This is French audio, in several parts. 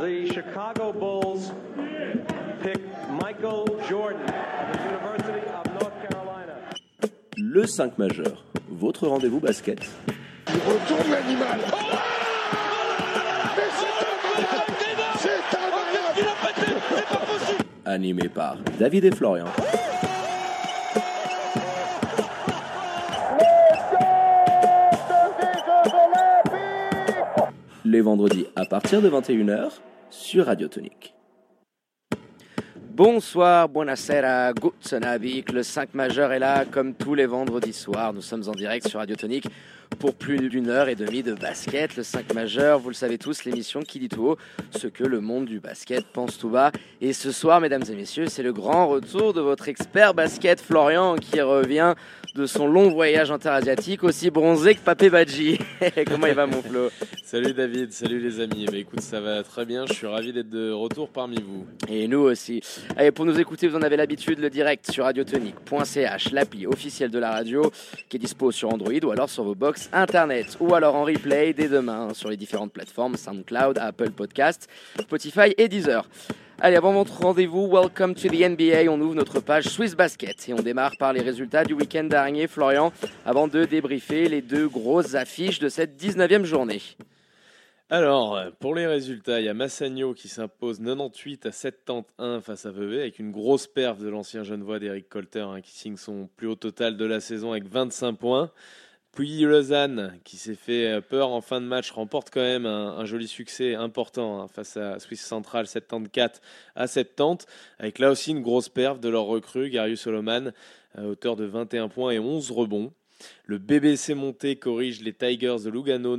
the Chicago Bulls pick Michael Jordan of the University of North Carolina. Le 5 majeur, votre rendez-vous basket. Il retourne l'animal. Oh, c'est un malade. C'est pas possible. Animé par David et Florian. Les vendredis à partir de 21h sur Radio Tonique. Bonsoir, buonasera, guten Abend. Le 5 majeur est là comme tous les vendredis soirs. Nous sommes en direct sur Radio Tonique pour plus d'une heure et demie de basket. Le 5 majeur, vous le savez tous, l'émission qui dit tout haut ce que le monde du basket pense tout bas. Et ce soir, mesdames et messieurs, c'est le grand retour de votre expert basket Florian qui revient de son long voyage interasiatique, aussi bronzé que Papé Badji. Comment il va, mon Flo ? Salut David, salut les amis. Écoute, ça va très bien, je suis ravi d'être de retour parmi vous. Et nous aussi. Allez, pour nous écouter, vous en avez l'habitude, le direct sur radiotonique.ch, l'appli officielle de la radio qui est dispo sur Android ou alors sur vos box internet ou alors en replay dès demain sur les différentes plateformes SoundCloud, Apple Podcasts, Spotify et Deezer. Allez, avant votre rendez-vous, welcome to the NBA. On ouvre notre page Swiss Basket et on démarre par les résultats du week-end dernier, Florian, avant de débriefer les deux grosses affiches de cette 19e journée. Alors, pour les résultats, il y a Massagno qui s'impose 98-71 face à Vevey avec une grosse perf de l'ancien Genevois d'Eric Colter qui signe son plus haut total de la saison avec 25 points. Puis Lausanne, qui s'est fait peur en fin de match, remporte quand même un joli succès important face à Swiss Central 74-70, avec là aussi une grosse perf de leur recrue, Garius Solomon, à hauteur de 21 points et 11 rebonds. Le BBC Monté corrige les Tigers de Lugano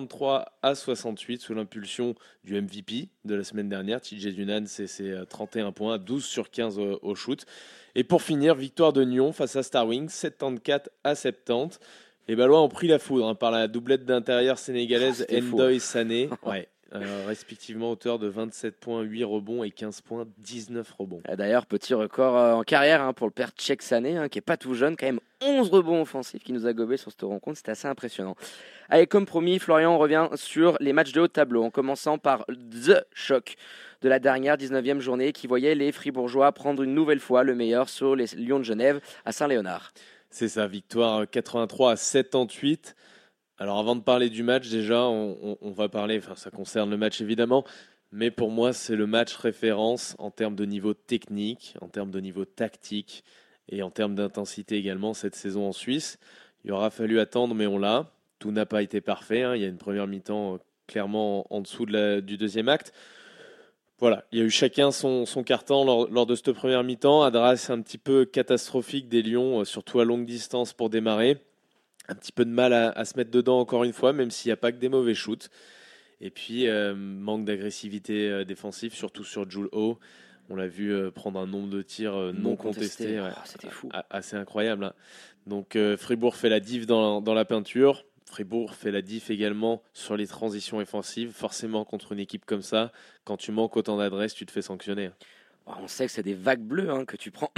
93-68 sous l'impulsion du MVP de la semaine dernière, TJ Dunan, c'est 31 points, 12 sur 15 au shoot. Et pour finir, victoire de Nyon face à Star Wings 74-70. Les Ballois ont pris la foudre par la doublette d'intérieur sénégalaise Ndoye Sané, respectivement auteur de 27 points, 8 rebonds et 15 points, 19 rebonds. D'ailleurs, petit record en carrière pour le père Tchèque Sané, qui n'est pas tout jeune, quand même 11 rebonds offensifs qui nous a gobé sur cette rencontre, c'était assez impressionnant. Allez, comme promis, Florian, on revient sur les matchs de haut de tableau, en commençant par The Choc de la dernière 19e journée qui voyait les Fribourgeois prendre une nouvelle fois le meilleur sur les Lions de Genève à Saint-Léonard. C'est ça, victoire 83-78. Alors avant de parler du match, déjà, on va parler, ça concerne le match évidemment, mais pour moi c'est le match référence en termes de niveau technique, en termes de niveau tactique et en termes d'intensité également cette saison en Suisse. Il aura fallu attendre, mais on l'a. Tout n'a pas été parfait, il y a une première mi-temps clairement en dessous du deuxième acte. Voilà, il y a eu chacun son carton lors de cette première mi-temps. Adresse un petit peu catastrophique des Lions, surtout à longue distance pour démarrer. Un petit peu de mal à se mettre dedans encore une fois, même s'il n'y a pas que des mauvais shoots. Et puis, manque d'agressivité défensive, surtout sur Jule Ho. On l'a vu prendre un nombre de tirs non contestés. C'était fou. Assez incroyable. Donc, Fribourg fait la diff dans la peinture. Fribourg fait la diff également sur les transitions offensives. Forcément, contre une équipe comme ça, quand tu manques autant d'adresse, tu te fais sanctionner. On sait que c'est des vagues bleues que tu prends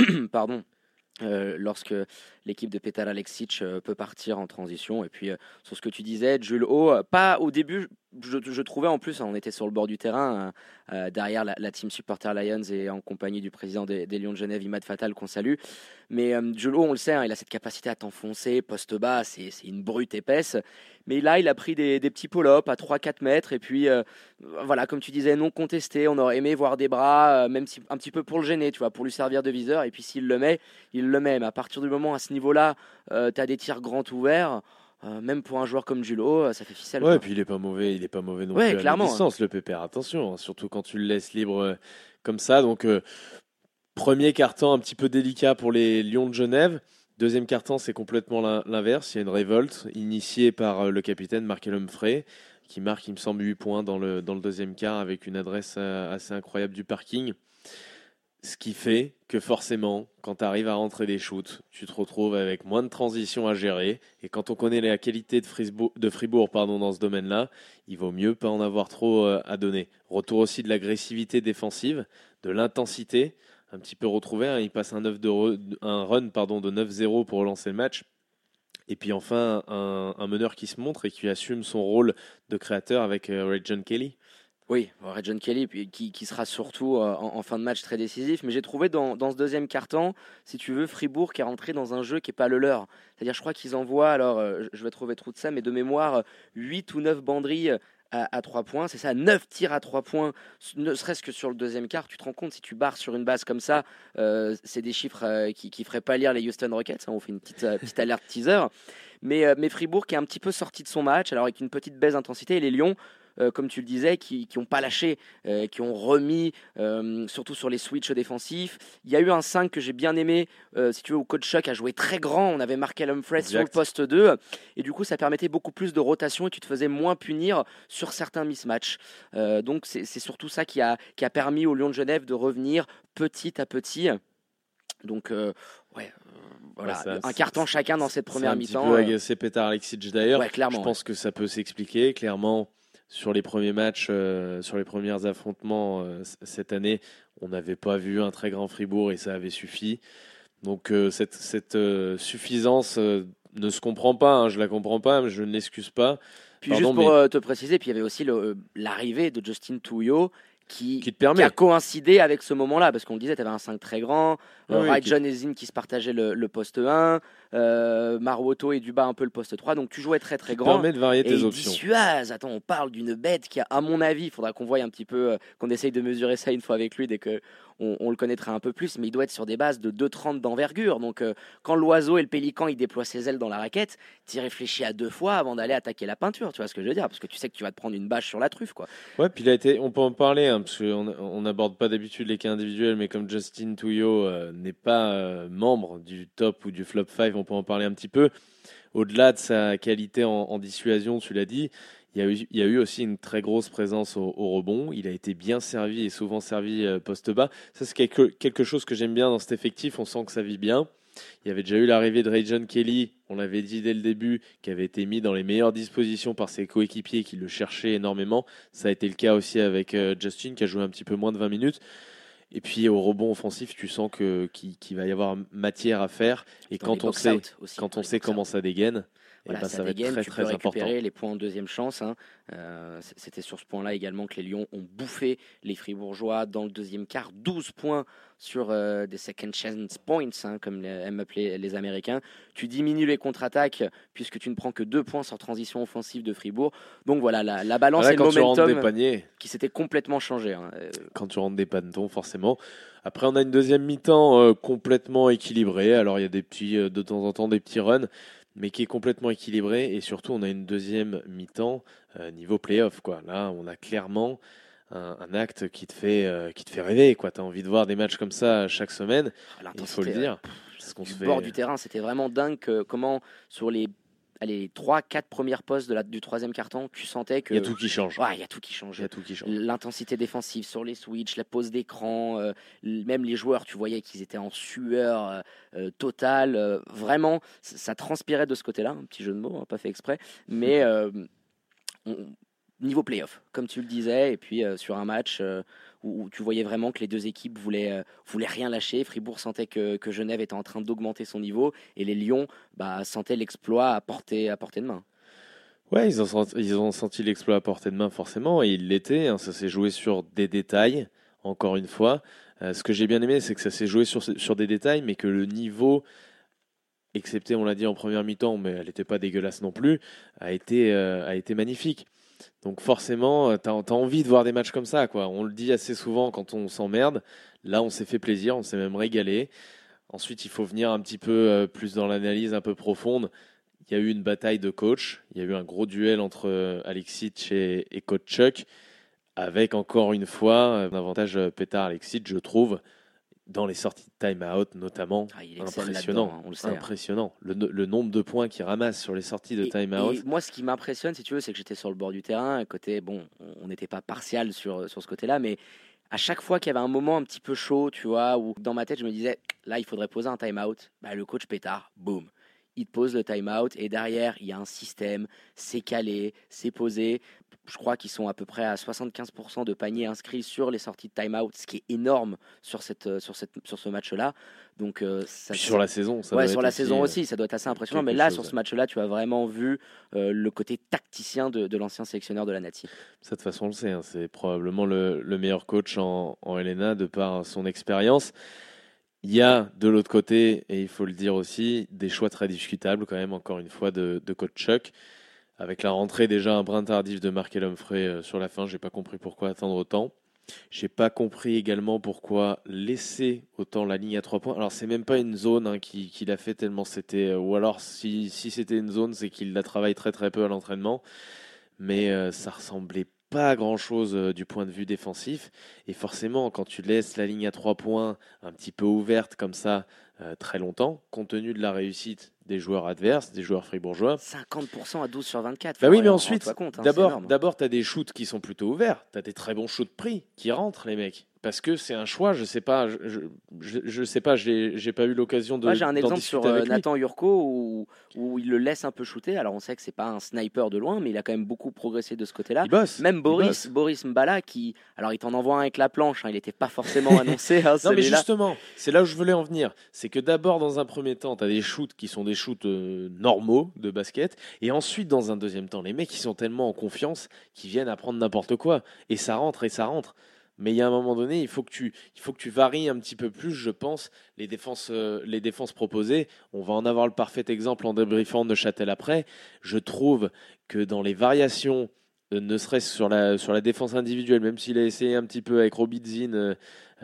lorsque l'équipe de Petar Aleksic peut partir en transition. Et puis, sur ce que tu disais, Jules Ho, pas au début, je trouvais en plus, on était sur le bord du terrain, derrière la team supporter Lions et en compagnie du président des Lions de Genève, Imad Fatal, qu'on salue. Mais Jules Ho, on le sait, il a cette capacité à t'enfoncer, poste bas, c'est une brute épaisse. Mais là, il a pris des petits pull-ups à 3-4 mètres. Et puis, voilà, comme tu disais, non contesté. On aurait aimé voir des bras, même si, un petit peu pour le gêner, tu vois, pour lui servir de viseur. Et puis, s'il le met, il le met. Mais à partir du moment, à ce niveau-là, tu as des tirs grands ouverts. Même pour un joueur comme Jules Ho, ça fait ficelle. Ouais, et puis il est pas mauvais non plus clairement, à distance, le Pépère. Attention, surtout quand tu le laisses libre comme ça. Donc, premier quart-temps un petit peu délicat pour les Lions de Genève. Deuxième quart-temps, c'est complètement l'inverse. Il y a une révolte initiée par le capitaine Markel Humphrey, qui marque, il me semble, 8 points dans le deuxième quart avec une adresse assez incroyable du parking. Ce qui fait que forcément, quand tu arrives à rentrer des shoots, tu te retrouves avec moins de transitions à gérer. Et quand on connaît la qualité de Fribourg dans ce domaine-là, il vaut mieux pas en avoir trop à donner. Retour aussi de l'agressivité défensive, de l'intensité, un petit peu retrouvé. Il passe un run de 9-0 pour relancer le match. Et puis enfin, un meneur qui se montre et qui assume son rôle de créateur avec Ray John Kelly. Oui, Ray John Kelly, qui sera surtout en fin de match très décisif. Mais j'ai trouvé dans ce deuxième quart-temps, si tu veux, Fribourg qui est rentré dans un jeu qui n'est pas le leur. C'est-à-dire, je crois qu'ils envoient, alors je vais trouver trop de ça, mais de mémoire, 8 ou 9 banderilles à 3 points. C'est ça, 9 tirs à 3 points, ne serait-ce que sur le deuxième quart. Tu te rends compte, si tu barres sur une base comme ça, c'est des chiffres qui ne feraient pas lire les Houston Rockets. Hein, on fait une petite alerte teaser. Mais Fribourg qui est un petit peu sorti de son match, alors avec une petite baisse d'intensité, et les Lions, comme tu le disais, qui n'ont pas lâché, qui ont remis, surtout sur les switches défensifs. Il y a eu un 5 que j'ai bien aimé, si tu veux, où Coach Chuck a joué très grand. On avait marqué Humphreys sur le poste 2, et du coup, ça permettait beaucoup plus de rotation et tu te faisais moins punir sur certains mismatchs. Donc, c'est surtout ça qui a permis aux Lions de Genève de revenir petit à petit. Donc, voilà, un carton chacun dans cette première mi-temps. C'est un petit peu agacé Petar Alexic d'ailleurs. Ouais, clairement, je pense que ça peut s'expliquer. Clairement, sur les premiers matchs, sur les premiers affrontements cette année, on n'avait pas vu un très grand Fribourg et ça avait suffi. Donc cette suffisance ne se comprend pas. Hein, je la comprends pas, mais je ne l'excuse pas. Puis juste pour te préciser, puis il y avait aussi l'arrivée de Justin Tuyo qui a coïncidé avec ce moment-là, parce qu'on le disait, tu avais un 5 très grand, Ray John et Zim qui se partageaient le poste 1, Maruoto et Duba un peu le poste 3, donc tu jouais très très grand. Permet de varier tes options. Dissuase, attends, on parle d'une bête qui, à mon avis, il faudra qu'on voie un petit peu, qu'on essaye de mesurer ça une fois avec lui dès que on le connaîtra un peu plus, mais il doit être sur des bases de 2,30 d'envergure. Donc quand l'oiseau et le pélican il déploie ses ailes dans la raquette, tu y réfléchis à 2 fois avant d'aller attaquer la peinture, tu vois ce que je veux dire, parce que tu sais que tu vas te prendre une bâche sur la truffe, quoi. Ouais, puis on peut en parler, hein, parce qu'on n'aborde pas d'habitude les cas individuels, mais comme Justin Tuyo n'est pas membre du top ou du flop 5, on peut en parler un petit peu. Au-delà de sa qualité en dissuasion, tu l'as dit, il y a eu aussi une très grosse présence au rebond. Il a été bien servi et souvent servi poste bas. Ça, c'est quelque chose que j'aime bien dans cet effectif. On sent que ça vit bien. Il y avait déjà eu l'arrivée de Ray John Kelly, on l'avait dit dès le début, qui avait été mis dans les meilleures dispositions par ses coéquipiers qui le cherchaient énormément. Ça a été le cas aussi avec Justin, qui a joué un petit peu moins de 20 minutes. Et puis au rebond offensif, tu sens qu'il va y avoir matière à faire. Et quand on sait comment ça dégaine, voilà, ça va être très tu très peux récupérer important. Les points en deuxième chance. Hein. C'était sur ce point-là également que les Lions ont bouffé les Fribourgeois dans le deuxième quart. 12 points sur des second chance points, hein, comme aiment appeler les Américains. Tu diminues les contre-attaques puisque tu ne prends que 2 points sur transition offensive de Fribourg. Donc voilà, la balance et le momentum qui s'était complètement changé. Hein. Quand tu rentres des pantons, forcément. Après, on a une deuxième mi-temps complètement équilibrée. Alors, il y a de temps en temps des petits runs, mais qui est complètement équilibré, et surtout on a une deuxième mi-temps niveau play-off, quoi. Là on a clairement un acte qui te fait rêver, quoi. T'as envie de voir des matchs comme ça chaque semaine, il faut le dire. Bord du terrain, c'était vraiment dingue comment sur les 3-4 premières postes du troisième carton, tu sentais que... Il y a tout qui change. Ouais, il y a tout qui change. L'intensité défensive sur les switches, la pose d'écran, même les joueurs, tu voyais qu'ils étaient en sueur totale. Vraiment, ça transpirait de ce côté-là. Un petit jeu de mots, hein, pas fait exprès. Mais niveau play-off, comme tu le disais, et puis sur un match où tu voyais vraiment que les deux équipes voulaient rien lâcher. Fribourg sentait que Genève était en train d'augmenter son niveau, et les Lions sentaient l'exploit à portée de main. Ouais, ils ont senti l'exploit à portée de main forcément, et il l'était. Hein, ça s'est joué sur des détails, encore une fois. Ce que j'ai bien aimé, c'est que ça s'est joué sur des détails, mais que le niveau, excepté, on l'a dit en première mi-temps, mais elle n'était pas dégueulasse non plus, a été magnifique. Donc forcément, tu as envie de voir des matchs comme ça, quoi. On le dit assez souvent quand on s'emmerde. Là, on s'est fait plaisir, on s'est même régalé. Ensuite, il faut venir un petit peu plus dans l'analyse un peu profonde. Il y a eu une bataille de coach. Il y a eu un gros duel entre Alexic et Coach Chuck, avec encore une fois un avantage Petar Alexic, je trouve, dans les sorties de time-out notamment. Impressionnant. On le sait, impressionnant. Le nombre de points qu'il ramasse sur les sorties de time-out. Et moi, ce qui m'impressionne, si tu veux, c'est que j'étais sur le bord du terrain. À côté, on n'était pas partial sur ce côté-là, mais à chaque fois qu'il y avait un moment un petit peu chaud, tu vois, où dans ma tête, je me disais, là, il faudrait poser un time-out. Le coach Pétard, boum, il te pose le time-out, et derrière, il y a un système, c'est calé, c'est posé. Je crois qu'ils sont à peu près à 75% de paniers inscrits sur les sorties de time-out, ce qui est énorme sur ce match-là. Donc, Puis sur la saison, ça ouais, doit sur être la aussi, saison aussi, ça doit être assez impressionnant. Mais quelque là, chose, sur ce match-là, tu as vraiment vu le côté tacticien de l'ancien sélectionneur de la Nati. Ça, de toute façon, on le sait, hein, c'est probablement le meilleur coach en LNA de par son expérience. Il y a de l'autre côté, et il faut le dire aussi, des choix très discutables quand même, encore une fois, de coach Chuck. Avec la rentrée déjà un brin tardif de Markel Humphrey sur la fin, j'ai pas compris pourquoi attendre autant. J'ai pas compris également pourquoi laisser autant la ligne à 3 points. Alors c'est même pas une zone qu'il a fait tellement c'était, ou alors si c'était une zone, c'est qu'il la travaille très très peu à l'entraînement. Mais ça ressemblait pas à grand chose du point de vue défensif. Et forcément, quand tu laisses la ligne à 3 points un petit peu ouverte comme ça très longtemps, compte tenu de la réussite des joueurs adverses, des joueurs fribourgeois. 50% à 12 sur 24. Bah oui, mais ensuite, compte, hein, d'abord tu as des shoots qui sont plutôt ouverts. Tu as des très bons shoots pris qui rentrent, les mecs. Parce que c'est un choix, je sais pas, j'ai pas eu l'occasion de. Moi, j'ai un exemple discuter sur avec lui. Nathan Urko où il le laisse un peu shooter. Alors on sait que c'est pas un sniper de loin, mais il a quand même beaucoup progressé de ce côté-là. Il bosse. Même Boris Mbala alors il t'en envoie un avec la planche, hein, il n'était pas forcément annoncé. Hein, non mais justement, c'est là où je voulais en venir. C'est que d'abord dans un premier temps, tu as des shoots qui sont des shoots normaux de basket, et ensuite dans un deuxième temps, les mecs qui sont tellement en confiance qu'ils viennent à prendre n'importe quoi, et ça rentre. Mais il y a un moment donné, il faut que tu varies un petit peu plus, je pense, les défenses proposées. On va en avoir le parfait exemple en débriefant de Châtel après. Je trouve que dans les variations, ne serait-ce sur la défense individuelle, même s'il a essayé un petit peu avec Robidzin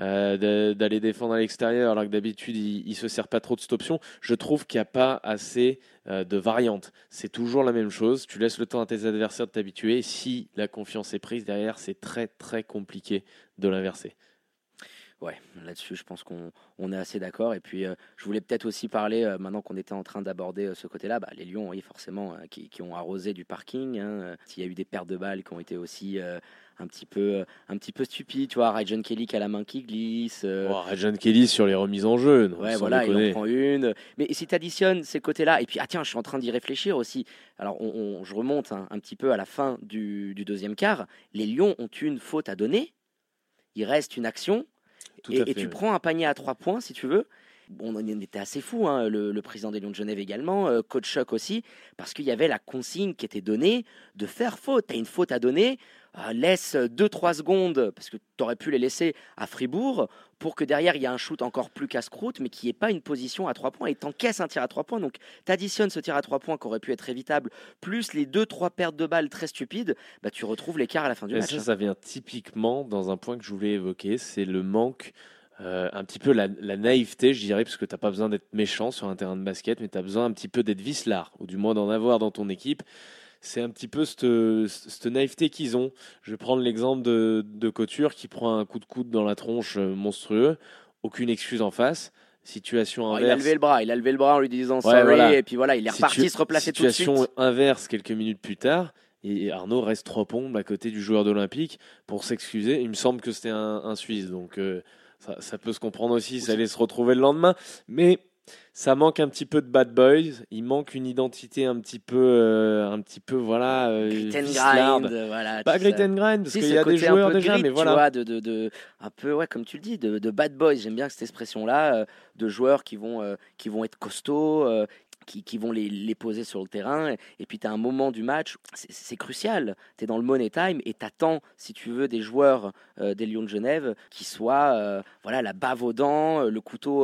d'aller défendre à l'extérieur, alors que d'habitude il se sert pas trop de cette option, je trouve qu'il n'y a pas assez de variantes. C'est toujours la même chose, tu laisses le temps à tes adversaires de t'habituer, si la confiance est prise derrière, c'est très très compliqué de l'inverser. Ouais, là-dessus, je pense qu'on est assez d'accord. Et puis, je voulais peut-être aussi parler, maintenant qu'on était en train d'aborder ce côté-là, les Lions, oui, forcément, qui ont arrosé du parking. Hein. Il y a eu des pertes de balles qui ont été aussi un petit peu stupides. Tu vois, Rajon Kelly qui a la main qui glisse. Rajon Kelly sur les remises en jeu. Non, ouais, voilà, il en prend une. Mais si tu additionnes ces côtés-là, et puis, tiens, je suis en train d'y réfléchir aussi. Alors, je remonte un petit peu à la fin du deuxième quart. Les Lions ont une faute à donner. Il reste une action. Et tu prends un panier à 3 points, si tu veux. On était assez fous, hein, le président des Lions de Genève également, coach Chuck aussi, parce qu'il y avait la consigne qui était donnée de faire faute. Tu as une faute à donner, laisse 2-3 secondes, parce que tu aurais pu les laisser à Fribourg, pour que derrière il y ait un shoot encore plus casse-croûte, mais qui n'ait pas une position à 3 points, et t'encaisses un tir à 3 points. Donc tu additionnes ce tir à 3 points qui aurait pu être évitable, plus les 2-3 pertes de balles très stupides, tu retrouves l'écart à la fin du match. Ça vient typiquement dans un point que je voulais évoquer, c'est le manque, un petit peu la naïveté, je dirais, parce que tu n'as pas besoin d'être méchant sur un terrain de basket, mais tu as besoin un petit peu d'être vicelard, ou du moins d'en avoir dans ton équipe. C'est un petit peu cette naïveté qu'ils ont. Je vais prendre l'exemple de Couture qui prend un coup de coude dans la tronche monstrueux, aucune excuse en face. Situation inverse. Il a levé le bras en lui disant sorry, voilà. Et puis voilà, il est reparti se replacer tout de suite. Situation inverse quelques minutes plus tard, et Arnaud reste 3 pompes à côté du joueur d'Olympique pour s'excuser. Il me semble que c'était un Suisse, donc ça peut se comprendre aussi, ça allait se retrouver le lendemain, mais ça manque un petit peu de bad boys, il manque une identité un petit peu voilà, grit and grind, voilà, pas grit and grind parce qu'il y a des joueurs déjà, grit, mais voilà, tu vois, un peu, ouais, comme tu le dis, de bad boys. J'aime bien cette expression là, de joueurs qui vont être costauds, qui vont les poser sur le terrain, et puis tu as un moment du match, c'est crucial, tu es dans le money time et tu attends, si tu veux, des joueurs des Lions de Genève qui soient la bave aux dents, le couteau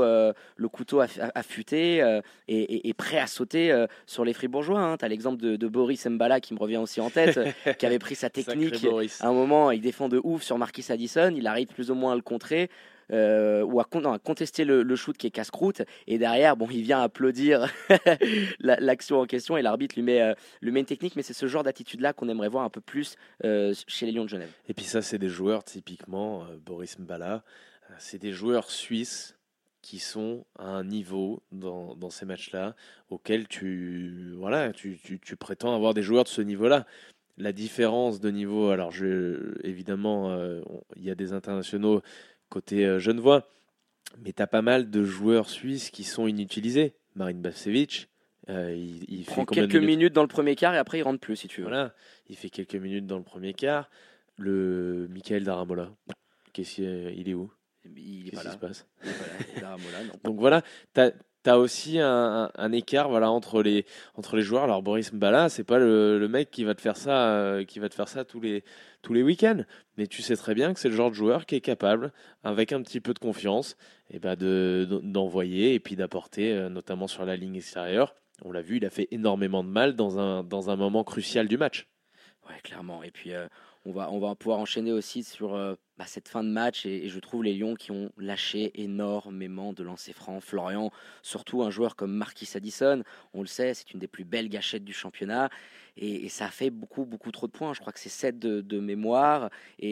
affûté et prêt à sauter sur les Fribourgeois. Hein. Tu as l'exemple de Boris Mbala qui me revient aussi en tête, qui avait pris sa technique à un moment, il défend de ouf sur Marquis Addison, il arrive plus ou moins à le contrer. Ou à contester le shoot qui est casse-croûte, et derrière il vient applaudir l'action en question, et l'arbitre lui met une technique. Mais c'est ce genre d'attitude là qu'on aimerait voir un peu plus chez les Lions de Genève. Et puis ça, c'est des joueurs typiquement Boris Mbala, c'est des joueurs suisses qui sont à un niveau dans ces matchs-là auquel tu prétends avoir des joueurs de ce niveau-là. La différence de niveau, alors évidemment il y a des internationaux côté genevois, mais tu as pas mal de joueurs suisses qui sont inutilisés. Marine Bavcevic, Il prend fait combien de quelques minutes dans le premier quart et après il rentre plus si tu veux. Voilà, il fait quelques minutes dans le premier quart. Le Michael Daramola, il est où? Il est Qu'est-ce pas qui là. se passe? Il est pas là. Daramola, non. Donc voilà, t'as aussi un écart voilà entre les joueurs. Alors Boris Mbala, c'est pas le mec qui va te faire ça tous les week-ends, mais tu sais très bien que c'est le genre de joueur qui est capable, avec un petit peu de confiance, et ben d'envoyer et puis d'apporter, notamment sur la ligne extérieure. On l'a vu, il a fait énormément de mal dans un moment crucial du match. Ouais, clairement. Et puis, on va pouvoir enchaîner aussi sur cette fin de match. Et je trouve les Lions qui ont lâché énormément de lancers francs. Florian, surtout un joueur comme Marquis Addison, on le sait, c'est une des plus belles gâchettes du championnat. Et ça a fait beaucoup, beaucoup trop de points. Je crois que c'est 7 de mémoire.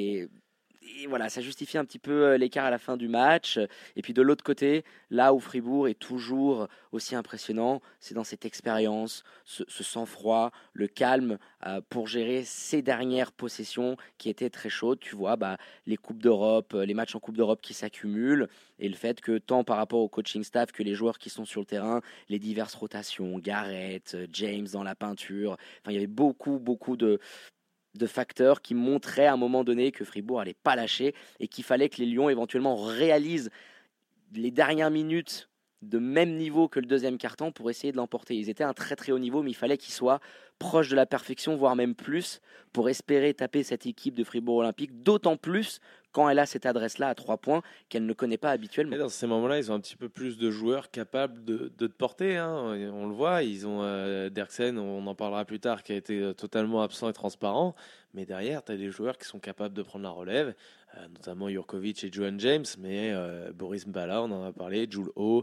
Et voilà, ça justifie un petit peu l'écart à la fin du match. Et puis de l'autre côté, là où Fribourg est toujours aussi impressionnant, c'est dans cette expérience, ce sang-froid, le calme pour gérer ces dernières possessions qui étaient très chaudes. Tu vois, les Coupes d'Europe, les matchs en Coupe d'Europe qui s'accumulent et le fait que tant par rapport au coaching staff que les joueurs qui sont sur le terrain, les diverses rotations, Garrett, James dans la peinture, enfin, il y avait beaucoup, beaucoup de facteurs qui montraient à un moment donné que Fribourg n'allait pas lâcher et qu'il fallait que les Lions éventuellement réalisent les dernières minutes de même niveau que le deuxième quart-temps pour essayer de l'emporter. Ils étaient à un très très haut niveau, mais il fallait qu'ils soient proches de la perfection, voire même plus, pour espérer taper cette équipe de Fribourg Olympique, d'autant plus quand elle a cette adresse-là à 3 points qu'elle ne connaît pas habituellement. Et dans ces moments-là, ils ont un petit peu plus de joueurs capables de te porter. Hein. On le voit, ils ont Derksen, on en parlera plus tard, qui a été totalement absent et transparent. Mais derrière, tu as des joueurs qui sont capables de prendre la relève, notamment Jurkovic et Johan James, mais Boris Mbala, on en a parlé, Jules Ho.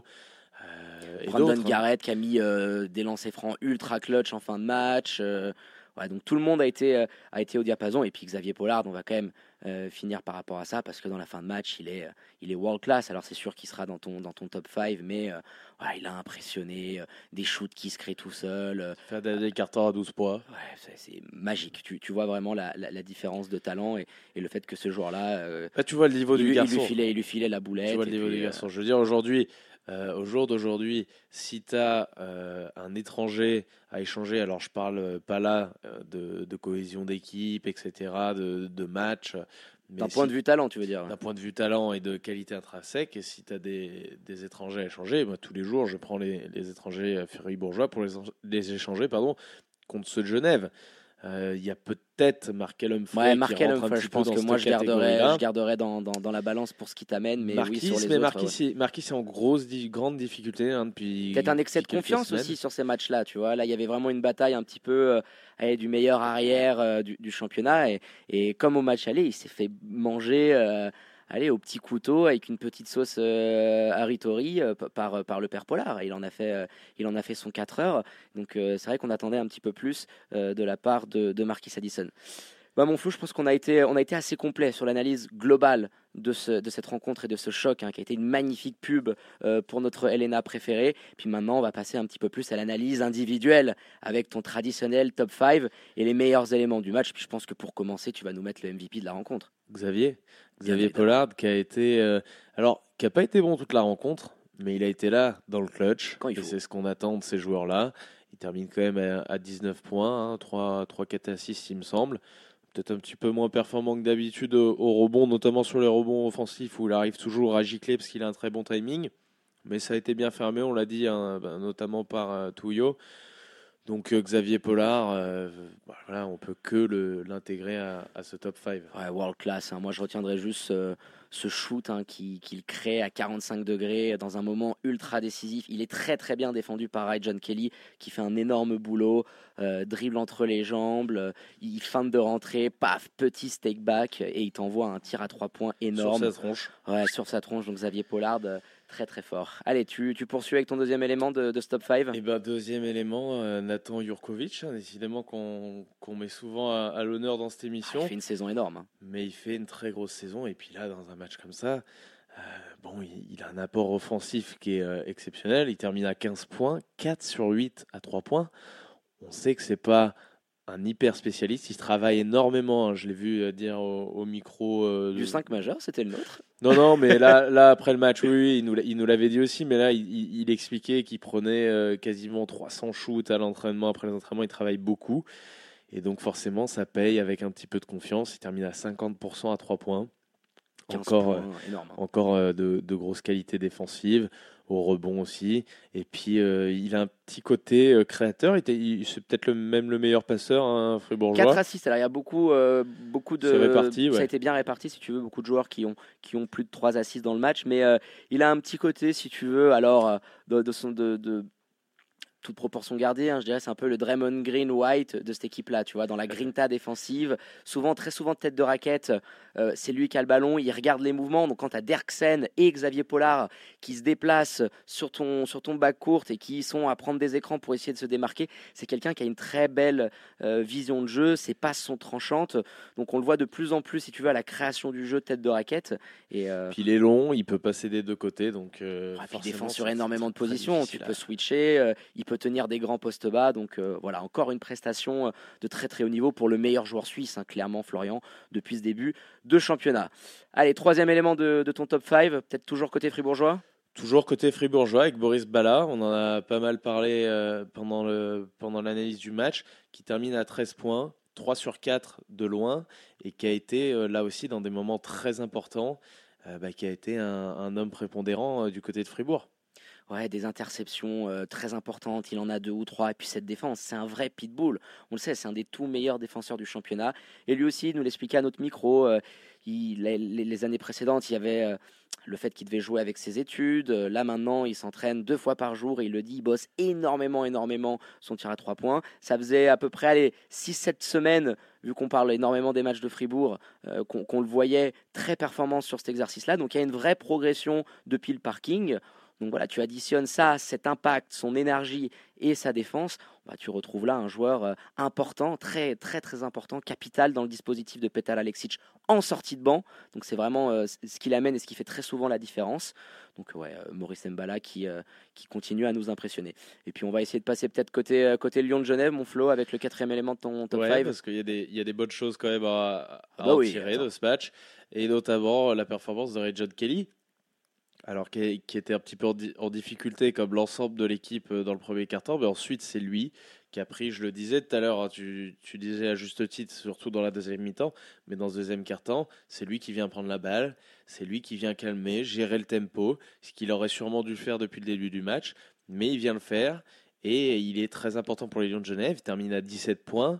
Brandon Garrett qui a mis des lancers francs ultra clutch en fin de match. Ouais, donc tout le monde a été au diapason. Et puis Xavier Pollard, on va quand même finir par rapport à ça, parce que dans la fin de match, il est world class. Alors c'est sûr qu'il sera dans ton top 5, mais il a impressionné. Des shoots qui se créent tout seul. Faire des cartons à 12 points. Ouais, c'est magique. Tu vois vraiment la différence de talent et le fait que ce joueur-là. Tu vois le niveau du garçon. Il lui filait la boulette. Tu vois le niveau du garçon. Je veux dire, aujourd'hui. Au jour d'aujourd'hui, si tu as un étranger à échanger, alors je parle pas là de cohésion d'équipe, etc., de match. D'un point de vue talent, tu veux dire? D'un point de vue talent et de qualité intrinsèque, et si tu as des étrangers à échanger, moi, tous les jours, je prends les étrangers fribourgeois pour les échanger contre ceux de Genève. Il y a peut-être Markel Humphrey. Ouais, Markel Humphrey, je pense que moi je garderais dans la balance pour ce qui t'amène, mais Marquis, oui, sur les autres. Marquis, c'est en grande difficulté depuis. Peut-être un excès de confiance aussi sur ces matchs-là, tu vois. Là, il y avait vraiment une bataille un petit peu du meilleur arrière du championnat, et comme au match aller, il s'est fait manger. Au petit couteau avec une petite sauce haritori par le père Pollard. Il en a fait son 4 heures. Donc c'est vrai qu'on attendait un petit peu plus de la part de Marquis Addison. Mon Flou, je pense qu'on a été assez complet sur l'analyse globale de cette rencontre et de ce choc, qui a été une magnifique pub pour notre Helena préférée. Puis maintenant, on va passer un petit peu plus à l'analyse individuelle avec ton traditionnel top 5 et les meilleurs éléments du match. Puis je pense que pour commencer, tu vas nous mettre le MVP de la rencontre. Xavier Pollard, qui a pas été bon toute la rencontre, mais il a été là dans le clutch. Quand il faut. C'est ce qu'on attend de ces joueurs-là. Il termine quand même à 19 points, 3 4 assists, il me semble. Peut-être un petit peu moins performant que d'habitude au rebond, notamment sur les rebonds offensifs où il arrive toujours à gicler parce qu'il a un très bon timing. Mais ça a été bien fermé, on l'a dit, notamment par Touillot. Donc Xavier Pollard, on peut que l'intégrer à ce top 5. Ouais, world class. Moi, je retiendrai juste ce shoot qu'il crée à 45 degrés dans un moment ultra décisif. Il est très très bien défendu par Ray John Kelly, qui fait un énorme boulot, dribble entre les jambes, il feinte de rentrée, paf, petit stake back, et il t'envoie un tir à 3 points énorme. Sur sa tronche. Ouais, sur sa tronche. Donc Xavier Pollard, très très fort. Allez, tu poursuis avec ton deuxième élément de ce top 5. Deuxième élément, Nathan Jurkovic, décidément qu'on met souvent à l'honneur dans cette émission. Il fait une saison énorme. Mais il fait une très grosse saison, et puis là, dans un match comme ça, il a un apport offensif qui est exceptionnel. Il termine à 15 points, 4 sur 8 à 3 points. On sait que c'est pas un hyper spécialiste. Il travaille énormément. Hein. Je l'ai vu dire au micro. Du 5 majeur, c'était le nôtre. Non, mais là, après le match, oui, il nous l'avait dit aussi. Mais là, il expliquait qu'il prenait quasiment 300 shoots à l'entraînement. Après les entraînements, il travaille beaucoup. Et donc, forcément, ça paye avec un petit peu de confiance. Il termine à 50% à 3 points. Encore de grosses qualités défensives, au rebond aussi. Et puis, il a un petit côté créateur. C'est peut-être même le meilleur passeur, hein, fribourgeois. 4 assists. Alors, il y a beaucoup de. C'est réparti, Ça ouais. a été bien réparti, si tu veux. Beaucoup de joueurs qui ont plus de 3 assists dans le match. Mais il a un petit côté, si tu veux, alors, de toute proportion gardée, hein, je dirais c'est un peu le Draymond Green White de cette équipe-là, tu vois, dans la grinta défensive, très souvent tête de raquette, c'est lui qui a le ballon, il regarde les mouvements, donc quand tu as Derksen et Xavier Pollard qui se déplacent sur ton back court et qui sont à prendre des écrans pour essayer de se démarquer, c'est quelqu'un qui a une très belle vision de jeu, ses passes sont tranchantes, donc on le voit de plus en plus, si tu veux, à la création du jeu tête de raquette. Et, puis il est long, il peut passer des deux côtés, donc il défend sur énormément de positions, tu peux switcher, il peut tenir des grands postes bas, donc voilà, encore une prestation de très très haut niveau pour le meilleur joueur suisse, hein, clairement Florian, depuis ce début de championnat. Allez, troisième élément de ton top 5, peut-être toujours côté fribourgeois. Toujours côté fribourgeois avec Boris Bala, on en a pas mal parlé pendant l'analyse du match, qui termine à 13 points, 3 sur 4 de loin, et qui a été là aussi dans des moments très importants, qui a été un homme prépondérant du côté de Fribourg. Ouais, des interceptions très importantes, il en a 2 ou 3, et puis cette défense, c'est un vrai pitbull, on le sait, c'est un des tout meilleurs défenseurs du championnat, et lui aussi, il nous l'expliquait à notre micro, les années précédentes, il y avait le fait qu'il devait jouer avec ses études, là maintenant, il s'entraîne 2 fois par jour, et il le dit, il bosse énormément son tir à 3 points, ça faisait à peu près 6-7 semaines, vu qu'on parle énormément des matchs de Fribourg, qu'on le voyait très performant sur cet exercice-là, donc il y a une vraie progression depuis le parking. Donc voilà, tu additionnes ça, cet impact, son énergie et sa défense, tu retrouves là un joueur important, très très très important, capital dans le dispositif de Petar Aleksic en sortie de banc. Donc c'est vraiment ce qu'il amène et ce qui fait très souvent la différence. Donc ouais, Maurice Mbala qui continue à nous impressionner. Et puis on va essayer de passer peut-être côté Lyon de Genève, mon Flo, avec le 4e élément de ton top 5. Parce qu'il y a des bonnes choses quand même à en tirer de ce match, et notamment la performance de Ray John Kelly. Alors qui était un petit peu en difficulté comme l'ensemble de l'équipe dans le premier quart-temps, mais ensuite c'est lui qui a pris, je le disais tout à l'heure, hein, tu disais à juste titre, surtout dans la deuxième mi-temps, mais dans ce deuxième quart-temps, c'est lui qui vient prendre la balle, c'est lui qui vient calmer, gérer le tempo, ce qu'il aurait sûrement dû faire depuis le début du match, mais il vient le faire, et il est très important pour les Lions de Genève, il termine à 17 points,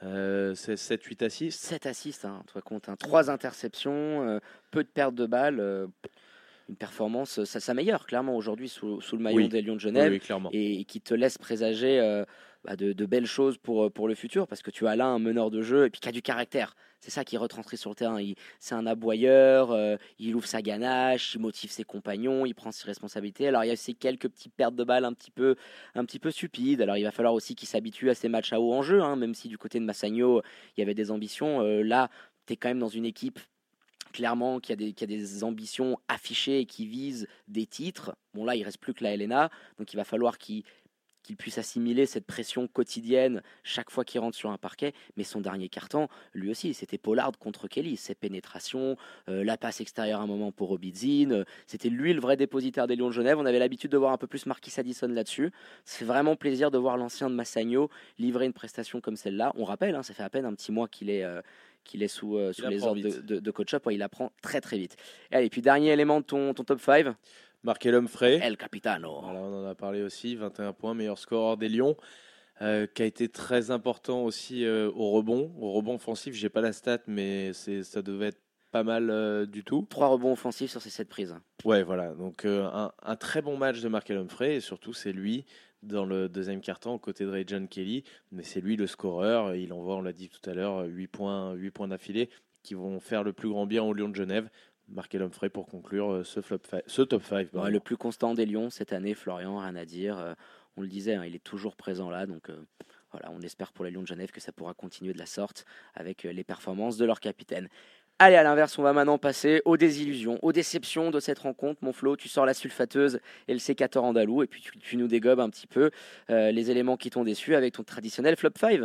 7-8 assists. 7 assists, hein, toi compte, 3 interceptions, peu de pertes de balles, une performance, sa meilleure clairement aujourd'hui sous le maillot des Lions de Genève, et qui te laisse présager de belles choses pour le futur, parce que tu as là un meneur de jeu et puis qui a du caractère. C'est ça qui est retranscrit sur le terrain. C'est un aboyeur, il ouvre sa ganache, il motive ses compagnons, il prend ses responsabilités. Alors il y a aussi quelques petites pertes de balles un petit peu stupides. Alors il va falloir aussi qu'il s'habitue à ces matchs à haut enjeu, hein, même si du côté de Massagno il y avait des ambitions. Là, tu es quand même dans une équipe clairement qui a des ambitions affichées et qui vise des titres. Bon là, il reste plus que la LNA, donc il va falloir qu'il puisse assimiler cette pression quotidienne chaque fois qu'il rentre sur un parquet. Mais son dernier carton, lui aussi, c'était Pollard contre Kelly. Ses pénétrations, la passe extérieure à un moment pour Robidzin, c'était lui le vrai dépositaire des Lions de Genève. On avait l'habitude de voir un peu plus Marquis Addison là-dessus. C'est vraiment plaisir de voir l'ancien de Massagno livrer une prestation comme celle-là. On rappelle, ça fait à peine un petit mois qu'il est sous les ordres de coach up. Il apprend très très vite. Et allez, puis dernier élément de ton top 5. Markel Humphrey. El Capitano. Voilà, on en a parlé aussi, 21 points, meilleur scoreur des Lions, qui a été très important aussi au rebond offensif. J'ai pas la stat, mais ça devait être pas mal du tout. 3 rebonds offensifs sur ces 7 prises. Ouais, voilà. Donc un très bon match de Markel Humphrey, et surtout c'est lui dans le deuxième quart-temps aux côtés de Ray John Kelly, mais c'est lui le scoreur. Il envoie, on l'a dit tout à l'heure, 8 points d'affilée qui vont faire le plus grand bien aux Lions de Genève. Markel Humphrey pour conclure ce top 5. Ouais, le plus constant des Lions cette année, Florian, rien à dire. On le disait, il est toujours présent là. Donc voilà, on espère pour les Lions de Genève que ça pourra continuer de la sorte avec les performances de leur capitaine. Allez, à l'inverse, on va maintenant passer aux désillusions, aux déceptions de cette rencontre. Mon Flo, tu sors la sulfateuse et le sécateur andalou, et puis tu nous dégobes un petit peu les éléments qui t'ont déçu avec ton traditionnel flop 5.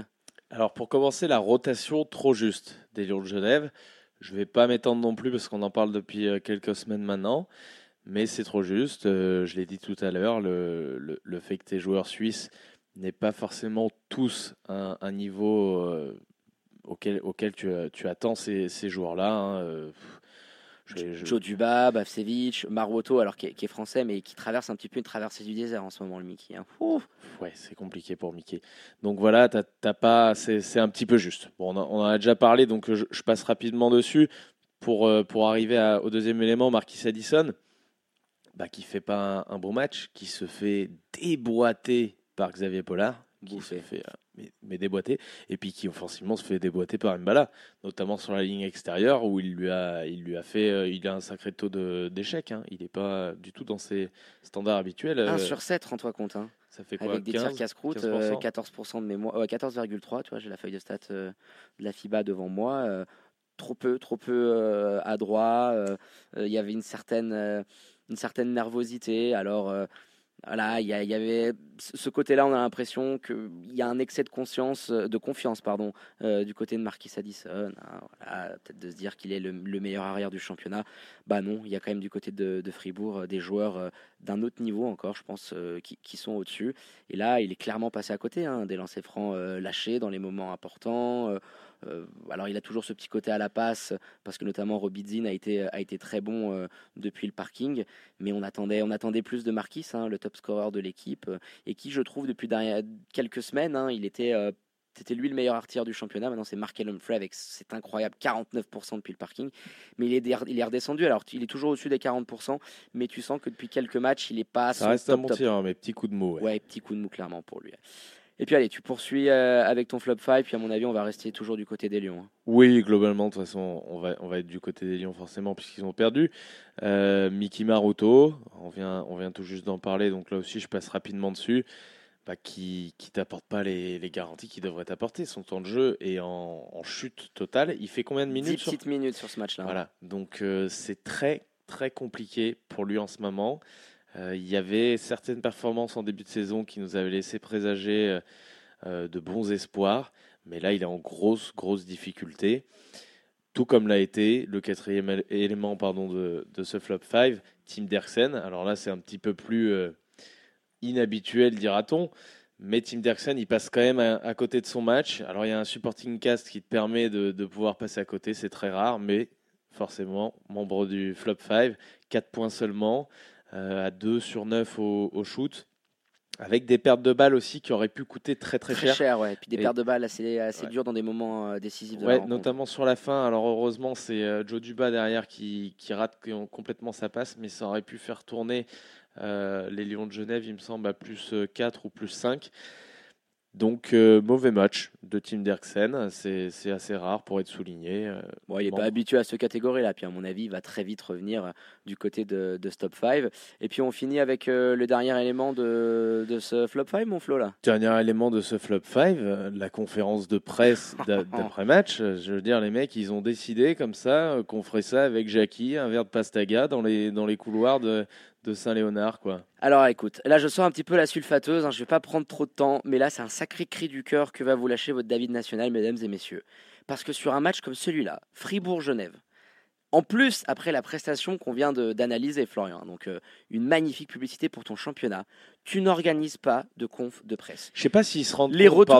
Alors pour commencer, la rotation trop juste des Lions de Genève. Je vais pas m'étendre non plus parce qu'on en parle depuis quelques semaines maintenant, mais c'est trop juste. Je l'ai dit tout à l'heure, le fait que tes joueurs suisses n'aient pas forcément tous un niveau auquel tu attends ces joueurs-là. Hein. Joe Duba, Bavcevic, Maroto, alors qui est français, mais qui traverse un petit peu une traversée du désert en ce moment, le Mickey. Hein. Ouais, c'est compliqué pour Mickey. Donc voilà, t'as pas, c'est un petit peu juste. Bon, on en a déjà parlé, donc je passe rapidement dessus pour arriver au deuxième élément, Marquis Addison, qui fait pas un bon match, qui se fait déboîter par Xavier Pollard, qui se fait mais déboîter, et puis qui offensivement se fait déboîter par Mbala, notamment sur la ligne extérieure où il a un sacré taux d'échec. Hein. Il n'est pas du tout dans ses standards habituels. 1 sur 7, rends-toi compte. Hein. Ça fait quoi, avec des tirs casse-croûte, 14% de mémoire, 14,3. Tu vois, j'ai la feuille de stats de la FIBA devant moi. Trop peu adroit. Il y avait une certaine nervosité. Alors voilà, il y avait ce côté-là, on a l'impression qu'il y a un excès de confiance, du côté de Marquis Addison. Hein, voilà, peut-être de se dire qu'il est le meilleur arrière du championnat. Bah non, il y a quand même du côté de Fribourg des joueurs d'un autre niveau encore, je pense, qui sont au-dessus. Et là, il est clairement passé à côté, hein, des lancers francs lâchés dans les moments importants. Alors il a toujours ce petit côté à la passe parce que notamment Robidzin a été très bon depuis le parking, mais on attendait plus de Marquis, hein, le top scorer de l'équipe, et qui, je trouve, depuis quelques semaines, hein, c'était lui le meilleur artilleur du championnat. Maintenant c'est Markel Humphrey avec, c'est incroyable, 49% depuis le parking, mais il est redescendu. Alors il est toujours au-dessus des 40%, mais tu sens que depuis quelques matchs il est pas ça reste un bon tir, mais petit coup de mou. Ouais, petit coup de mou clairement pour lui. Et puis allez, tu poursuis avec ton flop 5, puis à mon avis, on va rester toujours du côté des Lions. Hein. Oui, globalement, de toute façon, on va être du côté des Lions forcément, puisqu'ils ont perdu. Miki Maroto, on vient tout juste d'en parler, donc là aussi, je passe rapidement dessus, qui t'apporte pas les garanties qu'il devrait t'apporter. Son temps de jeu est en chute totale. Il fait combien de minutes 10 petites minutes sur ce match-là. Voilà, donc c'est très, très compliqué pour lui en ce moment. Il y avait certaines performances en début de saison qui nous avaient laissé présager de bons espoirs, mais là il est en grosse difficulté, tout comme l'a été le quatrième élément de ce flop 5, Tim Derksen. Alors là c'est un petit peu plus inhabituel, dira-t-on, mais Tim Derksen il passe quand même à côté de son match. Alors il y a un supporting cast qui te permet de pouvoir passer à côté, c'est très rare, mais forcément membre du flop 5, 4 points seulement, à 2 sur 9 au shoot, avec des pertes de balles aussi qui auraient pu coûter très cher. Ouais. Et puis des pertes de balles assez dures dans des moments décisifs de la rencontre. Notamment sur la fin. Alors heureusement c'est Joe Duba derrière qui rate complètement sa passe, mais ça aurait pu faire tourner les Lions de Genève, il me semble, à plus 4 ou plus 5. Donc mauvais match de Tim Derksen, c'est assez rare pour être souligné. Il n'est pas habitué à cette catégorie-là, puis à mon avis il va très vite revenir du côté de Stop 5. Et puis on finit avec le dernier élément de ce flop 5, mon Flo là. Dernier élément de ce flop 5, la conférence de presse d'après-match. Je veux dire, les mecs ils ont décidé comme ça qu'on ferait ça avec Jackie, un verre de pastaga dans les couloirs de Saint-Léonard, quoi. Alors écoute, là je sors un petit peu la sulfateuse, hein, je vais pas prendre trop de temps, mais là c'est un sacré cri du cœur que va vous lâcher votre David National, mesdames et messieurs. Parce que sur un match comme celui-là, Fribourg-Genève, en plus après la prestation qu'on vient d'analyser, Florian, donc une magnifique publicité pour ton championnat, tu n'organises pas de conf de presse. Je sais pas s'ils se rendent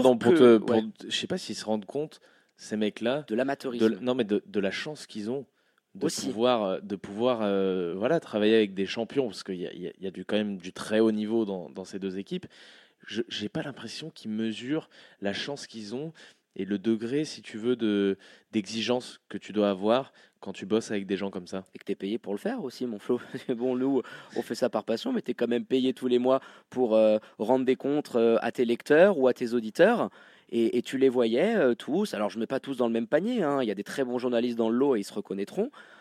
je sais pas s'ils se rendent compte, ces mecs-là, de l'amateurisme. De la chance qu'ils ont. De pouvoir travailler avec des champions, parce qu'il y a quand même du très haut niveau dans ces deux équipes. Je n'ai pas l'impression qu'ils mesurent la chance qu'ils ont et le degré, si tu veux, d'exigence que tu dois avoir quand tu bosses avec des gens comme ça. Et que tu es payé pour le faire aussi, mon Flo. Bon, nous, on fait ça par passion, mais tu es quand même payé tous les mois pour rendre des comptes à tes lecteurs ou à tes auditeurs. Et tu les voyais tous, alors je ne mets pas tous dans le même panier, hein. Il y a des très bons journalistes dans le lot et ils se reconnaîtront,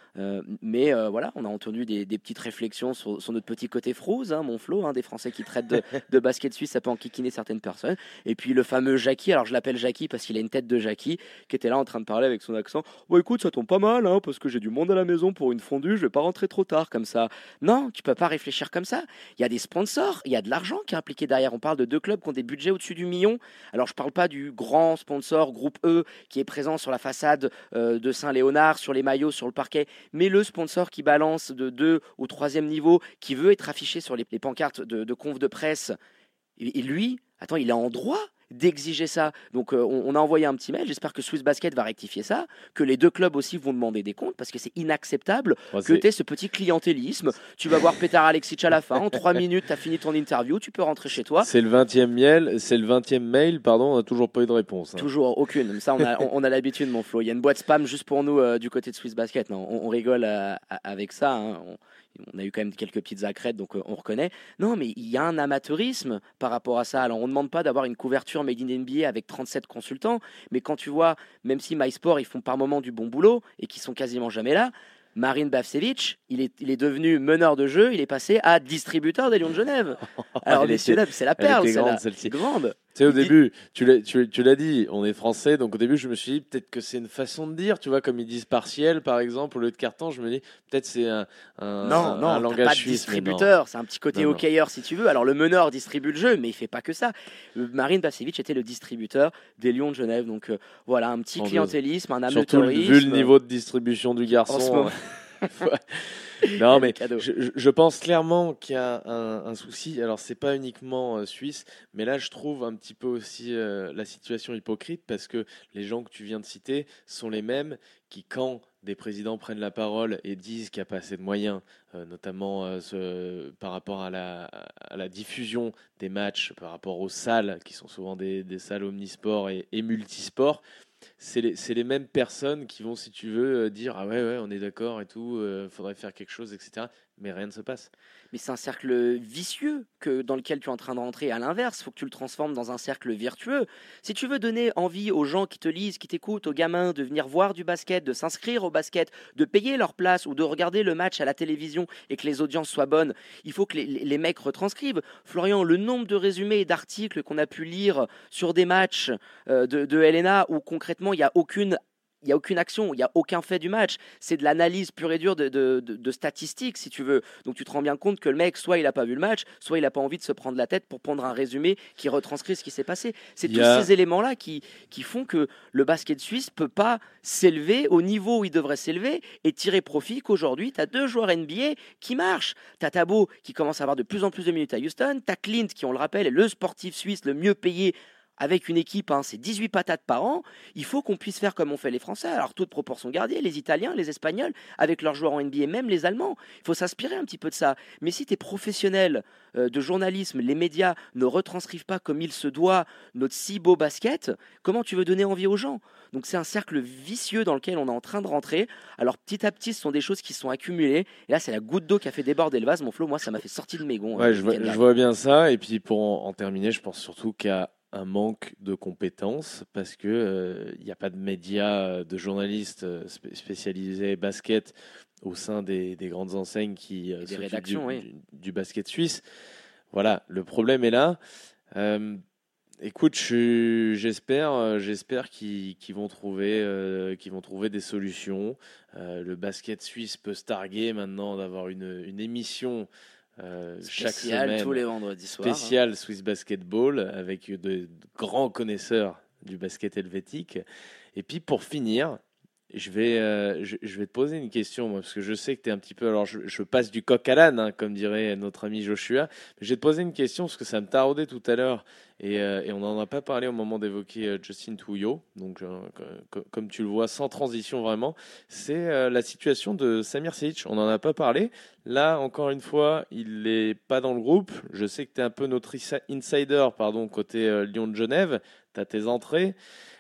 Mais voilà, on a entendu des petites réflexions sur notre petit côté frouze, mon Flo, des Français qui traitent de basket suisse, ça peut enquiquiner certaines personnes. Et puis le fameux Jackie, alors je l'appelle Jackie parce qu'il a une tête de Jackie, qui était là en train de parler avec son accent. Bon écoute, ça tombe pas mal, parce que j'ai du monde à la maison pour une fondue, je vais pas rentrer trop tard comme ça. Non, tu peux pas réfléchir comme ça. Il y a des sponsors, il y a de l'argent qui est impliqué derrière. On parle de 2 clubs qui ont des budgets au-dessus du million. Alors je parle pas du grand sponsor groupe E qui est présent sur la façade de Saint-Léonard, sur les maillots, sur le parquet, mais le sponsor qui balance de 2 au 3e niveau, qui veut être affiché sur les pancartes de conf de presse. Et lui, attends, il est en droit d'exiger ça. Donc on a envoyé un petit mail, j'espère que Swiss Basket va rectifier ça, que les 2 clubs aussi vont demander des comptes, parce que c'est inacceptable que tu aies ce petit clientélisme. Tu vas voir Petar Aleksic à la fin, en 3 minutes, tu as fini ton interview, tu peux rentrer chez toi. C'est le 20e mail, pardon, on n'a toujours pas eu de réponse. Toujours, aucune. Ça, on a l'habitude, mon Flo. Il y a une boîte spam juste pour nous du côté de Swiss Basket. Non, on rigole avec ça. On a eu quand même quelques petites accrètes, donc on reconnaît. Non, mais il y a un amateurisme par rapport à ça. Alors, on ne demande pas d'avoir une couverture Made in NBA avec 37 consultants, mais quand tu vois, même si MySport, ils font par moment du bon boulot et qu'ils sont quasiment jamais là, Marin Bavcevic, il est devenu meneur de jeu, il est passé à distributeur des Lions de Genève. Alors, messieurs, c'est la perle, c'est grande. Tu sais, au début, tu l'as dit, on est français, donc au début, je me suis dit, peut-être que c'est une façon de dire, tu vois, comme ils disent partiel, par exemple, au lieu de carton, je me dis, peut-être c'est un langage pas de suisse. distributeur, c'est un petit côté hockeyeur, si tu veux. Alors, le meneur distribue le jeu, mais il fait pas que ça. Marin Bavcevic était le distributeur des Lions de Genève, donc voilà, un petit clientélisme, un amateurisme. Surtout vu le niveau de distribution du garçon. En ce moment. Non, mais je pense clairement qu'il y a un souci. Alors, c'est pas uniquement suisse, mais là, je trouve un petit peu aussi la situation hypocrite, parce que les gens que tu viens de citer sont les mêmes qui, quand des présidents prennent la parole et disent qu'il n'y a pas assez de moyens, notamment par rapport à la diffusion des matchs, par rapport aux salles, qui sont souvent des salles omnisports et multisports, c'est les mêmes personnes qui vont, si tu veux, dire ah ouais on est d'accord et tout, faudrait faire quelque chose, etc. Mais rien ne se passe. Mais c'est un cercle vicieux dans lequel tu es en train de rentrer. À l'inverse, il faut que tu le transformes dans un cercle vertueux. Si tu veux donner envie aux gens qui te lisent, qui t'écoutent, aux gamins de venir voir du basket, de s'inscrire au basket, de payer leur place ou de regarder le match à la télévision et que les audiences soient bonnes, il faut que les mecs retranscrivent. Florian, le nombre de résumés et d'articles qu'on a pu lire sur des matchs de LNA où concrètement il n'y a aucune action, il n'y a aucun fait du match. C'est de l'analyse pure et dure de statistiques, si tu veux. Donc tu te rends bien compte que le mec, soit il n'a pas vu le match, soit il n'a pas envie de se prendre la tête pour prendre un résumé qui retranscrit ce qui s'est passé. C'est tous ces éléments-là qui font que le basket suisse ne peut pas s'élever au niveau où il devrait s'élever et tirer profit qu'aujourd'hui, tu as 2 joueurs NBA qui marchent. Tu as Thabo qui commence à avoir de plus en plus de minutes à Houston. Tu as Clint qui, on le rappelle, est le sportif suisse le mieux payé avec une équipe, c'est 18 patates par an. Il faut qu'on puisse faire comme on fait les Français. Alors, toute proportion gardée, les Italiens, les Espagnols, avec leurs joueurs en NBA, même les Allemands. Il faut s'inspirer un petit peu de ça. Mais si tu es professionnel de journalisme, les médias ne retranscrivent pas comme il se doit notre si beau basket, comment tu veux donner envie aux gens ? Donc, c'est un cercle vicieux dans lequel on est en train de rentrer. Alors, petit à petit, ce sont des choses qui sont accumulées. Et là, c'est la goutte d'eau qui a fait déborder le vase. Mon Flo, moi, ça m'a fait sortir de mes gonds. Ouais, je vois bien ça. Et puis, pour en terminer, je pense surtout qu'il y a un manque de compétences, parce que il n'y a pas de médias, de journalistes spécialisés basket au sein des grandes enseignes qui s'occupent du basket suisse. Voilà, le problème est là. Écoute, j'espère qu'ils vont trouver des solutions. Le basket suisse peut se targuer maintenant d'avoir une émission chaque semaine, tous les vendredis soirs, spécial Swiss Basketball, avec de grands connaisseurs du basket helvétique. Et puis pour finir, je vais te poser une question, moi, parce que je sais que tu es un petit peu... Alors je passe du coq à l'âne, comme dirait notre ami Joshua, mais je vais te poser une question parce que ça me taraudait tout à l'heure et on n'en a pas parlé au moment d'évoquer Justin Touillot. Donc comme tu le vois, sans transition vraiment, c'est la situation de Samir Selic. On n'en a pas parlé. Là, encore une fois, il n'est pas dans le groupe. Je sais que tu es un peu notre insider côté Lyon de Genève. Tu as tes entrées.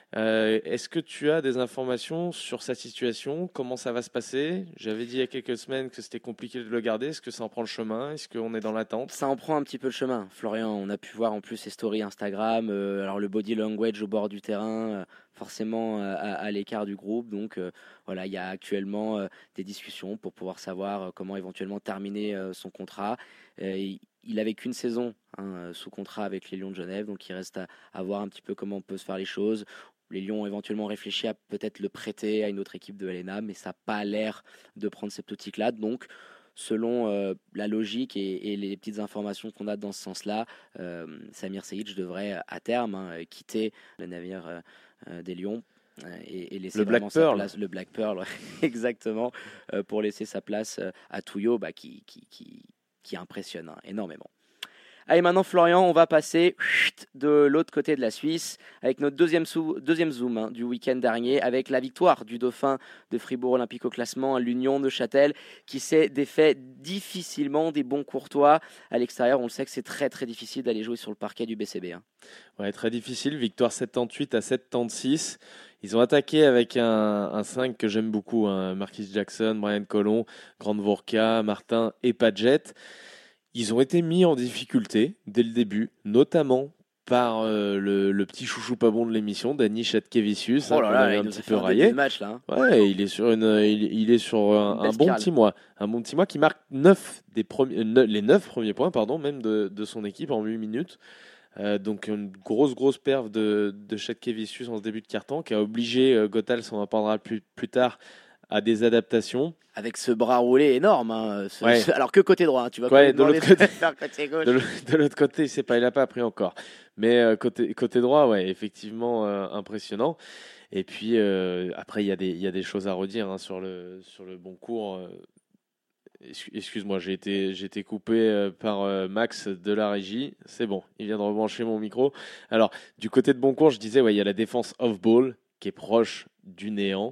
Est-ce que tu as des informations sur sa situation? Comment ça va se passer? J'avais dit il y a quelques semaines que c'était compliqué de le garder. Est-ce que ça en prend le chemin? Est-ce qu'on est dans l'attente? Ça en prend un petit peu le chemin, Florian. On a pu voir en plus ses stories Instagram, alors le body language au bord du terrain, forcément à l'écart du groupe. Donc voilà, il y a actuellement des discussions pour pouvoir savoir comment éventuellement terminer son contrat. Il avait qu'une saison sous contrat avec les Lions de Genève, donc il reste à voir un petit peu comment on peut se faire les choses. Les Lions ont éventuellement réfléchi à peut-être le prêter à une autre équipe de LNA, mais ça n'a pas l'air de prendre cette optique-là. Donc, selon la logique et les petites informations qu'on a dans ce sens-là, Samir Seyic devrait à terme quitter le navire des Lions et laisser Le Black vraiment sa Pearl. place, le Black Pearl, ouais, exactement, pour laisser sa place à Touillot, qui impressionne énormément. Allez, maintenant, Florian, on va passer de l'autre côté de la Suisse avec notre deuxième zoom du week-end dernier, avec la victoire du Dauphin de Fribourg Olympique au classement à l'Union de Châtel, qui s'est défait difficilement des bons Courtois. À l'extérieur, on le sait que c'est très très difficile d'aller jouer sur le parquet du BCB. Ouais, très difficile. Victoire 78 à 76. Ils ont attaqué avec un 5 que j'aime beaucoup. Marquis Jackson, Brian Colon, Grande Vorka, Martin et Padgett. Ils ont été mis en difficulté dès le début, notamment par le petit chouchou pas bon de l'émission, Dani Chatkevicius. Oh là qu'on là, avait il un nous petit a fait peu un raillé. début de match là. Ouais, il est sur un belle bon spirale. petit mois. Un bon petit mois qui marque les 9 premiers points même de son équipe en 8 minutes. Donc une grosse perf de Chatkevicius en ce début de carton qui a obligé Gotthals, on en parlera plus tard, à des adaptations. Avec ce bras roulé énorme. Ouais. Alors que côté droit, tu vas Ouais, pas de lui l'autre demander côté. faire côté gauche. De l'autre côté, il n'a pas appris encore. Mais côté droit, ouais, effectivement impressionnant. Et puis après, il y a des choses à redire sur le bon cours. Excuse-moi, j'ai été coupé par Max de la régie. C'est bon, il vient de rebrancher mon micro. Alors, du côté de Boncourt, je disais, ouais, il y a la défense off-ball qui est proche du néant.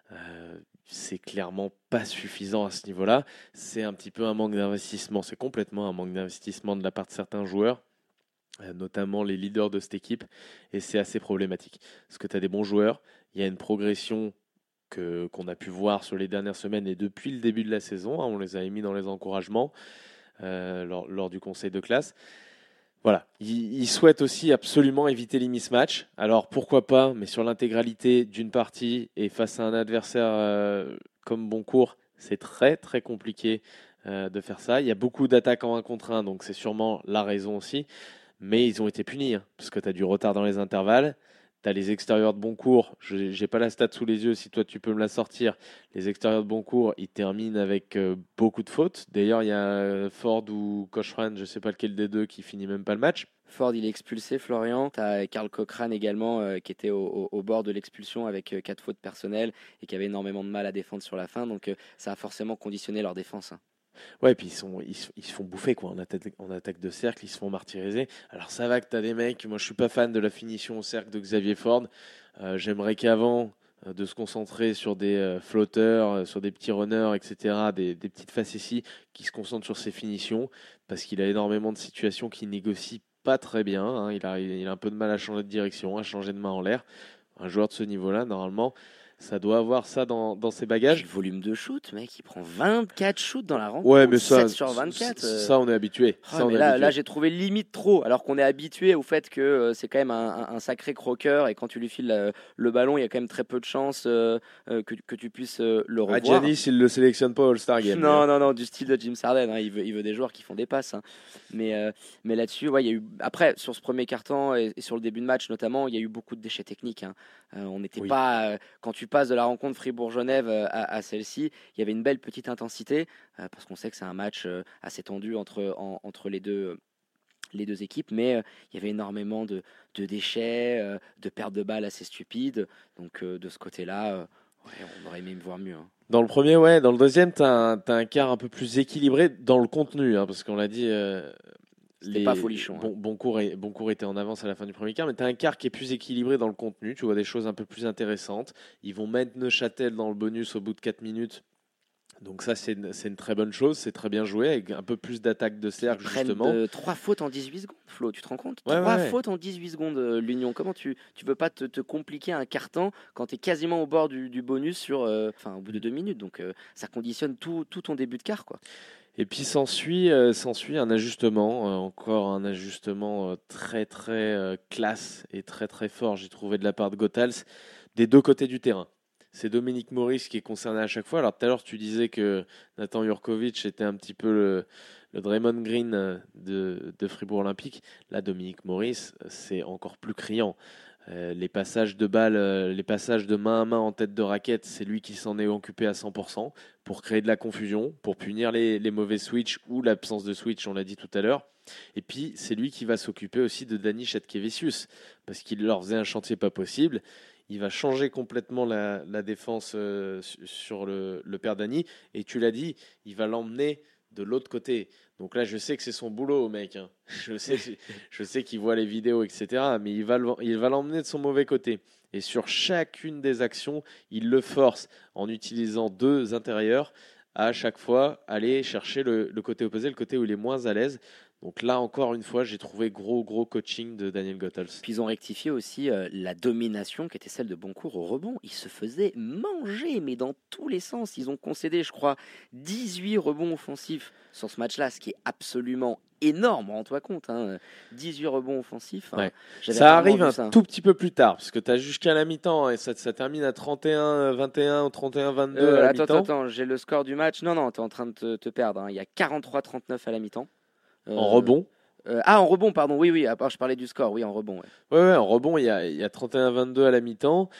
C'est clairement pas suffisant à ce niveau-là. C'est un petit peu un manque d'investissement. C'est complètement un manque d'investissement de la part de certains joueurs, notamment les leaders de cette équipe. Et c'est assez problématique. Parce que tu as des bons joueurs, il y a une progression qu'on a pu voir sur les dernières semaines et depuis le début de la saison. On les avait mis dans les encouragements lors du conseil de classe. Voilà, ils souhaitent aussi absolument éviter les mismatchs. Alors pourquoi pas, mais sur l'intégralité d'une partie et face à un adversaire comme Boncourt, c'est très très compliqué de faire ça. Il y a beaucoup d'attaques en 1 contre 1, donc c'est sûrement la raison aussi. Mais ils ont été punis, parce que tu as du retard dans les intervalles. Tu as les extérieurs de Boncourt, je n'ai pas la stat sous les yeux, si toi tu peux me la sortir. Les extérieurs de Boncourt, ils terminent avec beaucoup de fautes. D'ailleurs, il y a Ford ou Cochran, je ne sais pas lequel des deux, qui finit même pas le match. Ford, il est expulsé, Florian. Tu as Karl Cochrane également qui était au bord de l'expulsion avec 4 fautes personnelles et qui avait énormément de mal à défendre sur la fin. Donc ça a forcément conditionné leur défense. Ouais, puis ils se font bouffer quoi. En attaque de cercle, ils se font martyriser. Alors ça va que tu as des mecs, moi je suis pas fan de la finition au cercle de Xavier Ford. J'aimerais qu'avant de se concentrer sur des flotteurs, sur des petits runners, etc., des petites facéties, qui se concentrent sur ses finitions, parce qu'il a énormément de situations qu'il négocie pas très bien. Il a un peu de mal à changer de direction, à changer de main en l'air. Un joueur de ce niveau-là, normalement, ça doit avoir ça dans ses bagages. Le volume de shoot, mec, il prend 24 shoots dans la rencontre. Ouais, mais ça, 7 sur 24. Ça on est habitué. Mais là, j'ai trouvé limite trop, alors qu'on est habitué au fait que c'est quand même un sacré croqueur et quand tu lui files le ballon, il y a quand même très peu de chances que tu puisses le revoir. Giannis, il le sélectionne pas au All-Star Game. Non, du style de Jim Sarden. Il veut des joueurs qui font des passes. Mais là-dessus, ouais, il y a eu. Après, sur ce premier quart-temps et sur le début de match notamment, il y a eu beaucoup de déchets techniques. On n'était pas. Quand tu passes de la rencontre Fribourg-Genève à celle-ci, il y avait une belle petite intensité parce qu'on sait que c'est un match assez tendu entre les deux équipes, mais il y avait énormément de déchets, de pertes de balles assez stupides. Donc de ce côté-là, on aurait aimé me voir mieux. Dans le premier, ouais. Dans le deuxième, t'as un quart un peu plus équilibré dans le contenu, parce qu'on l'a dit. C'était pas folichon. Boncourt était en avance à la fin du premier quart, mais tu as un quart qui est plus équilibré dans le contenu. Tu vois des choses un peu plus intéressantes. Ils vont mettre Neuchâtel dans le bonus au bout de 4 minutes. Donc ça, c'est une très bonne chose, c'est très bien joué, avec un peu plus d'attaque de cercle, justement. 3 fautes en 18 secondes, Flo, tu te rends compte? Ouais, 3 ouais. fautes en 18 secondes, l'Union. Comment tu veux pas te compliquer un carton quand tu es quasiment au bord du bonus au bout de 2 minutes. Donc ça conditionne tout ton début de quart, quoi. Et puis s'ensuit un ajustement, encore un ajustement très très classe et très très fort, j'ai trouvé de la part de Gotals, des deux côtés du terrain. C'est Dominique Maurice qui est concerné à chaque fois. Alors tout à l'heure tu disais que Nathan Jurkovic était un petit peu le Draymond Green de Fribourg Olympique. Là, Dominique Maurice, c'est encore plus criant. Les passages de balles, les passages de main à main en tête de raquette, c'est lui qui s'en est occupé à 100% pour créer de la confusion, pour punir les mauvais switches ou l'absence de switch, on l'a dit tout à l'heure. Et puis, c'est lui qui va s'occuper aussi de Dani Chatkevicius, parce qu'il leur faisait un chantier pas possible. Il va changer complètement la défense sur le père Dani. Et tu l'as dit, il va l'emmener de l'autre côté. Donc là, je sais que c'est son boulot, mec. Hein. Je sais qu'il voit les vidéos, etc. Mais il va l'emmener de son mauvais côté. Et sur chacune des actions, il le force en utilisant deux intérieurs à chaque fois aller chercher le côté opposé, le côté où il est moins à l'aise. Donc là, encore une fois, j'ai trouvé gros coaching de Daniel Goethals. Puis ils ont rectifié aussi la domination qui était celle de Boncourt au rebond. Ils se faisaient manger, mais dans tous les sens. Ils ont concédé, je crois, 18 rebonds offensifs sur ce match-là, ce qui est absolument énorme, rends-toi compte. 18 rebonds offensifs. Ouais. J'avais Ça rarement arrive vu un ça. tout petit peu plus tard, parce que tu as jusqu'à la mi-temps, et ça termine à 31-21 ou 31-22 à la mi-temps. Attends, j'ai le score du match. Non, tu es en train de te perdre. Il y a 43-39 à la mi-temps. En rebond. En rebond, pardon. Oui. Je parlais du score. Oui, en rebond. Ouais. Ouais, en rebond, il y a 31-22 à la mi-temps.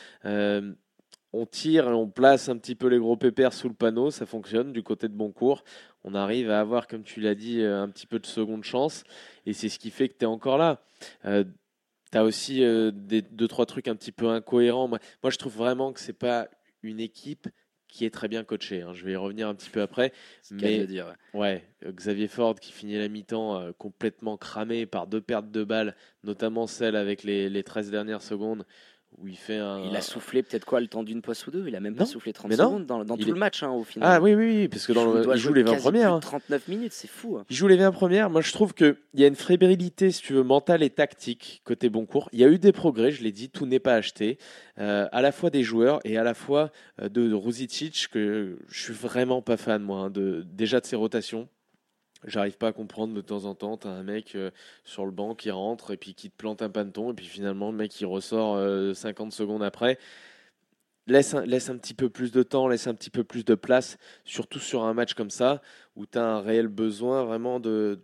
On tire et on place un petit peu les gros pépères sous le panneau. Ça fonctionne du côté de Boncourt. On arrive à avoir, comme tu l'as dit, un petit peu de seconde chance. Et c'est ce qui fait que tu es encore là. Tu as aussi 2-3 trucs un petit peu incohérents. Moi, je trouve vraiment que c'est pas une équipe qui est très bien coaché. Je vais y revenir un petit peu après. Mais dire. Ouais, Xavier Ford qui finit la mi-temps complètement cramé par deux pertes de balles, notamment celle avec les 13 dernières secondes où il fait Il a soufflé peut-être quoi le temps d'une passe ou deux. Il a même pas soufflé 30 non. secondes dans tout le match au final. Ah oui, parce que il joue les 20 premières. 39 minutes, c'est fou. Il joue les 20 premières. Moi, je trouve qu'il y a une fébrilité, si tu veux, mentale et tactique côté Boncourt. Il y a eu des progrès, je l'ai dit, tout n'est pas acheté. À la fois des joueurs et à la fois de Ruzicic, que je suis vraiment pas fan, moi, déjà de ses rotations. J'arrive pas à comprendre de temps en temps, t'as un mec sur le banc qui rentre et puis qui te plante un panneton et puis finalement le mec il ressort 50 secondes après. Laisse un petit peu plus de temps, laisse un petit peu plus de place, surtout sur un match comme ça où tu as un réel besoin vraiment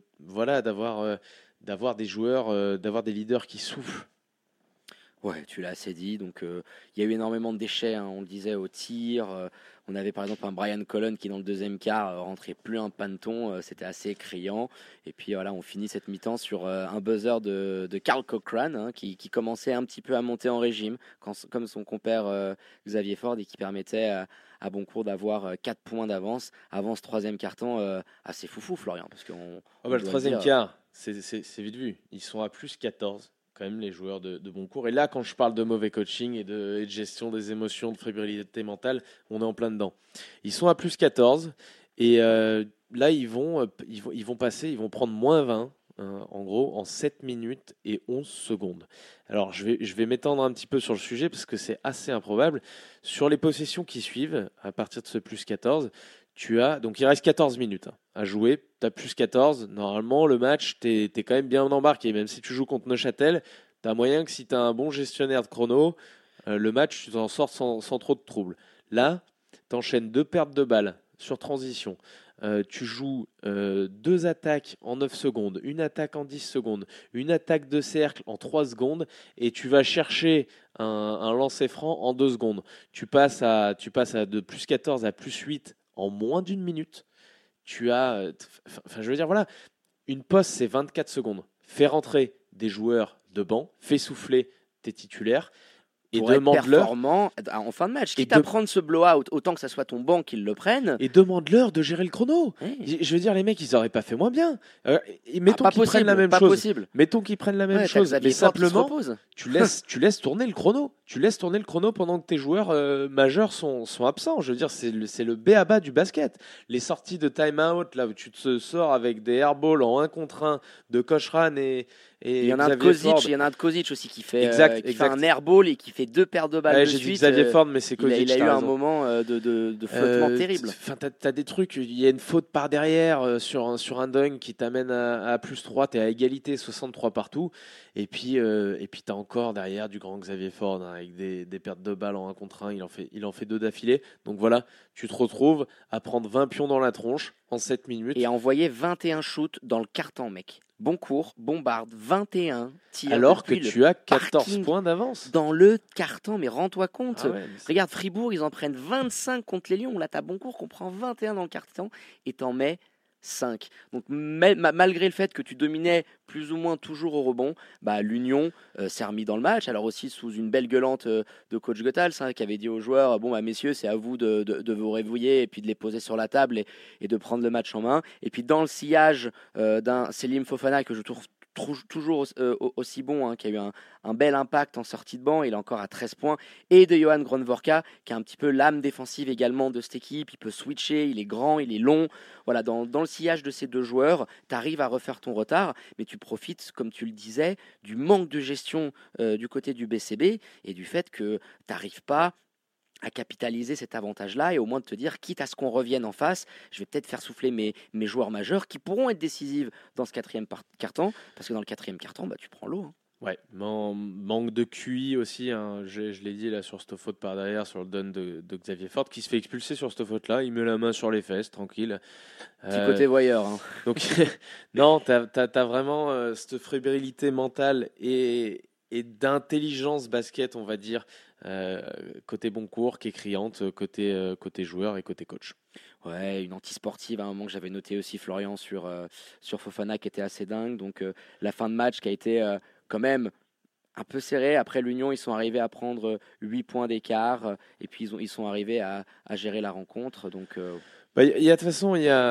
d'avoir des joueurs, d'avoir des leaders qui soufflent. Ouais, tu l'as assez dit. Donc, il y a eu énormément de déchets, on le disait, au tir. On avait par exemple un Brian Cullen qui, dans le deuxième quart, rentrait plus un panneton. C'était assez criant. Et puis voilà, on finit cette mi-temps sur un buzzer de Carl Cochran qui commençait un petit peu à monter en régime, comme son compère Xavier Ford, et qui permettait à Boncourt d'avoir 4 points d'avance avant ce troisième quart-temps assez foufou, Florian. Parce le troisième quart, c'est vite vu. Ils sont à plus 14. Quand même les joueurs de Boncourt. Et là, quand je parle de mauvais coaching et de gestion des émotions, de fébrilité mentale, on est en plein dedans. Ils sont à plus 14 et là, ils vont passer, ils vont prendre moins 20, en gros, en 7 minutes et 11 secondes. Alors, je vais m'étendre un petit peu sur le sujet parce que c'est assez improbable. Sur les possessions qui suivent, à partir de ce plus 14, donc il reste 14 minutes à jouer, tu as plus 14, normalement le match, tu es quand même bien embarqué, même si tu joues contre Neuchâtel, tu as moyen que si tu as un bon gestionnaire de chrono, le match, tu t'en sors sans trop de troubles. Là, tu enchaînes 2 pertes de balles sur transition, tu joues 2 attaques en 9 secondes, une attaque en 10 secondes, une attaque de cercle en 3 secondes, et tu vas chercher un lancer franc en 2 secondes. Tu passes de plus 14 à plus 8 en moins d'une minute. Tu as, je veux dire, voilà, une poste, c'est 24 secondes. Fais rentrer des joueurs de banc, fais souffler tes titulaires, Et pour être demande-leur. performant en fin de match. Quitte à prendre ce blowout, autant que ça soit ton banc qui le prenne. Et demande-leur de gérer le chrono. Ouais. Je veux dire, les mecs, ils auraient pas fait moins bien. Et mettons Pas qu'ils prennent la même pas chose. possible. Mettons qu'ils prennent la même Ouais, chose. t'as Mais Xavier Ford qui se simplement, repose. tu laisses tourner le chrono. Tu laisses tourner le chrono pendant que tes joueurs majeurs sont absents. Je veux dire, c'est le b.a.-ba du basket. Les sorties de time-out, là où tu te sors avec des airballs en 1 contre 1 de Kochran et Il y en a un de Xavier Ford. Kozic, il y en a un de Kozic aussi qui fait, Exact, qui exact. fait un airball et qui fait 2 paires de balles Ouais, de j'ai suite. dit Xavier Ford, mais c'est Kozic. Il a eu t'as un raison. moment de flottement terrible. Enfin, t'as des trucs, il y a une faute par derrière sur un dunk qui t'amène à +3, t'es à égalité, 63 partout. Et puis t'as encore derrière du grand Xavier Ford avec des pertes de balles en 1 contre 1. Il en fait 2 d'affilée. Donc voilà, tu te retrouves à prendre 20 pions dans la tronche en 7 minutes. Et a envoyé 21 shoots dans le carton, mec. Boncourt, bombarde, 21 tirs. Alors que depuis le tu as 14 parking points d'avance. dans le carton, mais rends-toi compte. Ah ouais, mais c'est- Regarde, Fribourg, ils en prennent 25 contre les Lions. Là, t'as Boncourt qu'on prend 21 dans le carton et t'en mets 5. Donc, malgré le fait que tu dominais plus ou moins toujours au rebond, bah, l'Union s'est remis dans le match. Alors aussi sous une belle gueulante de coach Goethals, qui avait dit aux joueurs, bon, bah, messieurs, c'est à vous de vous réveiller et puis de les poser sur la table et de prendre le match en main. Et puis dans le sillage d'un Selim Fofana que je trouve toujours aussi bon, qui a eu un bel impact en sortie de banc, il est encore à 13 points, et de Johan Grönvorka, qui a un petit peu l'âme défensive également de cette équipe, il peut switcher, il est grand, il est long, voilà, dans le sillage de ces deux joueurs, tu arrives à refaire ton retard, mais tu profites, comme tu le disais, du manque de gestion du côté du BCB, et du fait que tu n'arrives pas à capitaliser cet avantage-là et au moins de te dire, quitte à ce qu'on revienne en face, je vais peut-être faire souffler mes joueurs majeurs qui pourront être décisifs dans ce quatrième quart-temps, parce que dans le quatrième quart-temps, bah, tu prends l'eau. Ouais, manque de QI aussi. Je l'ai dit là sur cette faute par derrière, sur le dun de Xavier Ford, qui se fait expulser sur cette faute-là. Il met la main sur les fesses, tranquille. Petit côté voyeur. Donc, non, t'as vraiment cette fébrilité mentale et d'intelligence basket, on va dire, côté Boncourt, qui est criante, côté joueur et côté coach. Ouais, une anti-sportive à un moment que j'avais noté aussi, Florian, sur Fofana, qui était assez dingue. Donc la fin de match qui a été quand même un peu serrée. Après l'Union, ils sont arrivés à prendre 8 points d'écart et puis ils sont arrivés à gérer la rencontre. Donc De toute façon,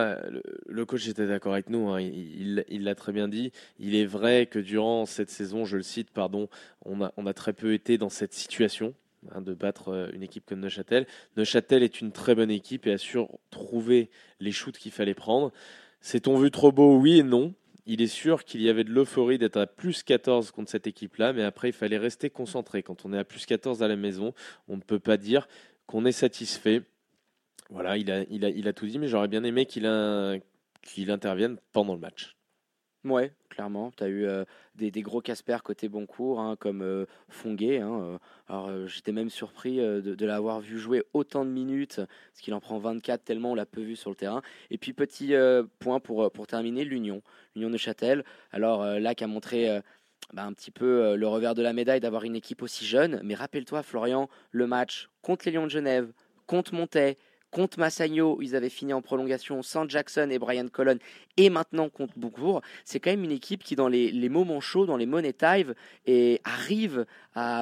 le coach était d'accord avec nous, il l'a très bien dit. Il est vrai que durant cette saison, je le cite, pardon, on a très peu été dans cette situation de battre une équipe comme Neuchâtel. Neuchâtel est une très bonne équipe et a su trouver les shoots qu'il fallait prendre. S'est-on vu trop beau? Oui et non. Il est sûr qu'il y avait de l'euphorie d'être à plus 14 contre cette équipe-là, mais après, il fallait rester concentré. Quand on est à plus 14 à la maison, on ne peut pas dire qu'on est satisfait. Voilà, il a tout dit, mais j'aurais bien aimé qu'il intervienne pendant le match. ouais, clairement. Tu as eu des gros Casper côté Boncourt, comme Fonguet. Alors j'étais même surpris de l'avoir vu jouer autant de minutes, parce qu'il en prend 24 tellement on l'a peu vu sur le terrain. Et puis petit point pour terminer, l'Union Neuchâtel. Alors là qui a montré un petit peu le revers de la médaille d'avoir une équipe aussi jeune. Mais rappelle-toi Florian, le match contre les Lions de Genève, contre Montais, contre Massagno, ils avaient fini en prolongation sans Jackson et Brian Colon, et maintenant contre Boncourt. C'est quand même une équipe qui, dans les moments chauds, dans les money time, arrive à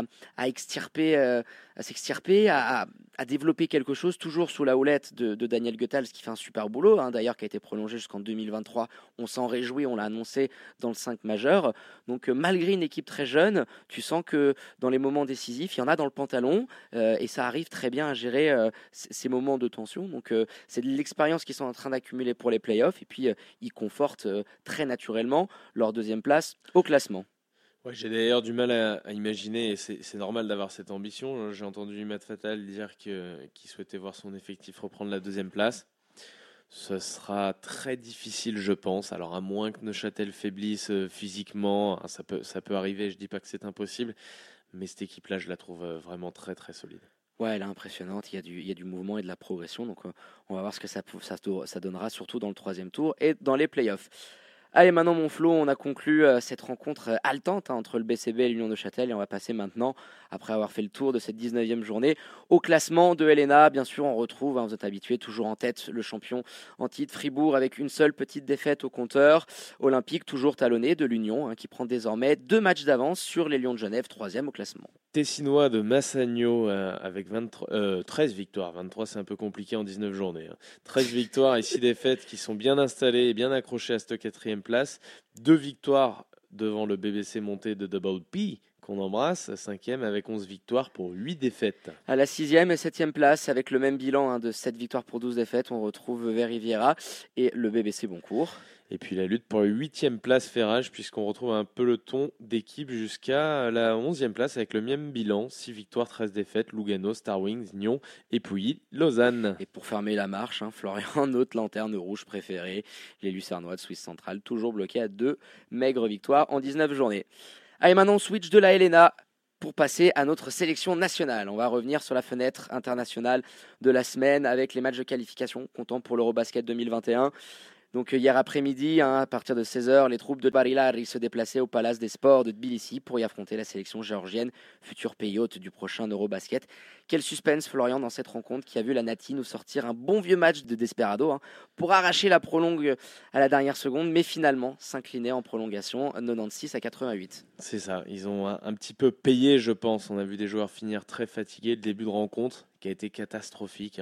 s'extirper, à développer quelque chose, toujours sous la houlette de Daniel Goethals, qui fait un super boulot, d'ailleurs, qui a été prolongé jusqu'en 2023. On s'en réjouit, on l'a annoncé dans le 5 majeur. Donc, malgré une équipe très jeune, tu sens que dans les moments décisifs, il y en a dans le pantalon, et ça arrive très bien à gérer ces moments de tension. Donc, c'est de l'expérience qu'ils sont en train d'accumuler pour les playoffs, et puis ils confortent très naturellement leur deuxième place au classement. Ouais, j'ai d'ailleurs du mal à imaginer, et c'est normal d'avoir cette ambition. J'ai entendu Matt Fatal dire qu'il souhaitait voir son effectif reprendre la deuxième place. Ce sera très difficile, je pense. Alors, à moins que Neuchâtel faiblisse physiquement, ça peut arriver, je ne dis pas que c'est impossible, mais cette équipe-là, je la trouve vraiment très, très solide. Ouais, elle est impressionnante, il y a du mouvement et de la progression, donc on va voir ce que ça donnera, surtout dans le troisième tour et dans les playoffs. Allez, maintenant mon Flo, on a conclu cette rencontre haletante entre le BCB et l'Union Neuchâtel, et on va passer maintenant, après avoir fait le tour de cette 19e journée, au classement de LNA. Bien sûr, on retrouve, vous êtes habitués, toujours en tête, le champion en titre Fribourg, avec une seule petite défaite au compteur. Olympique, toujours talonné de l'Union, qui prend désormais 2 matchs d'avance sur les Lions de Genève, 3e au classement. Tessinois de Massagno avec 13 victoires. 23, c'est un peu compliqué en 19 journées. 13 victoires et 6 défaites qui sont bien installés et bien accrochés à cette 4e place. 2 victoires devant le BBC monté de Double P, qu'on embrasse, 5e avec 11 victoires pour 8 défaites. À la 6e et 7e place, avec le même bilan de 7 victoires pour 12 défaites, on retrouve Veriviera et le BBC Boncourt. Et puis la lutte pour la 8e place fait rage, puisqu'on retrouve un peloton d'équipes jusqu'à la 11e place avec le même bilan, 6 victoires, 13 défaites, Lugano, Star Wings, Nyon et Pouilly, Lausanne. Et pour fermer la marche, Florian, notre lanterne rouge préférée, les Lucernois de Suisse centrale, toujours bloqués à 2 maigres victoires en 19 journées. Allez, maintenant on switch de la LNA pour passer à notre sélection nationale. On va revenir sur la fenêtre internationale de la semaine avec les matchs de qualification comptant pour l'Eurobasket 2021. Donc hier après-midi, à partir de 16h, les troupes de Barilari se déplaçaient au Palace des Sports de Tbilissi pour y affronter la sélection géorgienne, futur pays hôte du prochain Eurobasket. Quel suspense, Florian, dans cette rencontre qui a vu la Nati nous sortir un bon vieux match de Desperado pour arracher la prolongue à la dernière seconde, mais finalement s'incliner en prolongation 96-88. C'est ça, ils ont un petit peu payé, je pense. On a vu des joueurs finir très fatigués. Le début de rencontre qui a été catastrophique.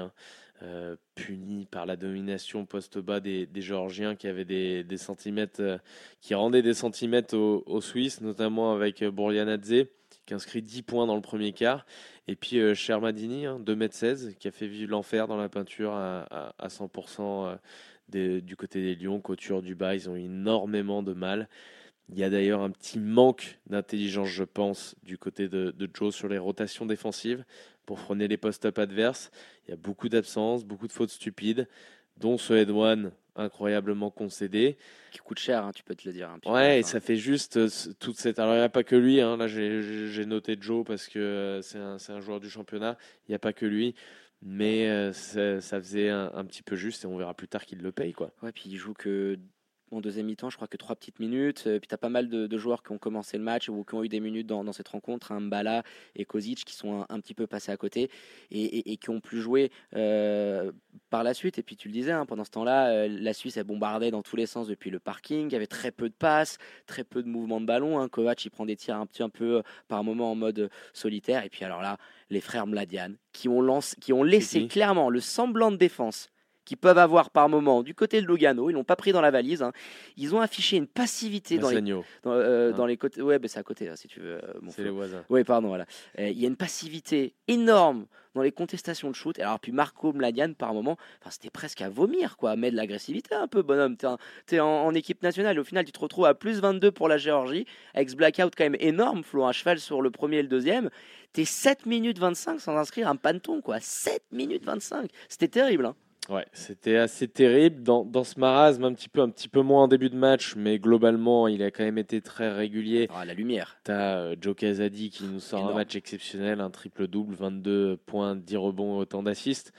Puni par la domination post-bas des Géorgiens qui avaient des centimètres, qui rendaient des centimètres aux Suisses, notamment avec Bourlianadze qui inscrit 10 points dans le premier quart, et puis Shermadini, 2,16 m, qui a fait vivre l'enfer dans la peinture à 100% du côté des Lions. Couture du bas, ils ont énormément de mal. Il y a d'ailleurs un petit manque d'intelligence, je pense, du côté de Joe sur les rotations défensives pour freiner les post-up adverses. Il y a beaucoup d'absences, beaucoup de fautes stupides, dont ce head one incroyablement concédé. Qui coûte cher, tu peux te le dire. Ouais, et ça fait juste toute cette... Alors, il n'y a pas que lui. Là, j'ai noté Joe parce que c'est un joueur du championnat. Il n'y a pas que lui. Mais ça faisait un petit peu juste et on verra plus tard qu'il le paye, quoi. Ouais, puis il joue que... En deuxième mi-temps, je crois que 3 petites minutes. Puis tu as pas mal de joueurs qui ont commencé le match ou qui ont eu des minutes dans cette rencontre. Mbala et Kozic qui sont un petit peu passés à côté et qui ont pu jouer par la suite. Et puis tu le disais, pendant ce temps-là, la Suisse a bombardé dans tous les sens depuis le parking. Il y avait très peu de passes, très peu de mouvements de ballon. Kovac, il prend des tirs un petit peu par moment en mode solitaire. Et puis alors là, les frères Mladian qui ont laissé clairement le semblant de défense qu'ils peuvent avoir par moment du côté de Lugano. Ils l'ont pas pris dans la valise. Ils ont affiché une passivité dans les côtés. Ouais, c'est à côté, si tu veux. C'est les voisins. Oui, pardon, voilà. Il y a une passivité énorme dans les contestations de shoot. Alors, puis Marco Mladian, par moment, c'était presque à vomir, quoi. Mais de l'agressivité un peu, bonhomme. T'es en équipe nationale. Au final, tu te retrouves à plus 22 pour la Géorgie, avec ce blackout quand même énorme, Flo, un cheval sur le premier et le deuxième. T'es 7 minutes 25 sans inscrire un panton, quoi. 7 minutes 25. C'était terrible, Ouais, c'était assez terrible dans ce marasme, un petit peu moins en début de match, mais globalement, il a quand même été très régulier. La lumière. T'as Joe Casady qui nous sort un match exceptionnel, un triple-double, 22 points, 10 rebonds et autant d'assists.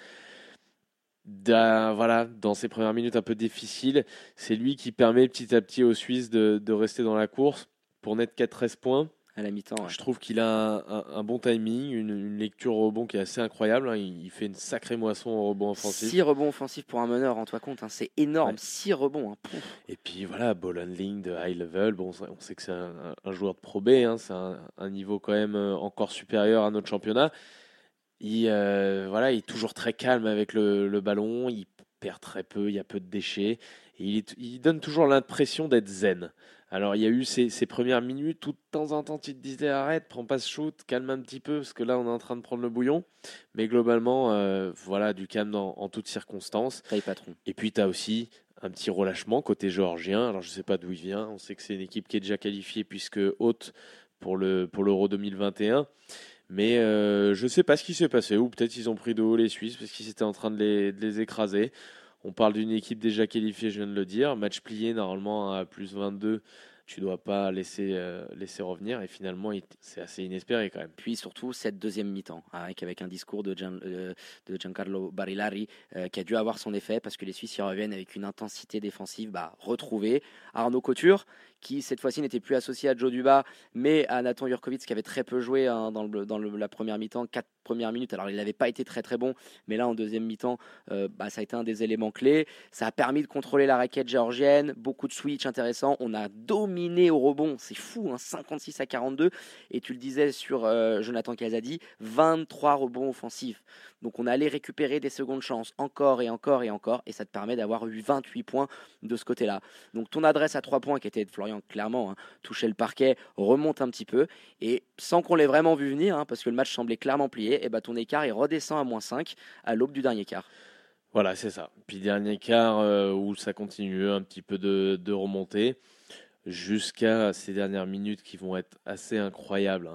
Dans ses premières minutes un peu difficiles, c'est lui qui permet petit à petit aux Suisses de rester dans la course pour net 4-13 points. À la mi-temps, ouais. Je trouve qu'il a un bon timing, une lecture au rebond qui est assez incroyable. Il fait une sacrée moisson au rebond offensif. 6 rebonds offensifs pour un meneur, rends-toi compte, c'est énorme. Ouais. 6 rebonds. Et puis ball handling de high level. Bon, on sait que c'est un joueur de Pro B, c'est un niveau quand même encore supérieur à notre championnat. Il est toujours très calme avec le ballon. Il perd très peu, il y a peu de déchets. Et il donne toujours l'impression d'être zen. Alors, il y a eu ces premières minutes où de temps en temps, tu te disais arrête, prends pas ce shoot, calme un petit peu, parce que là, on est en train de prendre le bouillon. Mais globalement, du calme en toutes circonstances. Taille patron. Et puis, tu as aussi un petit relâchement côté géorgien. Alors, je ne sais pas d'où il vient. On sait que c'est une équipe qui est déjà qualifiée, puisque haute pour l'Euro 2021. Mais je ne sais pas ce qui s'est passé. Ou peut-être ils ont pris de haut les Suisses, parce qu'ils étaient en train de les écraser. On parle d'une équipe déjà qualifiée, je viens de le dire. Match plié, normalement, à plus 22, tu ne dois pas laisser revenir. Et finalement, c'est assez inespéré quand même. Puis surtout, cette deuxième mi-temps, avec un discours de Giancarlo Barilari qui a dû avoir son effet parce que les Suisses y reviennent avec une intensité défensive retrouvée. Arnaud Couture, qui cette fois-ci n'était plus associé à Joe Duba, mais à Nathan Jurkovic, qui avait très peu joué dans la première mi-temps, 4 premières minutes. Alors, il n'avait pas été très très bon, mais là, en deuxième mi-temps, ça a été un des éléments clés. Ça a permis de contrôler la raquette géorgienne, beaucoup de switch intéressants. On a dominé dominé au rebond, c'est fou, 56-42. Et tu le disais sur Jonathan Casady, 23 rebonds offensifs. Donc on allait récupérer des secondes chances, encore, et ça te permet d'avoir eu 28 points de ce côté-là. Donc ton adresse à 3 points, qui était de Florian, clairement, toucher le parquet, remonte un petit peu, et sans qu'on l'ait vraiment vu venir, parce que le match semblait clairement plié, et ton écart il redescend à -5 à l'aube du dernier quart. Voilà, c'est ça. Puis dernier quart où ça continue un petit peu de remonter jusqu'à ces dernières minutes qui vont être assez incroyables.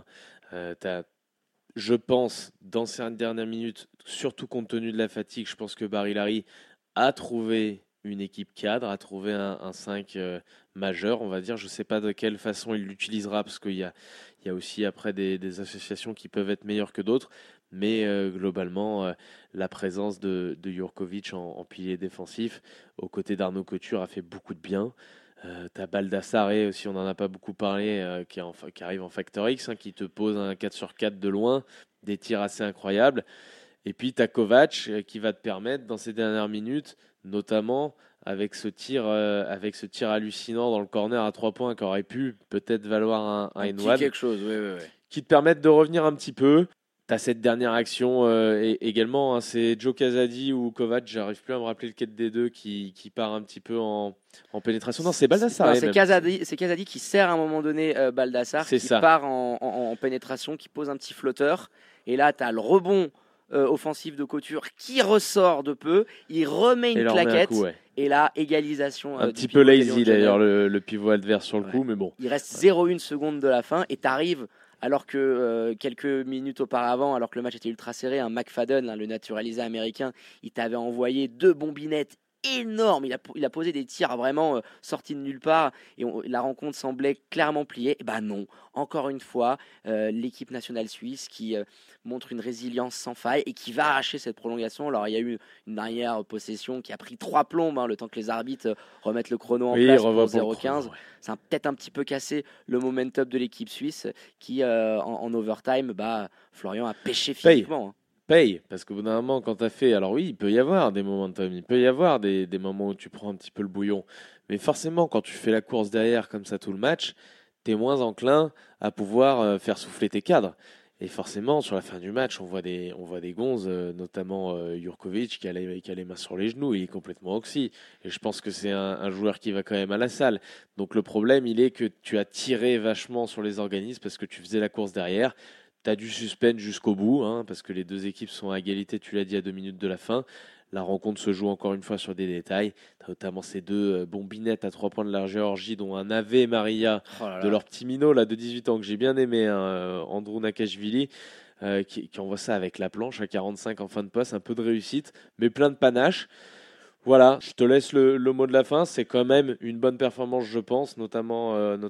Je pense, dans ces dernières minutes, surtout compte tenu de la fatigue, je pense que Barry Larry a trouvé une équipe cadre, a trouvé un 5 majeur, on va dire. Je ne sais pas de quelle façon il l'utilisera, parce qu'il y a aussi après des associations qui peuvent être meilleures que d'autres. Mais globalement, la présence de Jurkovic en pilier défensif, aux côtés d'Arnaud Couture, a fait beaucoup de bien. T'as Baldassare aussi, on n'en a pas beaucoup parlé, qui arrive en Factor X, qui te pose un 4 sur 4 de loin, des tirs assez incroyables. Et puis t'as Kovac qui va te permettre dans ces dernières minutes, notamment avec ce tir hallucinant dans le corner à 3 points qui aurait pu peut-être valoir un N1. Quelque chose, oui. Qui te permettent de revenir un petit peu. T'as cette dernière action également, c'est Joe Casady ou Kovac, j'arrive plus à me rappeler lequel des deux qui part un petit peu en pénétration. Non, c'est Baldassare. C'est Casady qui sert à un moment donné Baldassare, qui part en pénétration, qui pose un petit flotteur. Et là, t'as le rebond offensif de Couture qui ressort de peu, il remet une claquette. Et là, égalisation. Un petit peu lazy d'ailleurs, le pivot adverse sur le coup, mais bon. Il reste 0,1 seconde de la fin et t'arrives. Alors que quelques minutes auparavant, alors que le match était ultra serré, McFadden, le naturalisé américain, il t'avait envoyé 2 bombinettes énormes. Il a posé des tirs vraiment sortis de nulle part et la rencontre semblait clairement pliée. Et non, encore une fois, l'équipe nationale suisse qui montre une résilience sans faille et qui va arracher cette prolongation. Alors il y a eu une dernière possession qui a pris 3 plombes, le temps que les arbitres remettent le chrono en place pour 0-15. Ça a peut-être un petit peu cassé le momentum de l'équipe suisse qui, en overtime, Florian a pêché physiquement. Paye, parce qu'au bout d'un moment, quand tu as fait... Alors oui, il peut y avoir des momentum, il peut y avoir des moments où tu prends un petit peu le bouillon. Mais forcément, quand tu fais la course derrière comme ça tout le match, tu es moins enclin à pouvoir faire souffler tes cadres. Et forcément, sur la fin du match, on voit des gonzes, notamment Jurkovic, qui a les mains sur les genoux, il est complètement oxy. Et je pense que c'est un joueur qui va quand même à la salle. Donc le problème, il est que tu as tiré vachement sur les organismes parce que tu faisais la course derrière. Tu as du suspense jusqu'au bout, parce que les deux équipes sont à égalité, tu l'as dit, à 2 minutes de la fin. La rencontre se joue encore une fois sur des détails. Tu as notamment ces 2 bombinettes à 3 points de la Géorgie, dont un Ave Maria de leur petit minot là, de 18 ans que j'ai bien aimé, Andrew Nakashvili, qui envoie ça avec la planche à 45 en fin de passe. Un peu de réussite, mais plein de panache. Voilà, je te laisse le mot de la fin. C'est quand même une bonne performance, je pense, notamment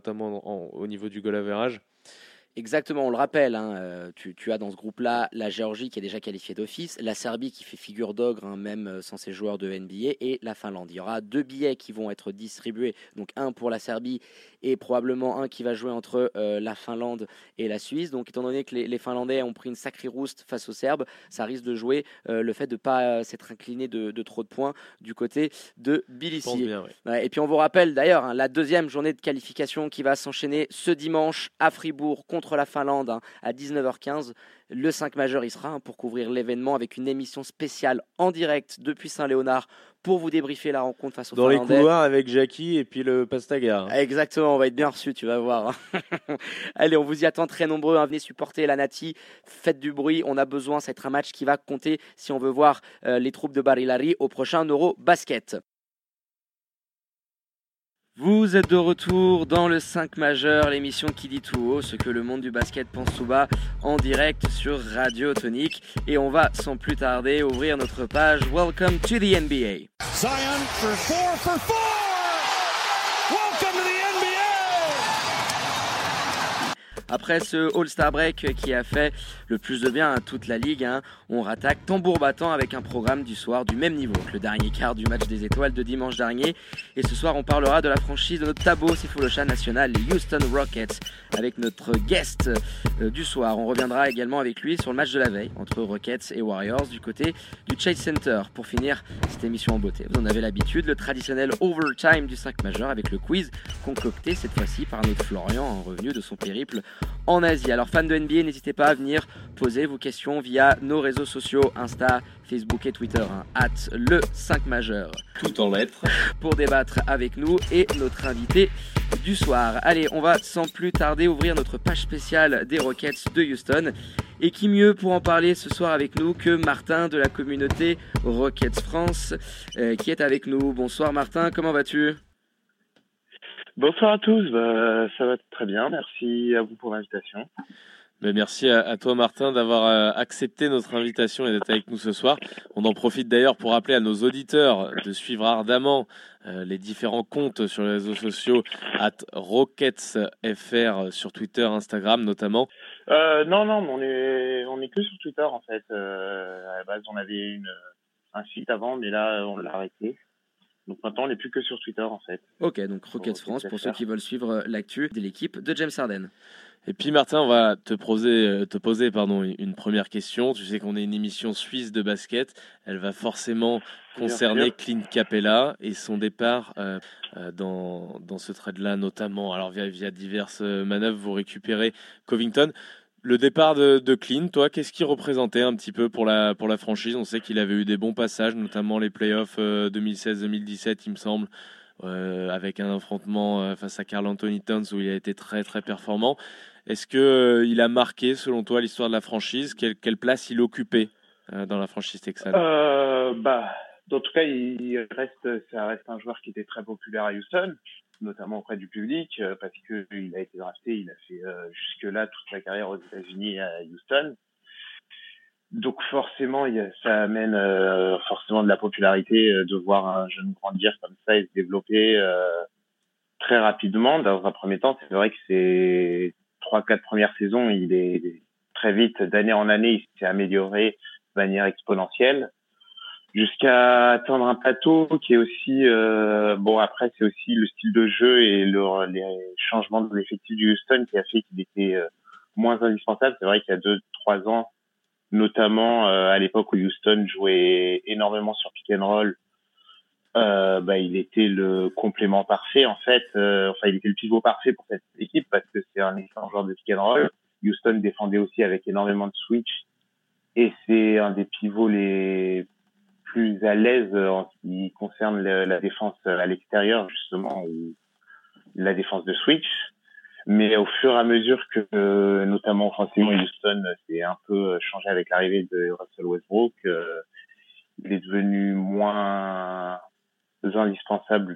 au niveau du goal average. Exactement, on le rappelle, tu as dans ce groupe-là la Géorgie qui est déjà qualifiée d'office, la Serbie qui fait figure d'ogre, même sans ses joueurs de NBA, et la Finlande. Il y aura 2 billets qui vont être distribués, donc un pour la Serbie et probablement un qui va jouer entre la Finlande et la Suisse. Donc étant donné que les Finlandais ont pris une sacrée rouste face aux Serbes, ça risque de jouer le fait de ne pas s'être incliné de trop de points du côté de Tbilissi. Et puis on vous rappelle d'ailleurs la 2e journée de qualification qui va s'enchaîner ce dimanche à Fribourg contre la Finlande à 19h15. Le 5 majeur y sera pour couvrir l'événement avec une émission spéciale en direct depuis Saint-Léonard pour vous débriefer la rencontre face aux Finlandais. Dans les couloirs avec Jackie et puis le Pastaga. Exactement, on va être bien reçus, tu vas voir. Allez, on vous y attend très nombreux. Venez supporter la Nati, faites du bruit. On a besoin, ça va être un match qui va compter si on veut voir les troupes de Barry Larry au prochain Eurobasket. Vous êtes de retour dans le 5 majeur, l'émission qui dit tout haut ce que le monde du basket pense tout bas, en direct sur Radio Tonic. Et on va sans plus tarder ouvrir notre page Welcome to the NBA. Zion for 4. Welcome to the NBA. Après ce All-Star Break qui a fait le plus de bien à toute la ligue, on rattaque tambour battant avec un programme du soir du même niveau que le dernier quart du match des étoiles de dimanche dernier. Et ce soir, on parlera de la franchise de notre Thabo Sefolosha national, les Houston Rockets, avec notre guest du soir. On reviendra également avec lui sur le match de la veille entre Rockets et Warriors du côté du Chase Center. Pour finir cette émission en beauté, vous en avez l'habitude, le traditionnel overtime du 5 majeur avec le quiz concocté cette fois-ci par notre Florian, en revenu de son périple en Asie. Alors fans de NBA, n'hésitez pas à venir poser vos questions via nos réseaux sociaux, Insta, Facebook et Twitter, @le 5 majeur. Tout en lettres. Pour débattre avec nous et notre invité du soir. Allez, on va sans plus tarder ouvrir notre page spéciale des Rockets de Houston. Et qui mieux pour en parler ce soir avec nous que Martin de la communauté Rockets France qui est avec nous. Bonsoir Martin, comment vas-tu ? Bonsoir à tous, ça va très bien, merci à vous pour l'invitation. Merci à toi Martin d'avoir accepté notre invitation et d'être avec nous ce soir. On en profite d'ailleurs pour rappeler à nos auditeurs de suivre ardemment les différents comptes sur les réseaux sociaux @RocketsFR sur Twitter, Instagram notamment. Non, on est que sur Twitter en fait. À la base on avait un site avant, mais là on l'a arrêté. Donc maintenant on n'est plus que sur Twitter en fait. Ok, donc Rockets France pour ceux qui veulent suivre l'actu de l'équipe de James Harden. Et puis Martin, on va te poser une première question. Tu sais qu'on est une émission suisse de basket. Elle va forcément concerner Clint Capela et son départ dans ce trade-là notamment. Alors via diverses manœuvres, vous récupérez Covington. Le départ de Clint, toi, qu'est-ce qu'il représentait un petit peu pour la franchise ? On sait qu'il avait eu des bons passages, notamment les playoffs 2016-2017, il me semble, avec un affrontement face à Karl Anthony Towns où il a été très très performant. Est-ce que il a marqué, selon toi, l'histoire de la franchise ? Quelle place il occupait dans la franchise texane ? En tout cas, ça reste un joueur qui était très populaire à Houston, notamment auprès du public, parce que il a été drafté, il a fait jusque-là toute sa carrière aux États-Unis à Houston. Donc forcément, ça amène forcément de la popularité de voir un jeune grandir comme ça et se développer très rapidement. Dans un premier temps, c'est vrai que ces 3-4 premières saisons, il est très vite, d'année en année, il s'est amélioré de manière exponentielle jusqu'à atteindre un plateau qui est aussi après c'est aussi le style de jeu et les changements de l'effectif du Houston qui a fait qu'il était moins indispensable. C'est vrai qu'il y a 2-3 ans, notamment à l'époque où Houston jouait énormément sur pick and roll, il était le complément parfait en fait. Il était le pivot parfait pour cette équipe parce que c'est un excellent joueur de pick and roll. Houston défendait aussi avec énormément de switch et c'est un des pivots les plus à l'aise en ce qui concerne la défense à l'extérieur justement, ou la défense de switch. Mais au fur et à mesure que notamment offensivement Houston s'est un peu changé avec l'arrivée de Russell Westbrook, il est devenu moins indispensable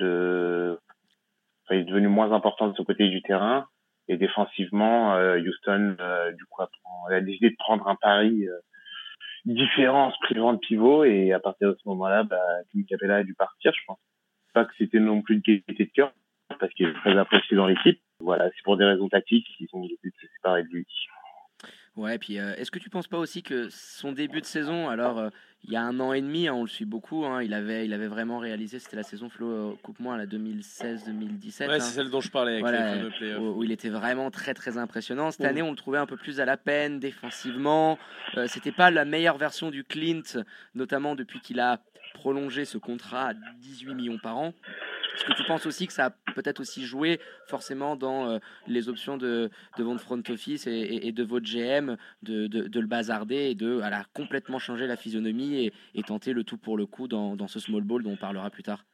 il est devenu moins important de ce côté du terrain, et défensivement Houston du coup a décidé de prendre un pari différent, se privant de pivot, et à partir de ce moment-là, Clint Capela a dû partir. Je pense pas que c'était non plus une qualité de cœur, parce qu'il est très apprécié dans l'équipe. Voilà, c'est pour des raisons tactiques qu'ils ont décidé de se séparer de lui. Ouais, puis est-ce que tu penses pas aussi que son début de saison, alors il y a 1 an et demi, on le suit beaucoup, il avait vraiment réalisé, c'était la saison Flo, coupe-moi, la 2016-2017. Ouais, c'est celle dont je parlais avec les fameux playoffs. Où il était vraiment très très impressionnant. Cette année, on le trouvait un peu plus à la peine défensivement. C'était pas la meilleure version du Clint, notamment depuis qu'il a prolongé ce contrat à 18 millions par an. Est-ce que tu penses aussi que ça a peut-être aussi joué forcément dans les options de votre front office et de votre GM de le bazarder et de complètement changer la physionomie et tenter le tout pour le coup dans ce small ball dont on parlera plus tard?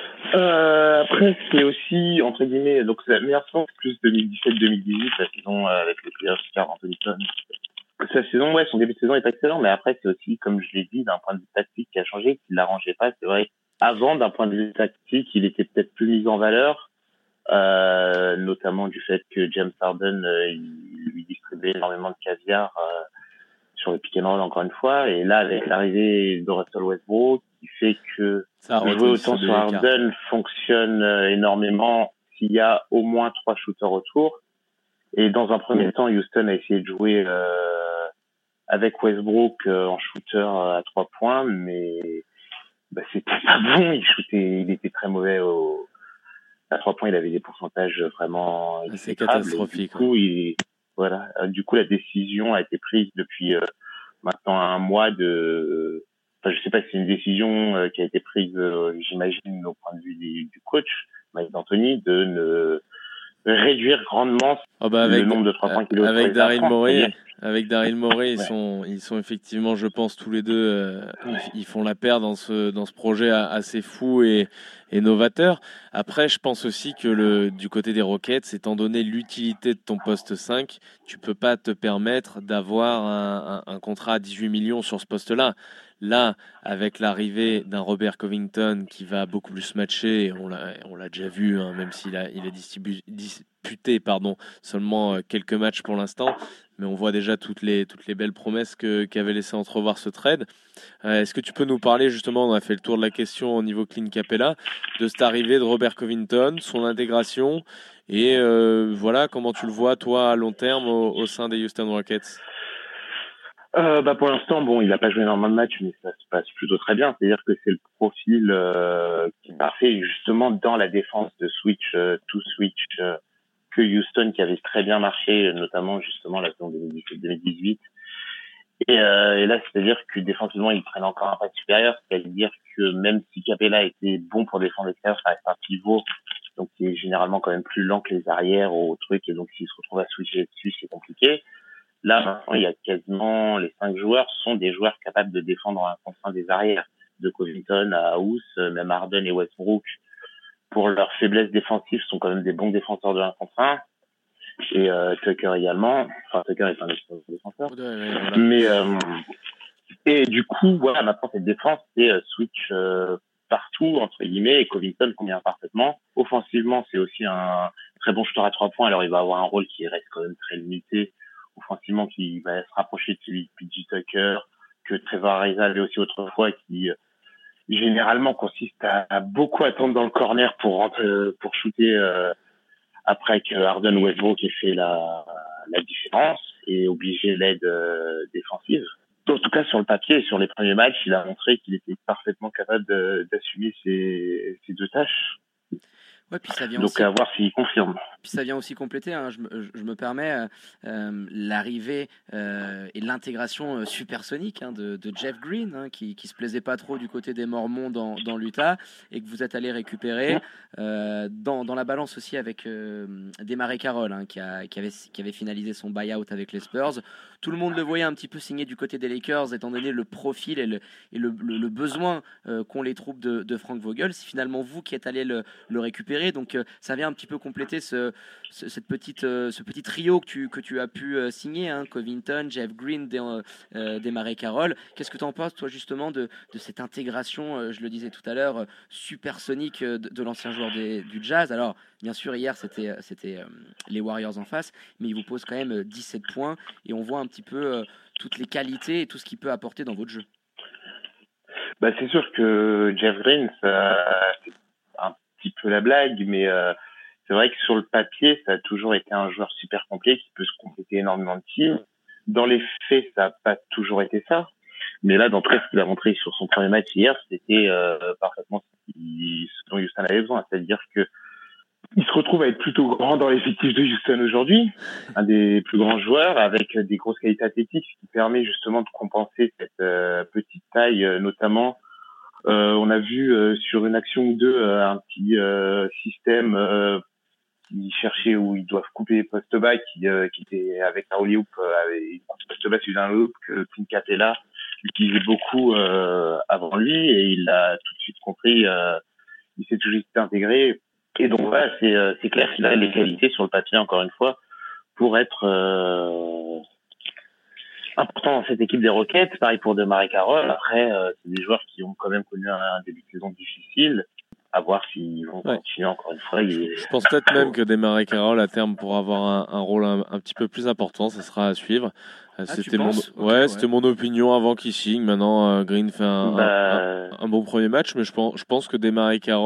Après, c'est aussi, entre guillemets, donc c'est la meilleure saison, c'est plus 2017-2018, la saison avec les playoffs Karl Anthony Towns. Sa saison, son début de saison est excellent, mais après, c'est aussi, comme je l'ai dit, d'un point de vue tactique qui a changé, qui ne l'arrangeait pas. C'est vrai, avant, d'un point de vue tactique, il était peut-être plus mis en valeur, notamment du fait que James Harden, il lui distribuait énormément de caviar sur le pick and roll, encore une fois. Et là, avec l'arrivée de Russell Westbrook, qui fait que jouer autant sur Harden fonctionne énormément s'il y a au moins 3 shooters autour. Et dans un premier temps, Houston a essayé de jouer avec Westbrook en shooter à 3 points, mais c'était pas bon. Il était très mauvais à 3 points. Il avait des pourcentages vraiment c'est catastrophique. Du coup, la décision a été prise depuis maintenant un mois je sais pas si c'est une décision qui a été prise, j'imagine, au point de vue du coach, Mike D'Antoni, de ne réduire grandement le nombre de 3 points qu'il doit avec Daryl Morey. Ouais. Ils sont effectivement, je pense, tous les deux, ils font la paire dans ce projet assez fou et novateur. Après, je pense aussi que du côté des Rockets, étant donné l'utilité de ton poste 5, tu peux pas te permettre d'avoir un contrat à 18 millions sur ce poste-là. Là, avec l'arrivée d'un Robert Covington qui va beaucoup plus matcher, on l'a déjà vu, hein, même s'il a disputé seulement quelques matchs pour l'instant, mais on voit déjà toutes les belles promesses qu'avait laissé entrevoir ce trade. Est-ce que tu peux nous parler, justement, on a fait le tour de la question au niveau Clint Capella, de cette arrivée de Robert Covington, son intégration, et voilà, comment tu le vois, toi, à long terme, au sein des Houston Rockets? Pour l'instant, il n'a pas joué énormément de matchs, mais ça se passe plutôt très bien. C'est-à-dire que c'est le profil qui est parfait justement dans la défense de switch to switch que Houston, qui avait très bien marché, notamment justement la saison 2017-2018. Et là, c'est-à-dire que défensivement, ils prennent encore un pas supérieur. C'est-à-dire que même si Capella était bon pour défendre l'extérieur, ça reste un pivot, donc il est généralement quand même plus lent que les arrières au truc, et donc s'il se retrouve à switcher dessus, c'est compliqué. Là, maintenant, il y a quasiment les 5 joueurs sont des joueurs capables de défendre un contre un des arrières, de Covington à House, même Harden et Westbrook, pour leur faiblesse défensive, sont quand même des bons défenseurs de 1 contre 1. Et Tucker également. Enfin, Tucker est un excellent défenseur. Voilà. Mais et du coup, voilà, maintenant cette défense, c'est switch partout entre guillemets, et Covington convient parfaitement. Offensivement, c'est aussi un très bon shooter à 3 points. Alors, il va avoir un rôle qui reste quand même très limité. Offensivement, qui va se rapprocher de celui de PJ Tucker, que Trevor Ariza avait aussi autrefois, qui généralement consiste à beaucoup attendre dans le corner pour shooter après que Harden ou Westbrook ait fait la différence et obliger l'aide défensive. En tout cas, sur le papier et sur les premiers matchs, il a montré qu'il était parfaitement capable d'assumer ces 2 tâches. Ouais, puis ça vient donc aussi... à voir s'il confirme. Puis ça vient aussi compléter, hein, je me permets, l'arrivée et l'intégration supersonique de Jeff Green, hein, qui se plaisait pas trop du côté des Mormons dans l'Utah, et que vous êtes allé récupérer dans la balance aussi avec Desmarais Carroll, hein, qui avait finalisé son buyout avec les Spurs. Tout le monde le voyait un petit peu signer du côté des Lakers, étant donné le profil et le besoin qu'ont les troupes de Frank Vogel. C'est finalement vous qui êtes allé le récupérer, donc ça vient un petit peu compléter ce petit trio que tu as pu signer, hein, Covington, Jeff Green, Desmarais Carroll. Qu'est-ce que tu en penses, toi, justement, de cette intégration, je le disais tout à l'heure, supersonique de l'ancien joueur du Jazz? Alors, bien sûr, hier, c'était les Warriors en face, mais il vous pose quand même 17 points, et on voit un petit peu toutes les qualités et tout ce qu'il peut apporter dans votre jeu. C'est sûr que Jeff Green, c'est un petit peu la blague, mais c'est vrai que sur le papier, ça a toujours été un joueur super complet qui peut se compléter énormément de teams. Dans les faits, ça n'a pas toujours été ça. Mais là, d'entrée, ce qu'il a montré sur son premier match hier, c'était parfaitement ce dont Houston avait besoin. C'est-à-dire que il se retrouve à être plutôt grand dans l'effectif de Houston aujourd'hui, un des plus grands joueurs avec des grosses qualités athlétiques, ce qui permet justement de compenser cette petite taille, notamment. On a vu sur une action ou deux un petit système qui cherchait où ils doivent couper post bas, qui était avec un holy hoop, avec post bas sur un hoop que Clint Capella utilisait beaucoup avant lui, et il a tout de suite compris. Il s'est tout juste intégré. Et donc voilà, c'est clair qu'il a les qualités sur le papier, encore une fois, pour être important dans cette équipe des Rockets. Pareil pour Desmarais Carroll. Après, c'est des joueurs qui ont quand même connu un début de saison difficile. À voir s'ils vont continuer encore une fois. Je pense peut-être même que Desmarais Carroll, à terme, pourra avoir un rôle un petit peu plus important. Ça sera à suivre. C'était mon opinion avant qu'il signe. Maintenant, Green fait un bon premier match, mais je pense que Desmarais Carroll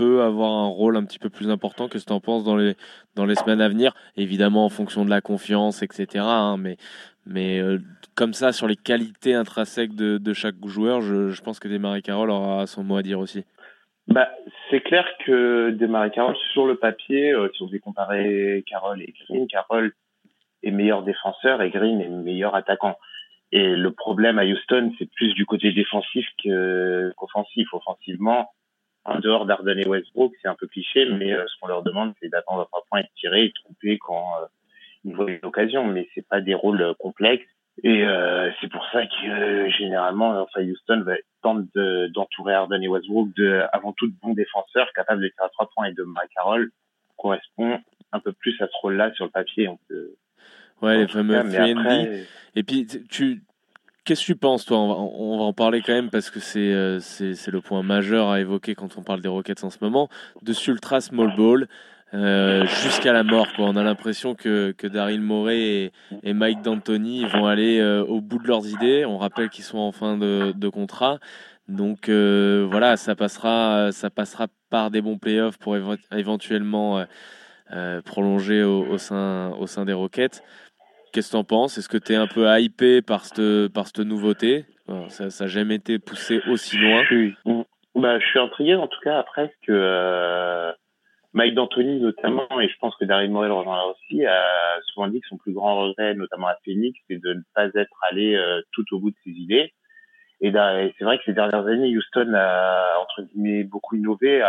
peut avoir un rôle un petit peu plus important? Qu'est-ce que tu en penses dans les semaines à venir? Évidemment, en fonction de la confiance, etc. hein, mais comme ça, sur les qualités intrinsèques de chaque joueur, je pense que DeMarre Carroll aura son mot à dire aussi. Bah, c'est clair que DeMarre Carroll, sur le papier, si on devait comparer Carroll et Green, Carroll est meilleur défenseur et Green est meilleur attaquant. Et le problème à Houston, c'est plus du côté défensif qu'offensif. Offensivement, en dehors d'Harden et Westbrook, c'est un peu cliché, mais ce qu'on leur demande, c'est d'attendre à 3 points et de tirer et de couper quand ils voient l'occasion. Mais c'est pas des rôles complexes. Et c'est pour ça que généralement, Houston va tenter d'entourer Harden et Westbrook avant tout de bons défenseurs capables de tirer à 3 points, et DeMarre Carroll correspond un peu plus à ce rôle-là sur le papier. Ouais, les fameux 3&D. Et puis, qu'est-ce que tu penses, toi? On va en parler quand même parce que c'est le point majeur à évoquer quand on parle des Rockets en ce moment. De ce ultra small ball jusqu'à la mort, quoi. On a l'impression que Daryl Morey et Mike D'Antoni vont aller au bout de leurs idées. On rappelle qu'ils sont en fin de contrat. Donc voilà, ça passera par des bons playoffs pour éventuellement prolonger au sein des Rockets. Qu'est-ce que tu en penses? Est-ce que tu es un peu hypé par cette nouveauté? Ça n'a jamais été poussé aussi loin. Je suis intrigué en tout cas après que Mike D'Antoni notamment, et je pense que Daryl Morey le rejoindra aussi, a souvent dit que son plus grand regret, notamment à Phoenix, c'est de ne pas être allé tout au bout de ses idées. Et c'est vrai que ces dernières années, Houston a, entre guillemets, beaucoup innové,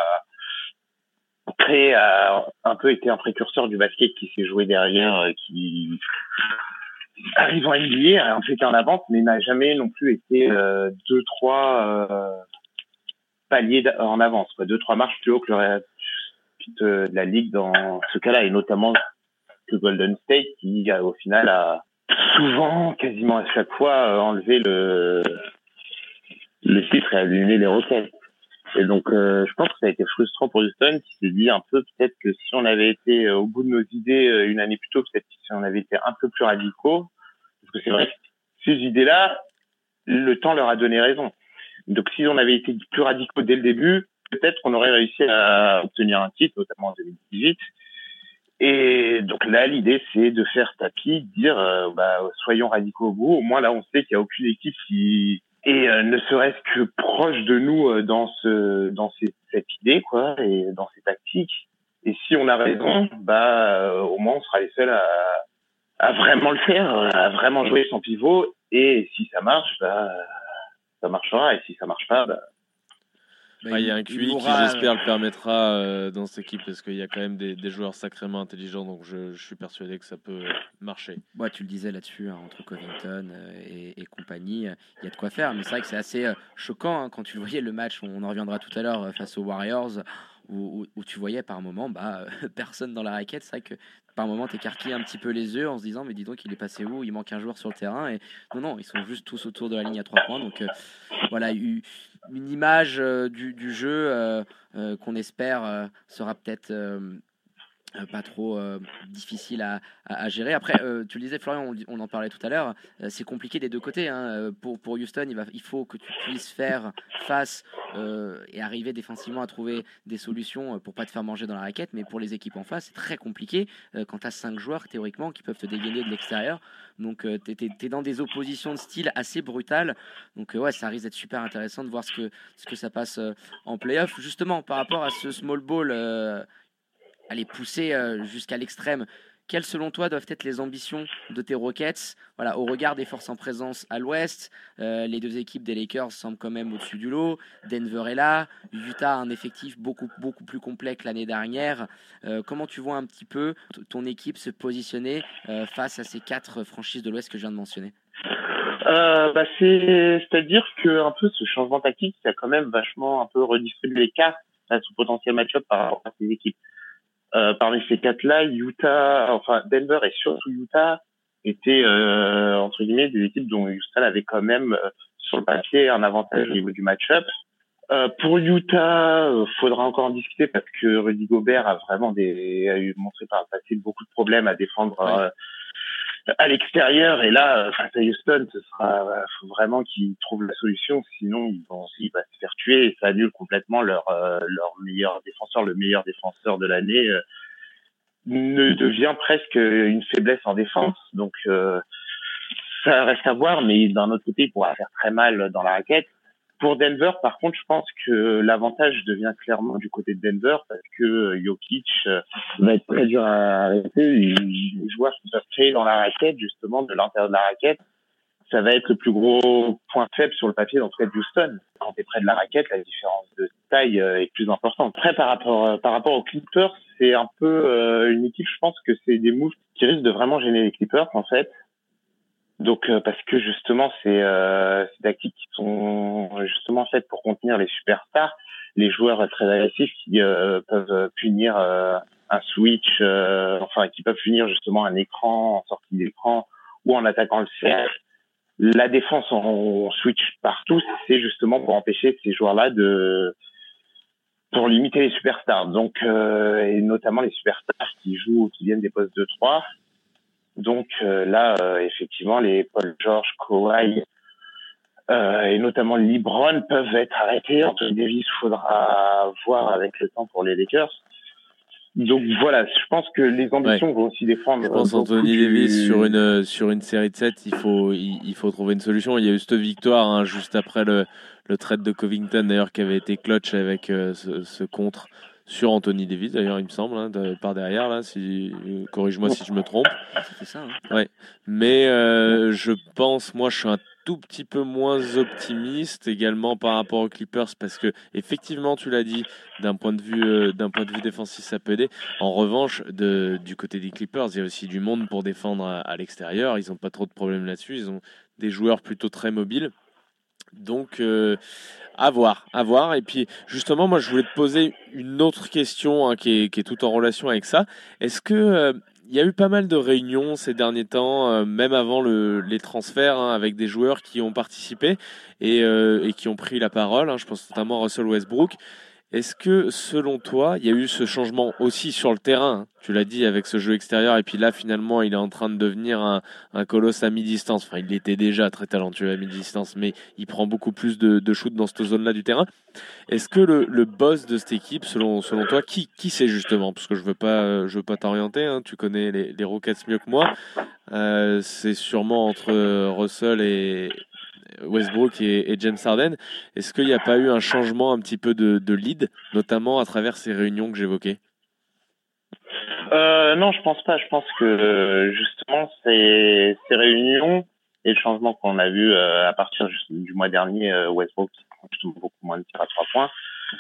a un peu été un précurseur du basket qui s'est joué derrière, qui arrive en NBA, a fait en avance, mais n'a jamais non plus été 2-3 paliers en avance, 2-3 marches plus haut que le reste de la ligue dans ce cas-là, et notamment que Golden State, qui au final a souvent, quasiment à chaque fois, enlevé le titre et allumé les Rockets. Et donc, je pense que ça a été frustrant pour Houston, qui s'est dit un peu peut-être que si on avait été au bout de nos idées une année plus tôt, peut-être que si on avait été un peu plus radicaux, parce que c'est vrai que ces idées-là, le temps leur a donné raison. Donc, si on avait été plus radicaux dès le début, peut-être qu'on aurait réussi à obtenir un titre, notamment en 2018. Et donc là, l'idée, c'est de faire tapis, de dire, soyons radicaux au bout. Au moins, là, on sait qu'il n'y a aucune équipe qui est ne serait-ce que proche de nous dans cette idée, quoi, et dans ces tactiques. Et si on a raison, au moins, on sera les seuls à vraiment le faire, à vraiment jouer sans pivot. Et si ça marche, ça marchera. Et si ça marche pas, il y a un QI qui, j'espère, le permettra dans cette équipe, parce qu'il y a quand même des joueurs sacrément intelligents, donc je suis persuadé que ça peut marcher. Ouais, tu le disais là-dessus, entre Covington et compagnie, il y a de quoi faire, mais c'est vrai que c'est assez choquant quand tu voyais le match, on en reviendra tout à l'heure, face aux Warriors, où tu voyais par moment personne dans la raquette. C'est vrai que par moment t'écarquilles un petit peu les yeux en se disant mais dis donc il est passé où, il manque un joueur sur le terrain, et non, ils sont juste tous autour de la ligne à 3 points. Donc voilà, une image du jeu qu'on espère sera peut-être pas trop difficile à gérer. Après, tu le disais, Florian, on en parlait tout à l'heure, c'est compliqué des deux côtés. Pour Houston, il faut que tu puisses faire face et arriver défensivement à trouver des solutions pour pas te faire manger dans la raquette, mais pour les équipes en face, c'est très compliqué quand tu as 5 joueurs théoriquement qui peuvent te dégainer de l'extérieur. Donc t'es dans des oppositions de style assez brutales. Donc ouais, ça risque d'être super intéressant de voir ce que ça passe en play-off. Justement, par rapport à ce small ball, aller pousser jusqu'à l'extrême, quelles selon toi doivent être les ambitions de tes Rockets, au regard des forces en présence à l'ouest? Les deux équipes des Lakers semblent quand même au-dessus du lot. Denver est là, Utah a un effectif beaucoup plus complet que l'année dernière. Comment tu vois un petit peu ton équipe se positionner face à ces 4 franchises de l'ouest que je viens de mentionner? C'est-à-dire que un peu ce changement tactique, ça a quand même vachement un peu redistribué les cartes à ce potentiel match-up par rapport à ces équipes. Parmi ces 4-là, Denver et surtout Utah étaient entre guillemets des équipes dont Houston avait quand même sur le papier un avantage au niveau du match-up. Pour Utah, faudra encore en discuter parce que Rudy Gobert a vraiment montré par le passé beaucoup de problèmes à défendre à l'extérieur. Et là, face à Houston, faut vraiment qu'ils trouvent la solution. Sinon, il va se faire tuer et ça annule complètement leur meilleur défenseur, le meilleur défenseur de l'année, ne devient presque une faiblesse en défense. Donc, ça reste à voir, mais d'un autre côté, il pourra faire très mal dans la raquette. Pour Denver, par contre, je pense que l'avantage devient clairement du côté de Denver parce que Jokic va être très dur à arrêter. Les joueurs qui peuvent créer dans la raquette, justement, de l'intérieur de la raquette, ça va être le plus gros point faible sur le papier, dans tout cas de Houston. Quand tu es près de la raquette, la différence de taille est plus importante. Après, par rapport aux Clippers, c'est un peu une équipe, je pense que c'est des moves qui risquent de vraiment gêner les Clippers, en fait. Donc parce que justement c'est ces tactiques qui sont justement faites pour contenir les superstars, les joueurs très agressifs qui peuvent punir un switch, qui peuvent punir justement un écran en sortie d'écran ou en attaquant le cercle. La défense en switch partout, c'est justement pour empêcher ces joueurs-là pour limiter les superstars. Donc et notamment les superstars qui viennent des postes de 3. Donc là, effectivement, les Paul George, Kawhi et notamment LeBron peuvent être arrêtés. Anthony Davis, faudra voir avec le temps pour les Lakers. Donc voilà, je pense que les ambitions vont aussi défendre. Je pense Anthony Davis sur une série de 7, il faut trouver une solution. Il y a eu cette victoire juste après le trade de Covington d'ailleurs qui avait été clutch avec ce contre sur Anthony Davis d'ailleurs il me semble par derrière là, corrige-moi si je me trompe. C'est ça. Ouais. Mais je pense, moi je suis un tout petit peu moins optimiste également par rapport aux Clippers parce que effectivement tu l'as dit d'un point de vue défensif ça peut aider. En revanche du côté des Clippers il y a aussi du monde pour défendre à l'extérieur, ils n'ont pas trop de problèmes là-dessus, ils ont des joueurs plutôt très mobiles. Donc à voir. Et puis justement, moi je voulais te poser une autre question qui est tout en relation avec ça. Est-ce que il y a eu pas mal de réunions ces derniers temps, même avant les transferts, avec des joueurs qui ont participé et qui ont pris la parole. Je pense notamment à Russell Westbrook. Est-ce que, selon toi, il y a eu ce changement aussi sur le terrain, tu l'as dit, avec ce jeu extérieur, et puis là, finalement, il est en train de devenir un colosse à mi-distance. Enfin, il était déjà très talentueux à mi-distance, mais il prend beaucoup plus de shoot dans cette zone-là du terrain. Est-ce que le boss de cette équipe, selon toi, qui c'est justement? Parce que je veux pas t'orienter, tu connais les Rockets mieux que moi. C'est sûrement entre Russell et Westbrook et James Harden. Est-ce qu'il n'y a pas eu un changement un petit peu de lead, notamment à travers ces réunions que j'évoquais? Non, je pense pas. Je pense que justement ces réunions et le changement qu'on a vu à partir du mois dernier, Westbrook qui prend beaucoup moins de tirs à 3 points,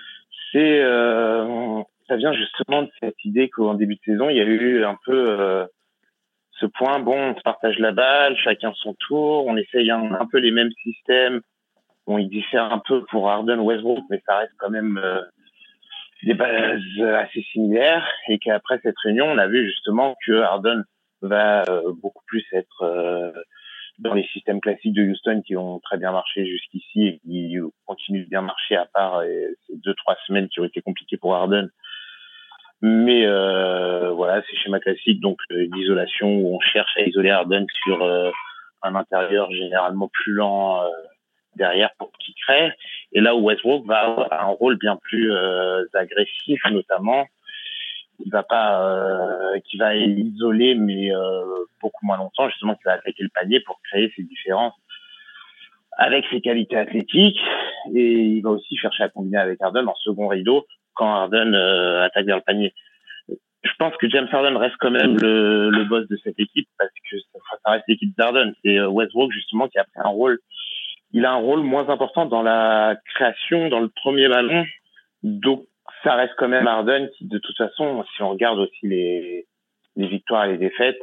ça vient justement de cette idée qu'en début de saison, il y a eu un peu ce point, on se partage la balle, chacun son tour, on essaye un peu les mêmes systèmes. Il diffère un peu pour Harden, Westbrook, mais ça reste quand même des bases assez similaires. Et qu'après cette réunion, on a vu justement que Harden va beaucoup plus être dans les systèmes classiques de Houston qui ont très bien marché jusqu'ici et qui continuent de bien marcher à part ces 2-3 semaines qui ont été compliquées pour Harden. Mais voilà, c'est schéma classique donc d'isolation où on cherche à isoler Harden sur un intérieur généralement plus lent derrière pour qu'il crée. Et là où Westbrook va avoir un rôle bien plus agressif notamment, qui va isoler mais beaucoup moins longtemps, justement qui va attaquer le panier pour créer ces différences avec ses qualités athlétiques, et il va aussi chercher à combiner avec Harden en second rideau quand Harden attaque vers le panier. Je pense que James Harden reste quand même le boss de cette équipe parce que ça reste l'équipe d'Harden. C'est Westbrook justement qui a pris un rôle. Il a un rôle moins important dans la création, dans le premier ballon. Donc ça reste quand même Harden qui, de toute façon, si on regarde aussi les victoires et les défaites,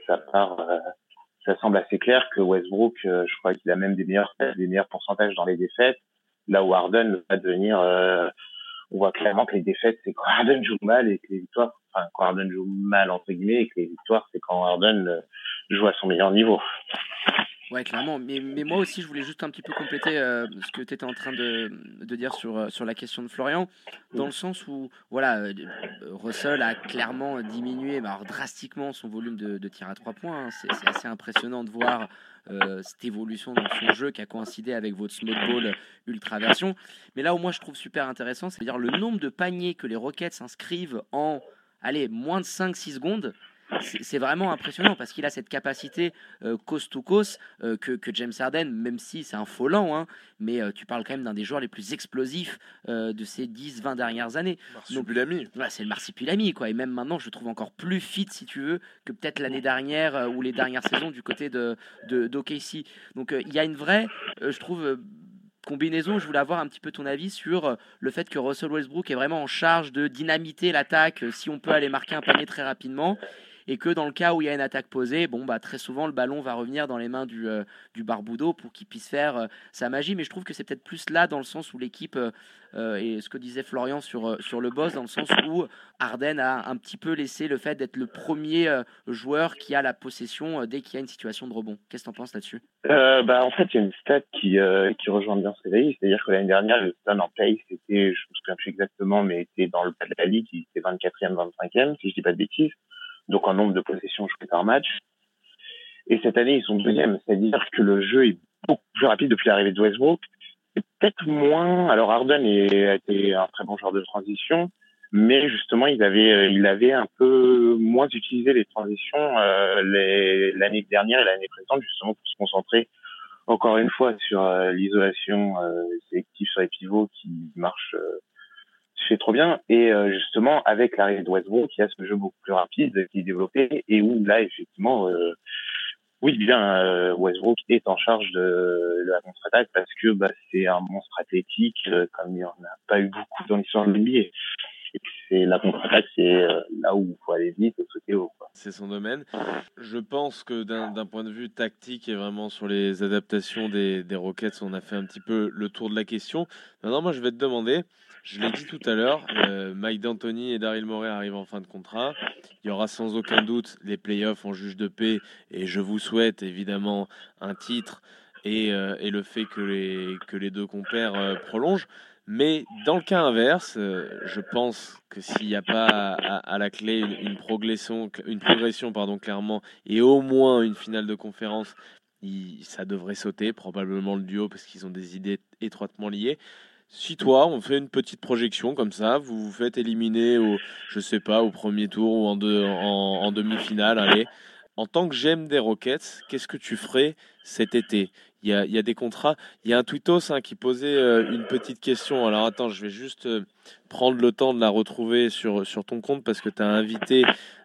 ça semble assez clair que Westbrook, je crois qu'il a même des meilleurs pourcentages dans les défaites, là où Harden va devenir on voit clairement que les défaites, c'est quand Harden joue mal et que les victoires, quand Harden joue mal, entre guillemets, et que les victoires, c'est quand Harden joue à son meilleur niveau. Ouais, clairement. Mais moi aussi, je voulais juste un petit peu compléter ce que tu étais en train de dire sur la question de Florian, dans le sens où voilà, Russell a clairement diminué alors, drastiquement son volume de tir à 3 points. Hein. C'est assez impressionnant de voir cette évolution dans son jeu qui a coïncidé avec votre small ball ultra version. Mais là où moi je trouve super intéressant, c'est-à-dire le nombre de paniers que les Rockets s'inscrivent en moins de 5-6 secondes. C'est vraiment impressionnant parce qu'il a cette capacité coast to coast que James Harden, même si c'est un faux lent, hein, mais tu parles quand même d'un des joueurs les plus explosifs de ces 10-20 dernières années. Marsupilami. Ouais, c'est le Marsupilami, quoi. Et même maintenant, je le trouve encore plus fit, si tu veux, que peut-être l'année dernière ou les dernières saisons du côté d'OKC. Donc il y a une vraie, je trouve... combinaison, je voulais avoir un petit peu ton avis sur le fait que Russell Westbrook est vraiment en charge de dynamiter l'attaque si on peut aller marquer un panier très rapidement et que dans le cas où il y a une attaque posée, très souvent le ballon va revenir dans les mains du Barbudo pour qu'il puisse faire sa magie, mais je trouve que c'est peut-être plus là dans le sens où l'équipe et ce que disait Florian sur le boss, dans le sens où Harden a un petit peu laissé le fait d'être le premier joueur qui a la possession dès qu'il y a une situation de rebond. Qu'est-ce que tu en penses là-dessus? En fait, il y a une stat qui rejoint bien ce réveil, c'est-à-dire que l'année dernière, le Sun en pace, c'était, je me souviens plus exactement, mais était dans le bas de la ligue, il était 24e, 25e, si je dis pas de bêtises, donc en nombre de possessions jouées par match. Et cette année, ils sont deuxième, c'est-à-dire que le jeu est beaucoup plus rapide depuis l'arrivée de Westbrook. C'est peut-être moins, alors Harden a été un très bon joueur de transition, mais justement, il avait un peu moins utilisé les transitions l'année dernière et l'année précédente, justement pour se concentrer encore une fois sur l'isolation sélective sur les pivots qui marche fait trop bien. Et justement, avec l'arrivée de Westbrook, il y a ce jeu beaucoup plus rapide qui est développé et où là, effectivement, oui, bien, Westbrook est en charge de la contre-attaque parce que c'est un monstre athlétique comme il n'y en a pas eu beaucoup dans l'histoire de l'NBA. Et c'est la contre-attaque, c'est là où il faut aller vite et sauter haut, quoi. C'est son domaine. Je pense que d'un point de vue tactique et vraiment sur les adaptations des Rockets, on a fait un petit peu le tour de la question. Maintenant, moi, je vais te demander, je l'ai dit tout à l'heure, Mike D'Antoni et Daryl Morey arrivent en fin de contrat. Il y aura sans aucun doute les playoffs en juge de paix et je vous souhaite évidemment un titre et le fait que les deux compères prolongent. Mais dans le cas inverse, je pense que s'il n'y a pas à la clé une progression clairement, et au moins une finale de conférence, ça devrait sauter, probablement le duo, parce qu'ils ont des idées étroitement liées. Si toi, on fait une petite projection comme ça, vous vous faites éliminer au premier tour ou en demi-finale, allez. En tant que GM des Rockets, qu'est-ce que tu ferais cet été? Il y a des contrats. Il y a un tweetos qui posait une petite question. Alors attends, je vais juste prendre le temps de la retrouver sur ton compte parce que tu as invité,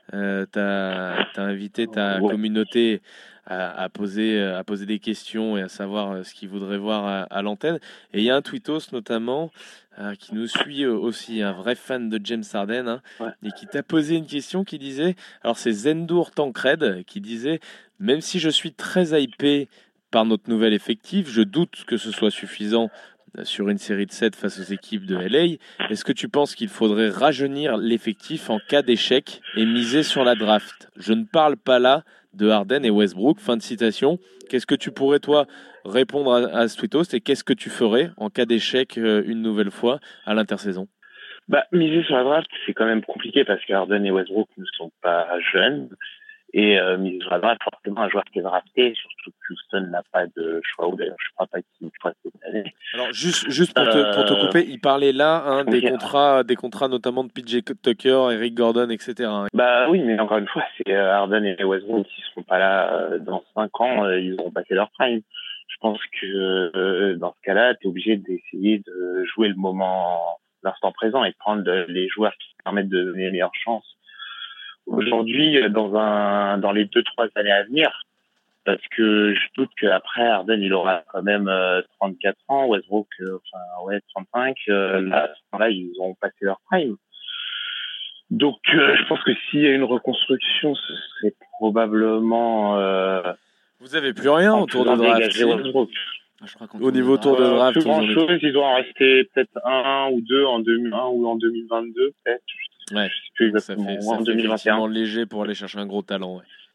ta communauté à poser des questions et à savoir ce qu'ils voudraient voir à l'antenne. Et il y a un tweetos notamment qui nous suit aussi, un vrai fan de James Harden, et qui t'a posé une question qui disait, alors c'est Zendour Tancred qui disait, même si je suis très hypé par notre nouvel effectif, je doute que ce soit suffisant sur une série de 7 face aux équipes de LA. Est-ce que tu penses qu'il faudrait rajeunir l'effectif en cas d'échec et miser sur la draft? Je ne parle pas là de Harden et Westbrook. Fin de citation. Qu'est-ce que tu pourrais, toi, répondre à ce tweetos et qu'est-ce que tu ferais en cas d'échec une nouvelle fois à l'intersaison? Miser sur la draft, c'est quand même compliqué parce que Harden et Westbrook ne sont pas jeunes. Et miser sur la draft, forcément, un joueur qui est drafté, surtout que Houston n'a pas de choix, ou d'ailleurs, je ne crois pas qu'il choisit cette année. Alors, juste pour te couper, il parlait là des contrats notamment de PJ Tucker, Eric Gordon, etc. Oui, mais encore une fois, c'est Harden et Westbrook qui ne seront pas là dans 5 ans, ils auront passé leur prime. Je pense que dans ce cas-là, tu es obligé d'essayer de jouer le moment, l'instant présent et de prendre les joueurs qui permettent de donner les meilleures chances. Aujourd'hui, dans les 2-3 années à venir, parce que je doute qu'après Harden il aura quand même 34 ans, Westbrook 35, là, à ce moment-là ils ont passé leur prime. Donc je pense que s'il y a une reconstruction, ce serait probablement vous avez plus rien autour de draft. Au niveau tour de draft, plus grand chose, ils doivent en rester peut-être un ou deux en 2001 ou en 2022 peut-être. Ouais, je sais plus exactement. Ça fait effectivement léger pour aller chercher un gros talent. Ouais.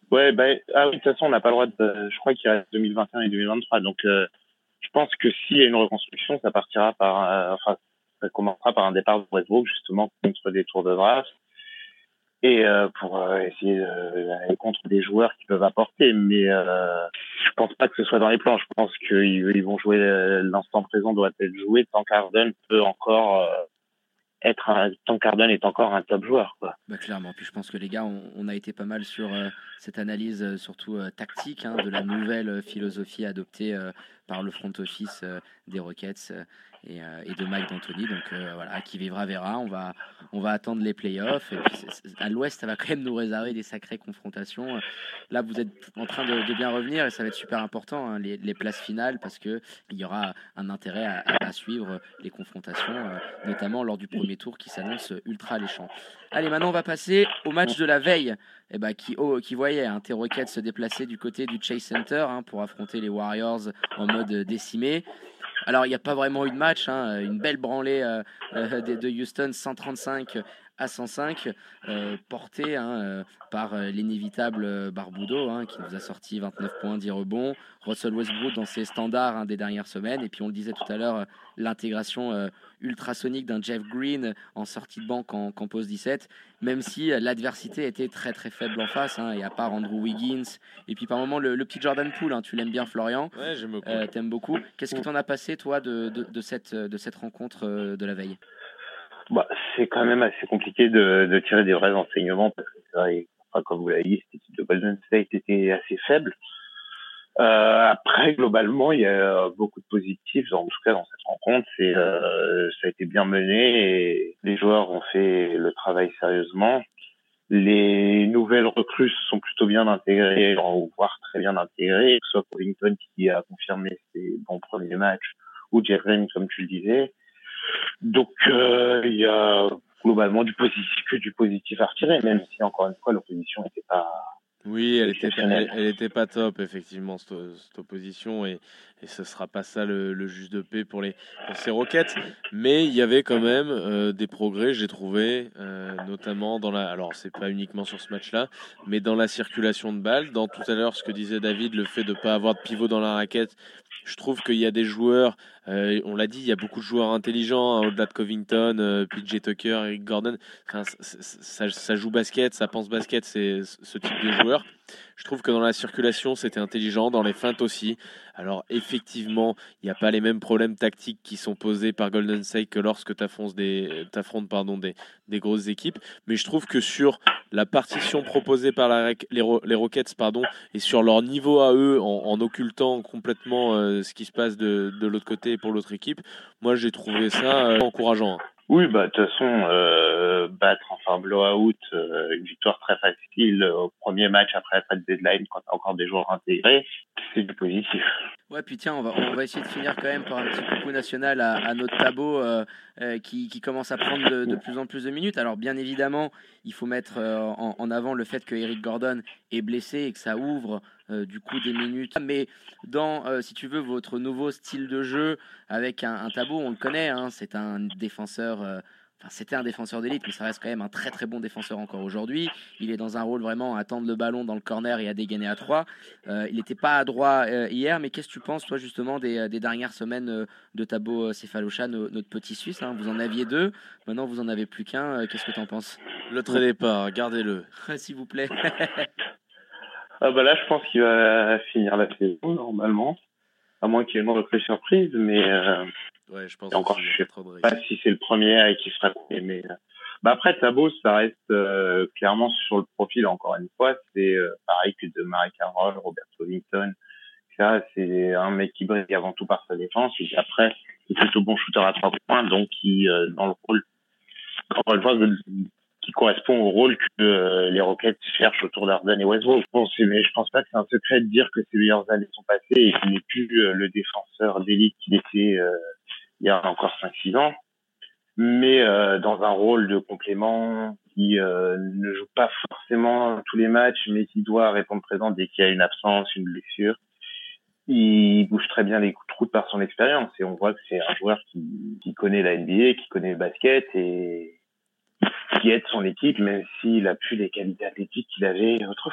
Ouais, ah oui, de toute façon, on n'a pas le droit je crois qu'il reste 2021 et 2023. Donc, je pense que s'il y a une reconstruction, ça partira ça commencera par un départ de Westbrook, justement, contre des tours de draft. Et pour essayer d'aller contre des joueurs qui peuvent apporter. Mais je pense pas que ce soit dans les plans. Je pense qu'ils vont jouer, l'instant présent doit être joué tant qu'Harden peut encore tant qu'Harden est encore un top joueur, quoi. Bah, clairement. Puis je pense que les gars, on a été pas mal sur cette analyse, surtout tactique, hein, de la nouvelle philosophie adoptée par le front office des Rockets et de Mike D'Antoni. Donc voilà, qui vivra verra. On va attendre les playoffs. Et puis à l'Ouest, ça va quand même nous réserver des sacrées confrontations. Là, vous êtes en train de bien revenir et ça va être super important, hein, les places finales, parce que il y aura un intérêt à suivre les confrontations, notamment lors du premier tour qui s'annonce ultra alléchant. Allez, maintenant on va passer au match de la veille, qui voyait tes Rockets se déplacer du côté du Chase Center, hein, pour affronter les Warriors en mode décimé. Alors il n'y a pas vraiment eu de match, hein, une belle branlée de Houston, 135-105, portée par l'inévitable Barbudo, hein, qui nous a sorti 29 points, 10 rebonds. Russell Westbrook dans ses standards, hein, des dernières semaines. Et puis on le disait tout à l'heure, l'intégration ultrasonique d'un Jeff Green en sortie de banc en pause 17, même si l'adversité était très très faible en face, hein, et à part Andrew Wiggins et puis par moment le petit Jordan Poole, hein, tu l'aimes bien Florian. Ouais, j'aime beaucoup. T'aimes beaucoup. Qu'est-ce que t'en as passé toi de cette rencontre de la veille? C'est quand même assez compliqué de tirer des vrais enseignements, parce que c'est vrai, comme vous l'avez dit, cette équipe de Golden State était assez faible. Après, globalement, il y a beaucoup de positifs, en tout cas dans cette rencontre. Ça a été bien mené et les joueurs ont fait le travail sérieusement. Les nouvelles recrues sont plutôt bien intégrées, voire très bien intégrées, que ce soit Covington qui a confirmé ses bons premiers matchs, ou Jeff Green, comme tu le disais. Donc, il y a globalement du positif à retirer, même si, encore une fois, l'opposition n'était pas... Oui, elle était pas top, effectivement, cette opposition, et ce sera pas ça le juge de paix pour ces Rockets. Mais il y avait quand même des progrès, j'ai trouvé, notamment alors c'est pas uniquement sur ce match-là, mais dans la circulation de balles. Dans tout à l'heure, ce que disait David, le fait de pas avoir de pivot dans la raquette, je trouve qu'il y a des joueurs, on l'a dit, il y a beaucoup de joueurs intelligents, hein, au-delà de Covington, PJ Tucker, Eric Gordon. Enfin, ça joue basket, ça pense basket, c'est ce type de joueur. Je trouve que dans la circulation, c'était intelligent, dans les feintes aussi. Alors effectivement, il n'y a pas les mêmes problèmes tactiques qui sont posés par Golden State que lorsque tu affrontes des grosses équipes. Mais je trouve que sur la partition proposée par les Rockets, et sur leur niveau à eux, en occultant complètement ce qui se passe de l'autre côté et pour l'autre équipe, moi j'ai trouvé ça encourageant. Oui, de toute façon, battre blowout, une victoire très facile au premier match après la trade deadline, quand t'as encore des joueurs intégrés, c'est du positif. Ouais, puis tiens, on va essayer de finir quand même par un petit coucou national à notre Thabo qui commence à prendre de plus en plus de minutes. Alors bien évidemment, il faut mettre en avant le fait que Eric Gordon est blessé et que ça ouvre du coup des minutes. Mais dans, si tu veux, votre nouveau style de jeu avec un Thabo, on le connaît, hein, c'est un défenseur... c'était un défenseur d'élite, mais ça reste quand même un très très bon défenseur encore aujourd'hui. Il est dans un rôle vraiment à tendre le ballon dans le corner et à dégainer à 3. Il n'était pas adroit hier, mais qu'est-ce que tu penses, toi, justement, des dernières semaines de Thabo Sefolosha, notre petit Suisse, hein? Vous en aviez 2, maintenant vous en avez plus qu'un. Qu'est-ce que tu en penses? Le tradez pas, gardez-le. S'il vous plaît. Là, je pense qu'il va finir la saison, normalement. À moins qu'il y ait une recrue surprise, mais... Ouais, je pense encore, je sais pas si c'est le premier qui sera coupé, mais après Thabo, ça reste clairement sur le profil. Encore une fois, c'est pareil que de Mary Carroll, Robert Covington. Ça, c'est un mec qui brille avant tout par sa défense, et puis après, il est plutôt bon shooter à 3 points, donc qui dans le rôle, encore une fois, qui correspond au rôle que les Rockets cherchent autour d'Harden et Westbrook. Mais je pense pas que c'est un secret de dire que ses meilleures années sont passées et qu'il n'est plus le défenseur d'élite qu'il était il y a encore 5-6 ans, mais dans un rôle de complément qui ne joue pas forcément tous les matchs, mais qui doit répondre présent dès qu'il y a une absence, une blessure. Il bouge très bien les trous par son expérience, et on voit que c'est un joueur qui connaît la NBA, qui connaît le basket et qui aide son équipe, même s'il a plus les qualités athlétiques qu'il avait autrefois.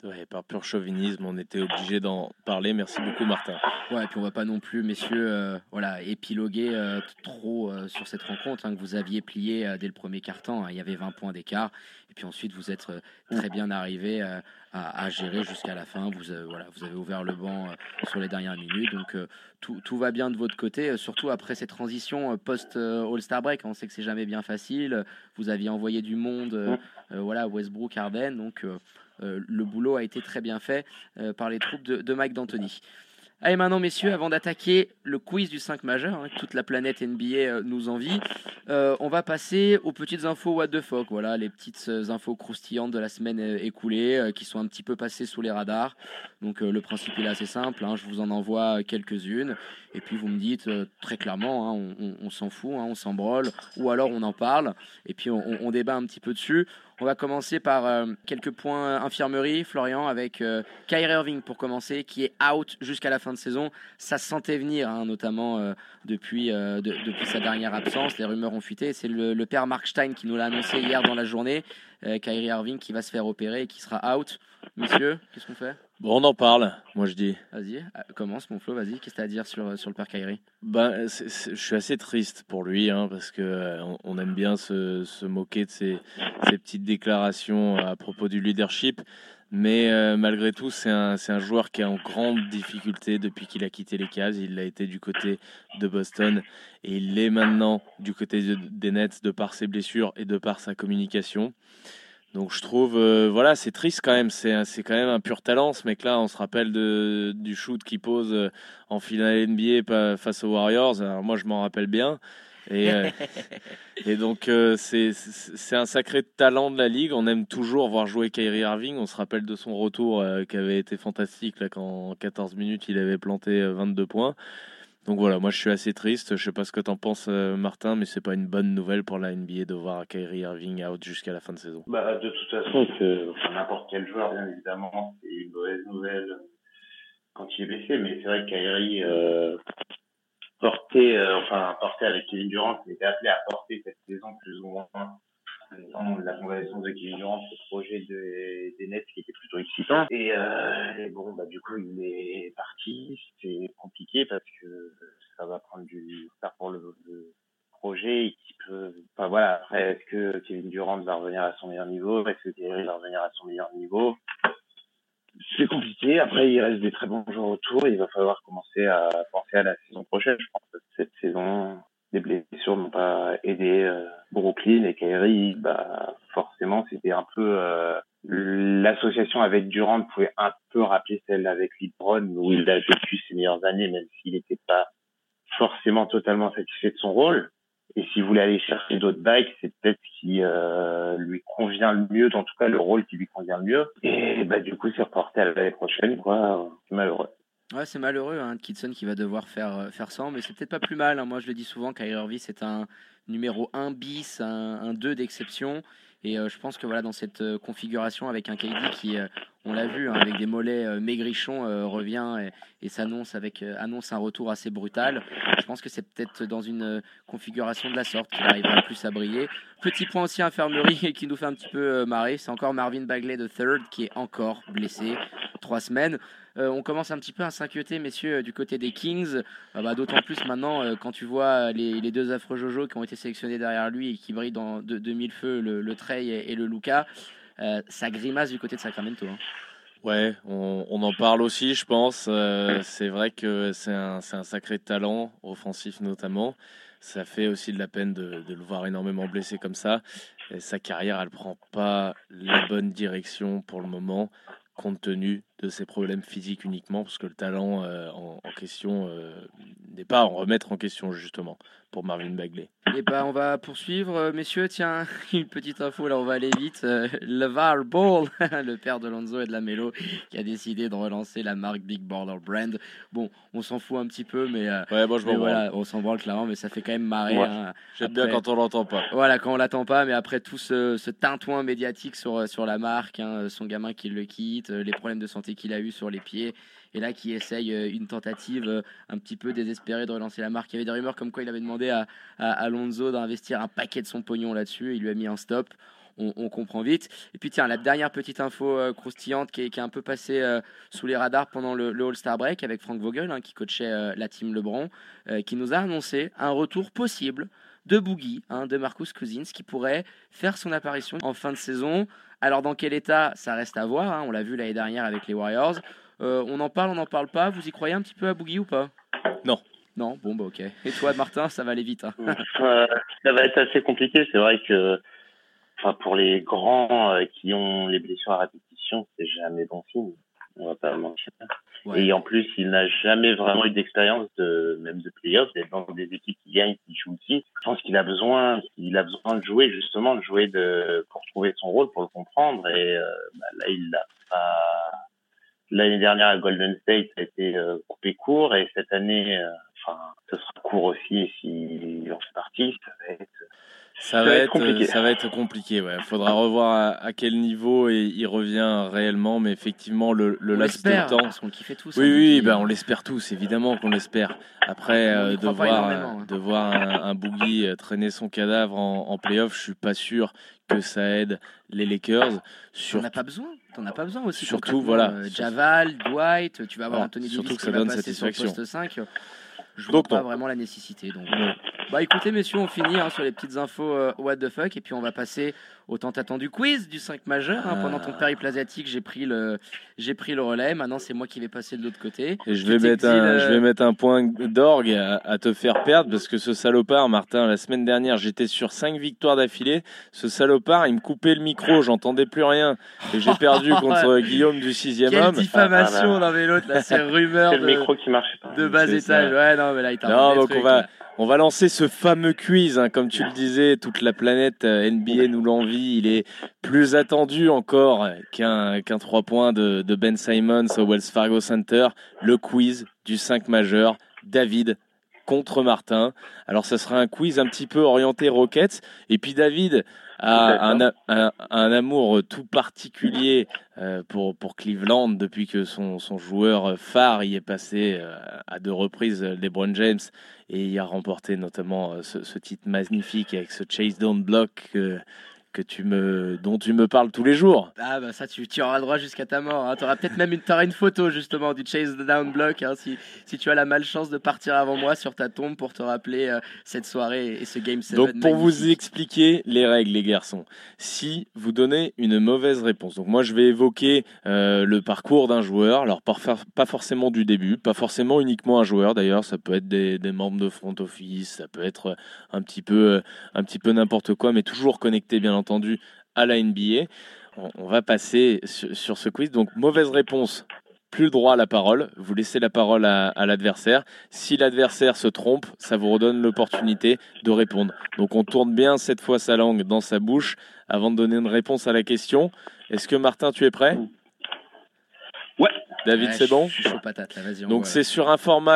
Ouais, par pur chauvinisme, on était obligé d'en parler. Merci beaucoup, Martin. Ouais, et puis on va pas non plus, messieurs, épiloguer trop sur cette rencontre que vous aviez pliée dès le premier quart-temps. Il y avait 20 points d'écart. Et puis ensuite, vous êtes très bien arrivé à gérer jusqu'à la fin. Vous avez ouvert le banc sur les dernières minutes. Donc tout va bien de votre côté, surtout après cette transition post-All-Star Break. On sait que c'est jamais bien facile. Vous aviez envoyé du monde, Westbrook, Harden. Donc le boulot a été très bien fait par les troupes de Mike D'Antoni. Allez, maintenant, messieurs, avant d'attaquer le quiz du 5 majeur, que toute la planète NBA nous envie, on va passer aux petites infos what the fuck. Voilà, les petites infos croustillantes de la semaine écoulée qui sont un petit peu passées sous les radars. Donc, le principe il est assez simple. Je vous en envoie quelques-unes. Et puis, vous me dites très clairement, on s'en fout, on s'en branle. Ou alors, on en parle. Et puis, on débat un petit peu dessus. On va commencer par quelques points infirmerie, Florian, avec Kyrie Irving pour commencer, qui est out jusqu'à la fin de saison. Ça se sentait venir, notamment depuis sa dernière absence. Les rumeurs ont fuité. C'est le père Mark Stein qui nous l'a annoncé hier dans la journée. Kyrie Irving qui va se faire opérer et qui sera out. Messieurs, qu'est-ce qu'on fait ? Bon, on en parle, moi je dis. Vas-y, commence mon Flo, vas-y. Qu'est-ce que tu as à dire sur le père Kyrie ? Je suis assez triste pour lui, parce que on aime bien se moquer de ses petites déclarations à propos du leadership. Mais malgré tout, c'est un joueur qui est en grande difficulté depuis qu'il a quitté les Cavs. Il l'a été du côté de Boston et il l'est maintenant du côté des Nets de par ses blessures et de par sa communication. Donc je trouve, c'est triste quand même. C'est quand même un pur talent, ce mec-là. On se rappelle du shoot qu'il pose en finale NBA face aux Warriors. Alors moi, je m'en rappelle bien. Et donc c'est un sacré talent de la ligue. On aime toujours voir jouer Kyrie Irving. On se rappelle de son retour qui avait été fantastique là, quand en 14 minutes il avait planté 22 points. Donc voilà, moi je suis assez triste. Je sais pas ce que t'en penses, Martin, mais c'est pas une bonne nouvelle pour la NBA de voir Kyrie Irving out jusqu'à la fin de saison. De toute façon, n'importe quel joueur, bien évidemment, c'est une mauvaise nouvelle quand il est blessé. Mais c'est vrai que Kyrie porté avec Kevin Durant, il était appelé à porter cette saison plus ou moins. La convalescence de Kevin Durant, ce projet des Nets qui était plutôt excitant. Et du coup, il est parti. C'est compliqué parce que ça va prendre du retard pour le projet qui peut. Après, est-ce que Kevin Durant va revenir à son meilleur niveau ? Est-ce que Kyrie va revenir à son meilleur niveau ? C'est compliqué. Après, il reste des très bons joueurs autour. Il va falloir commencer à penser à la saison prochaine. Je pense que cette saison, les blessures n'ont pas aidé Brooklyn et Kyrie. Forcément, c'était un peu l'association avec Durant pouvait un peu rappeler celle avec LeBron où il a vécu ses meilleures années, même s'il n'était pas forcément totalement satisfait de son rôle. Et s'il voulait aller chercher d'autres bagues, c'est peut-être ce qui lui convient le mieux, en tout cas le rôle qui lui convient le mieux. Et du coup, c'est reporté à l'année prochaine, quoi. C'est malheureux. Ouais, c'est malheureux, Kitson qui va devoir faire ça, mais c'est peut-être pas plus mal. Moi, je le dis souvent, Kyrie Irving, c'est un numéro 1 bis, un 2 d'exception. Et je pense que dans cette configuration avec un KD qui, on l'a vu, avec des mollets maigrichons, revient et annonce un retour assez brutal. Je pense que c'est peut-être dans une configuration de la sorte qu'il arrivera plus à briller. Petit point aussi infirmerie qui nous fait un petit peu marrer, c'est encore Marvin Bagley III qui est encore blessé. 3 semaines. On commence un petit peu à s'inquiéter, messieurs, du côté des Kings. D'autant plus maintenant, quand tu vois les deux affreux Jojo qui ont été sélectionnés derrière lui et qui brillent de mille feux, le Trey et le Luka, ça grimace du côté de Sacramento. Ouais, on en parle aussi, je pense. C'est vrai que c'est un sacré talent, offensif notamment. Ça fait aussi de la peine de le voir énormément blessé comme ça. Et sa carrière, elle prend pas la bonne direction pour le moment, compte tenu de ses problèmes physiques uniquement, parce que le talent en question n'est pas à en remettre en question, justement, pour Marvin Bagley. Et on va poursuivre, messieurs. Tiens, une petite info, là on va aller vite. LeVar Ball, le père de Lonzo et de Lamelo, qui a décidé de relancer la marque Big Baller Brand. Bon, on s'en fout un petit peu, mais on s'en branle clairement, mais ça fait quand même marrer. Ouais. J'aime bien quand on l'entend pas. Voilà, quand on l'attend pas, mais après tout ce tintouin médiatique sur la marque, son gamin qui le quitte, les problèmes de santé qu'il a eu sur les pieds, et là qui essaye une tentative un petit peu désespérée de relancer la marque. Il y avait des rumeurs comme quoi il avait demandé à Lonzo d'investir un paquet de son pognon là-dessus, et il lui a mis un stop. on comprend vite. Et puis tiens, la dernière petite info croustillante qui est un peu passée sous les radars pendant le All-Star Break avec Frank Vogel, qui coachait la team LeBron, qui nous a annoncé un retour possible de Boogie, de Marcus Cousins, qui pourrait faire son apparition en fin de saison. Alors dans quel état, ça reste à voir, on l'a vu l'année dernière avec les Warriors. On en parle pas, vous y croyez un petit peu à Boogie ou pas? Non, bon bah ok. Et toi Martin, ça va aller vite. Ça va être assez compliqué, c'est vrai que pour les grands qui ont les blessures à répétition, c'est jamais bon signe, on va pas mentir. Ouais. Et en plus, il n'a jamais vraiment eu d'expérience même de playoffs, d'être dans des équipes qui gagnent, qui jouent aussi. Je pense qu'il a besoin de jouer, justement, pour trouver son rôle, pour le comprendre. Et là, il l'a pas. L'année dernière à Golden State, ça a été coupé court, et cette année, ce sera court aussi si on fait partie. Ça va être compliqué. Ouais. Faudra revoir à quel niveau il revient réellement, mais effectivement le laps de temps. Parce qu'on le kiffait tous. Oui, on l'espère tous, évidemment qu'on l'espère. Après, de voir un Boogie traîner son cadavre en play-off, je suis pas sûr que ça aide les Lakers. T'en as pas besoin aussi. Surtout voilà. Javal, Dwight, tu vas avoir Anthony Davis surtout que ça qui donne va passer satisfaction. Sur le poste 5. Je vois pas vraiment la nécessité. Donc, écoutez, messieurs, on finit sur les petites infos what the fuck, et puis on va passer au tant attendu quiz du 5 majeur. Pendant ton périple asiatique, j'ai pris le relais. Maintenant, c'est moi qui vais passer de l'autre côté. Et je vais mettre un point d'orgue à te faire perdre, parce que ce salopard, Martin, la semaine dernière, j'étais sur 5 victoires d'affilée. Ce salopard, il me coupait le micro, j'entendais plus rien. Et j'ai perdu contre Guillaume du 6e homme. Quelle diffamation dans l'autre, là, c'est rumeur c'est le micro qui marche pas. De bas étage. Ouais, non, mais là, il t'a donc on va lancer ce fameux quiz, comme tu le disais, toute la planète NBA nous l'envie. Il est plus attendu encore qu'un 3 points de Ben Simmons au Wells Fargo Center. Le quiz du 5 majeur, David contre Martin. Alors ça sera un quiz un petit peu orienté Rockets. Et puis David a un amour tout particulier pour Cleveland depuis que son joueur phare y est passé à 2 reprises, LeBron James, et il a remporté notamment ce titre magnifique avec ce chase down block dont tu me parles tous les jours. Ah bah ça tu auras le droit jusqu'à ta mort. T'auras peut-être même une photo justement du chase down block si tu as la malchance de partir avant moi sur ta tombe pour te rappeler cette soirée et ce game 7. Donc pour magnifique. vous expliquer les règles, les garçons, si vous donnez une mauvaise réponse, donc moi je vais évoquer le parcours d'un joueur, alors pas forcément du début, pas forcément uniquement un joueur d'ailleurs, ça peut être des membres de front office, ça peut être un petit peu n'importe quoi, mais toujours connecté bien entendu à la NBA. On va passer sur ce quiz. Donc mauvaise réponse, plus le droit à la parole. Vous laissez la parole à l'adversaire. Si l'adversaire se trompe, ça vous redonne l'opportunité de répondre. Donc on tourne bien cette fois sa langue dans sa bouche avant de donner une réponse à la question. Est-ce que Martin, tu es prêt ? Ouais. David, c'est bon ? Je suis chaud patate là, vas-y. Donc c'est sur un format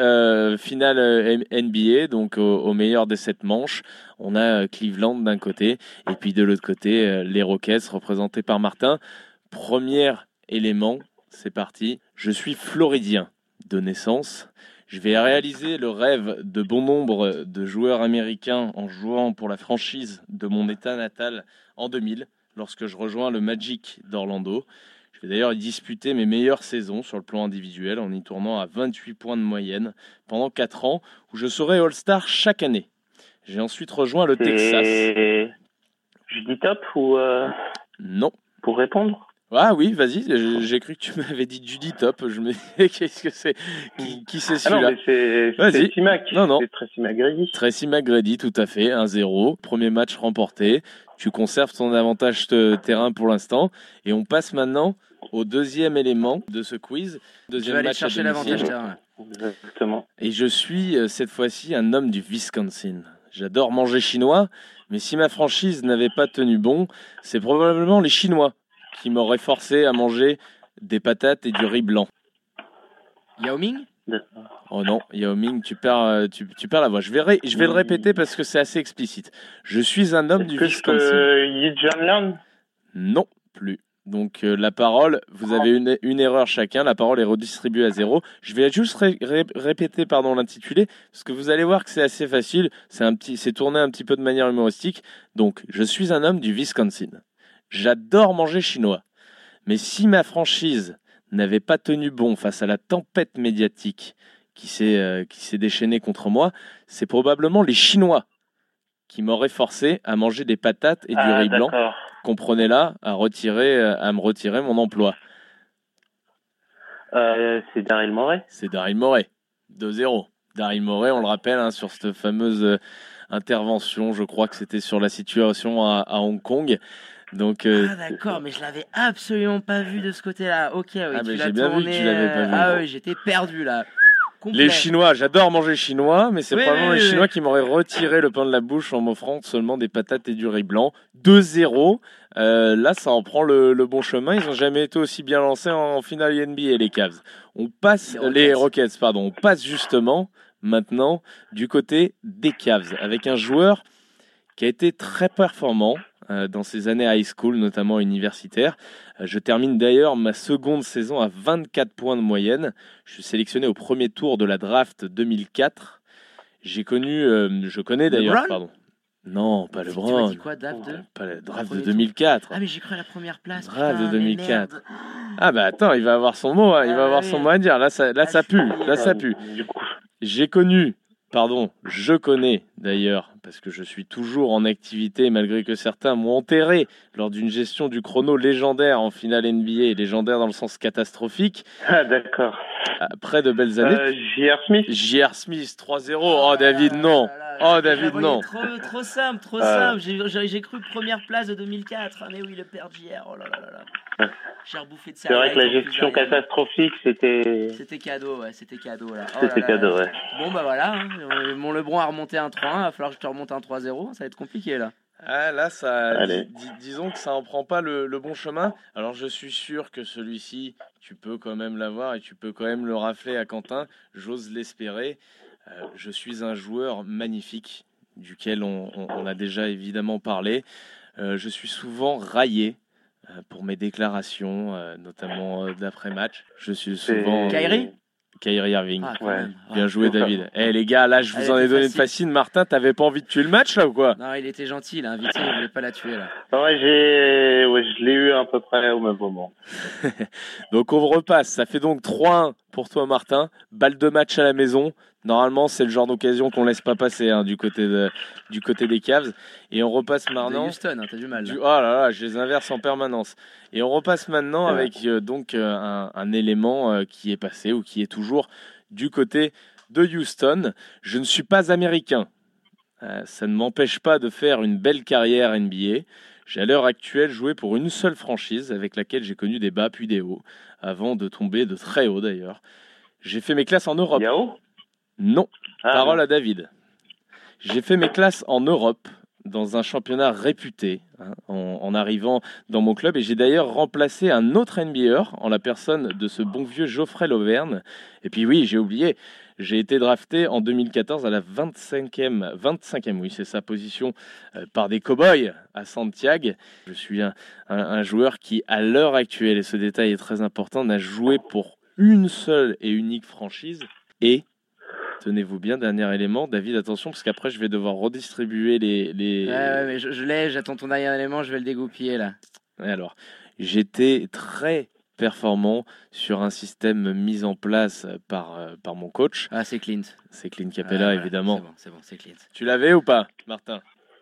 finale NBA, donc au meilleur des 7 manches. On a Cleveland d'un côté, et puis de l'autre côté, les Rockets représentés par Martin. Premier élément, c'est parti. Je suis floridien de naissance. Je vais réaliser le rêve de bon nombre de joueurs américains en jouant pour la franchise de mon état natal en 2000, lorsque je rejoins le Magic d'Orlando. Je vais d'ailleurs y disputer mes meilleures saisons sur le plan individuel en y tournant à 28 points de moyenne pendant 4 ans, où je serai All-Star chaque année. J'ai ensuite rejoint le Texas. Je dis top ou Non. Pour répondre ? Ah oui, vas-y, j'ai cru que tu m'avais dit Judy Top. Je me disais, qu'est-ce que c'est ? Qui c'est celui-là ? Non, mais c'est T-Mac. Non. C'est Tracy McGrady. Tracy McGrady, tout à fait, 1-0. Premier match remporté. Tu conserves ton avantage de terrain pour l'instant. Et on passe maintenant au deuxième élément de ce quiz. Deuxième match match chercher l'avantage terrain. Exactement. Et je suis cette fois-ci un homme du Wisconsin. J'adore manger chinois, mais si ma franchise n'avait pas tenu bon, c'est probablement les Chinois qui m'auraient forcé à manger des patates et du riz blanc. Yao Ming ? Oh non, Yao Ming, tu perds la voix. Je vais le répéter parce que c'est assez explicite. Je suis un homme du Wisconsin. Yi Jianlian ? Non, plus. Donc la parole, vous avez une erreur chacun, la parole est redistribuée à 0. Je vais juste répéter l'intitulé, parce que vous allez voir que c'est assez facile, c'est tourné un petit peu de manière humoristique. Donc, je suis un homme du Wisconsin. J'adore manger chinois. Mais si ma franchise n'avait pas tenu bon face à la tempête médiatique qui s'est déchaînée contre moi, c'est probablement les Chinois qui m'auraient forcé à manger des patates et du riz blanc. Comprenez-là, à me retirer mon emploi. C'est Daryl Morey. C'est Daryl Morey, 2-0. Daryl Morey, on le rappelle, sur cette fameuse intervention, je crois que c'était sur la situation à Hong Kong. Donc, Ah d'accord, mais je l'avais absolument pas vu de ce côté-là. Ok, oui, mais j'ai bien vu que tu l'avais pas vu. Ah oui, j'étais perdu là. Complet. Les Chinois, j'adore manger chinois, mais c'est probablement les Chinois oui. qui m'auraient retiré le pain de la bouche en m'offrant seulement des patates et du riz blanc. 2-0. Là, ça en prend le bon chemin. Ils n'ont jamais été aussi bien lancés en finale NBA, les Cavs. Les Rockets, pardon. On passe justement maintenant du côté des Cavs avec un joueur qui a été très performant dans ses années high school, notamment universitaire. Je termine d'ailleurs ma seconde saison à 24 points de moyenne. Je suis sélectionné au premier tour de la draft 2004. Je connais d'ailleurs, LeBron pardon. Non, pas Tu LeBron. m'as dit quoi, draft de Pas la draft de Premier 2004. Ah mais j'ai cru à la première place. Draft putain, de mais 2004. merde. Ah bah attends, il va avoir son mot, il va avoir son mot à dire. Là ça pue, là ça pue. Du coup, Je connais d'ailleurs, parce que je suis toujours en activité, malgré que certains m'ont enterré lors d'une gestion du chrono légendaire en finale NBA, légendaire dans le sens catastrophique. ah d'accord. Après de belles années. J.R. Smith. J.R. Smith, 3-0. Oh David, non. Oh David, non. Trop simple, trop simple. J'ai cru première place de 2004. Ah mais oui, le père JR. Oh là là là là. J'ai rebouffé de C'est vrai que la cervelle, gestion en plus, derrière. catastrophique, C'était cadeau, ouais, c'était cadeau là. Oh c'était là là. cadeau, ouais. Bon bah voilà, mon LeBron a remonté un 3-1, il va falloir que je te remonte un 3-0, ça va être compliqué là. Ah là, Allez. disons que ça en prend pas le bon chemin. Alors je suis sûr que celui-ci, tu peux quand même l'avoir et tu peux quand même le rafler à Quentin. J'ose l'espérer. Je suis un joueur magnifique, duquel on a déjà évidemment parlé. Je suis souvent raillé pour mes déclarations, notamment d'après-match. Je suis souvent... Kyrie Irving. Ah, quand Ouais. même. Bien joué, David. Les gars, là, je vous en ai donné une facile. Martin, t'avais pas envie de tuer le match, là, ou quoi? Non, il était gentil, il a invité, il voulait pas la tuer là. Ouais, je l'ai eu à peu près au même moment. Donc, on repasse. Ça fait donc 3-1 pour toi, Martin. Balle de match à la maison. Normalement, c'est le genre d'occasion qu'on laisse pas passer du côté des Cavs. Et on repasse De maintenant. Houston, hein, t'as du mal. Là. Oh là là, je les inverse en permanence. Et on repasse maintenant avec un élément qui est passé ou qui est toujours du côté de Houston. Je ne suis pas américain. Ça ne m'empêche pas de faire une belle carrière NBA. J'ai à l'heure actuelle joué pour une seule franchise avec laquelle j'ai connu des bas puis des hauts, avant de tomber de très haut d'ailleurs. J'ai fait mes classes en Europe. Yao? Non. Ah, Parole non. à David. J'ai fait mes classes en Europe, dans un championnat réputé, en arrivant dans mon club. Et j'ai d'ailleurs remplacé un autre NBAer en la personne de ce bon vieux Geoffrey Lauvergne. Et puis oui, j'ai oublié, j'ai été drafté en 2014 à la 25e, oui, c'est sa position, par des cow-boys à Santiago. Je suis un joueur qui, à l'heure actuelle, et ce détail est très important, n'a joué pour une seule et unique franchise. Et tenez-vous bien, dernier élément, David, attention, parce qu'après je vais devoir redistribuer les... Ouais, mais je l'ai, j'attends ton dernier élément, je vais le dégoupiller là. Alors, j'étais très performant sur un système mis en place par mon coach. Ah, c'est Clint. C'est Clint Capella, Voilà, évidemment. C'est bon, c'est Clint. Tu l'avais ou pas, Martin?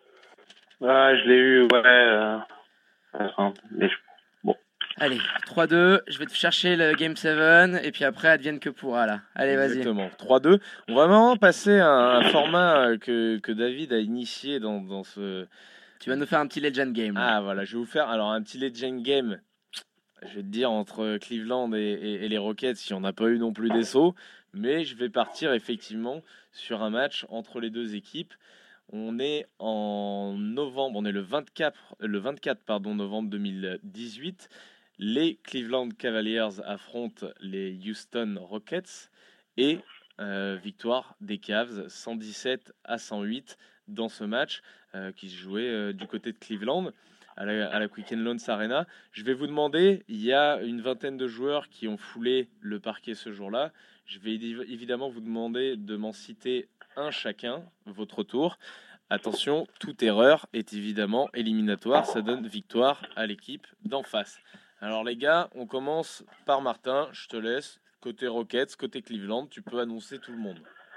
Ah, je l'ai eu, ouais. Mais Allez, 3-2, je vais te chercher le Game 7, et puis après, advienne que pourra là. Allez, vas-y. Exactement, 3-2. On va vraiment passer à un format que David a initié dans ce... Tu vas nous faire un petit Legend Game. Là. Ah voilà, je vais vous faire alors un petit Legend Game, je vais te dire, entre Cleveland et les Rockets, il n'y en a pas eu non plus des sauts, mais je vais partir effectivement sur un match entre les deux équipes. On est en novembre, on est le 24 novembre 2018. Les Cleveland Cavaliers affrontent les Houston Rockets et victoire des Cavs 117-108 dans ce match qui se jouait du côté de Cleveland. à la Quicken Loans Arena. Je vais vous demander, il y a une vingtaine de joueurs qui ont foulé le parquet ce jour-là. Je vais évidemment vous demander de m'en citer un chacun, votre tour. Attention, toute erreur est évidemment éliminatoire. Ça donne victoire à l'équipe d'en face. Alors les gars, on commence par Martin. Je te laisse. Côté Rockets, côté Cleveland, tu peux annoncer tout le monde.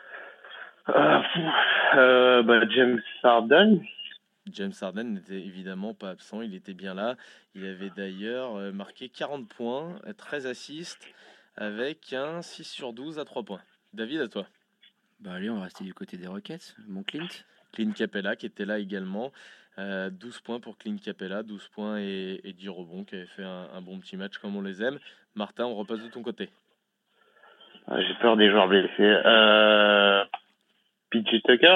James Harden. James Harden n'était évidemment pas absent, il était bien là. Il avait d'ailleurs marqué 40 points, 13 assists, avec un 6 sur 12 à 3 points. David, à toi. Bah allez, on va rester du côté des Rockets. Mon Clint. Clint Capella qui était là également. 12 points pour Clint Capella, 12 points et 10 rebonds, qui avait fait un bon petit match comme on les aime. Martin, on repasse de ton côté. J'ai peur des joueurs blessés. PJ Tucker.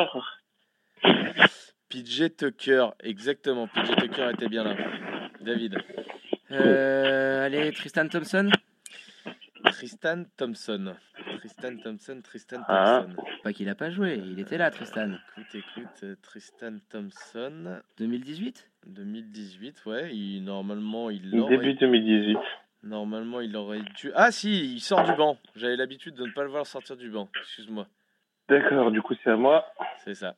PJ Tucker, exactement. PJ Tucker était bien là. David. Allez, Tristan Thompson. Tristan Thompson. Pas qu'il a pas joué, il était là, Tristan. Écoute, Tristan Thompson. 2018 2018, ouais. Début 2018. Normalement, il aurait dû... Ah si, il sort du banc. J'avais l'habitude de ne pas le voir sortir du banc. Excuse-moi. D'accord, du coup, c'est à moi. C'est ça.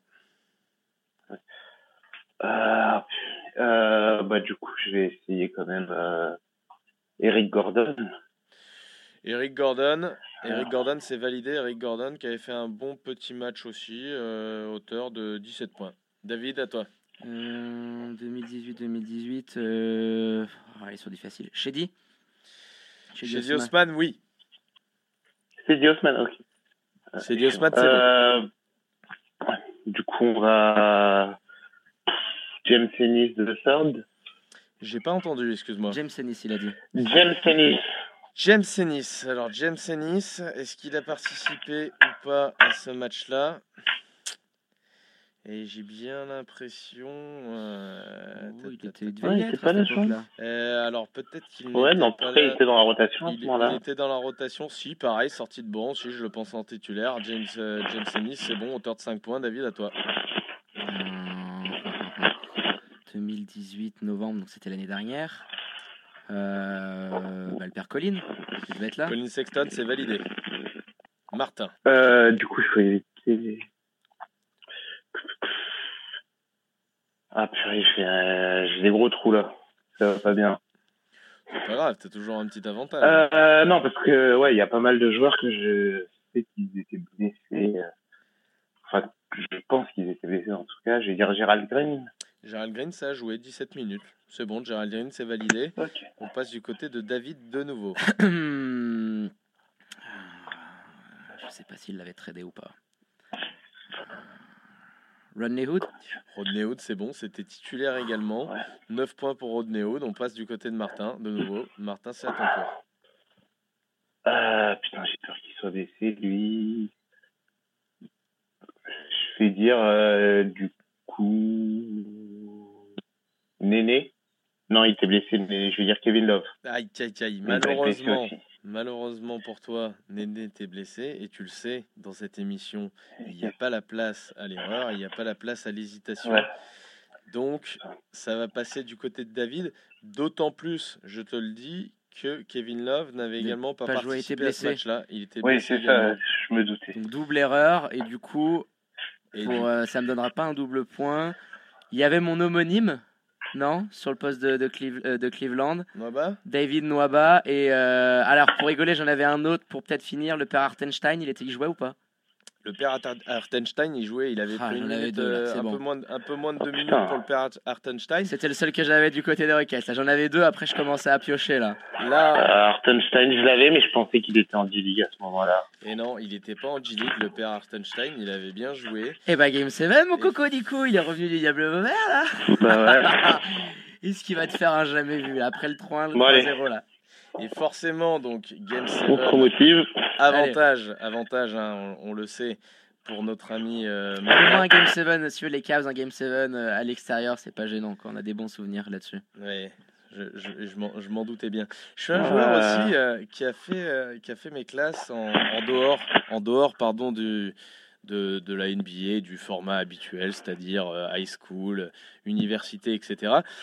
Du coup, je vais essayer quand même Eric Gordon. Eric Gordon, c'est validé. Eric Gordon qui avait fait un bon petit match aussi, auteur de 17 points. David, à toi. 2018. Ils sont difficiles. Shady Osman, oui. Shady Osman, ok. Shady Osman, c'est bon. Du coup, on va... James Ennis de Third. J'ai pas entendu, excuse-moi. James Ennis, il a dit. James Ennis. Alors, James Ennis, est-ce qu'il a participé ou pas à ce match-là ? Et j'ai bien l'impression... il devait être à cette époque-là. Alors, peut-être qu'il il était dans la rotation à ce moment-là. Il était dans la rotation, si, pareil, sorti de banc, si, je le pense en titulaire. James Ennis, c'est bon, auteur de 5 points. David, à toi. 2018, novembre, donc c'était l'année dernière. Le père Colin, il devait être là. Colin Sexton, c'est validé. Martin. Du coup, il faut éviter... Purée, j'ai des gros trous là. Ça va pas bien. C'est pas grave, t'as toujours un petit avantage. Non, parce que il y a pas mal de joueurs que je sais qu'ils étaient blessés. Enfin, je pense qu'ils étaient blessés en tout cas. Je vais dire Gerald Green. Gerald Green, ça a joué 17 minutes. C'est bon, Gerald Green, c'est validé. Okay. On passe du côté de David de nouveau. Je sais pas s'il l'avait tradé ou pas. Rodney Hood, c'est bon, c'était titulaire également. Ouais. 9 points pour Rodney Hood. On passe du côté de Martin, de nouveau. Martin, c'est à ton tour. Putain, j'ai peur qu'il soit blessé, lui. Je vais dire, du coup... Néné. Non, il était blessé, mais je vais dire Kevin Love. Aïe. Malheureusement pour toi, Néné était blessé. Et tu le sais, dans cette émission, il n'y a pas la place à l'erreur, il n'y a pas la place à l'hésitation. Ouais. Donc, ça va passer du côté de David. D'autant plus, je te le dis, que Kevin Love n'avait également pas participé à ce match-là. Il était blessé. Oui, c'est ça, je me doutais. Donc, double erreur. Et du coup, ça me donnera pas un double point. Il y avait mon homonyme, non, sur le poste de Cleveland. Nwaba. David Nwaba. Et alors, pour rigoler, j'en avais un autre pour peut-être finir. Le père Hartenstein, il jouait ou pas? Le père Hartenstein, il jouait, il avait pris une minute, un peu moins de 2 minutes pour le père Hartenstein. C'était le seul que j'avais du côté des Rockets. Là, j'en avais 2, après je commençais à piocher là. Hartenstein, je l'avais, mais je pensais qu'il était en G-League à ce moment-là. Et non, il n'était pas en G-League, le père Hartenstein, il avait bien joué. Et Game 7, mon coco, du coup, il est revenu du Diable Vauvert là. Ouais. Est-ce qu'il va te faire un jamais vu là, après le 3-1, le 3-0 là? Et forcément, donc, Game 7, avantage, hein, on le sait, pour notre ami un Game 7, si les Cavs, un Game 7 à l'extérieur, c'est pas gênant, quoi. On a des bons souvenirs là-dessus. Oui, je m'en doutais bien. Je suis un joueur aussi qui a fait mes classes en dehors de la NBA, du format habituel, c'est-à-dire high school, université, etc.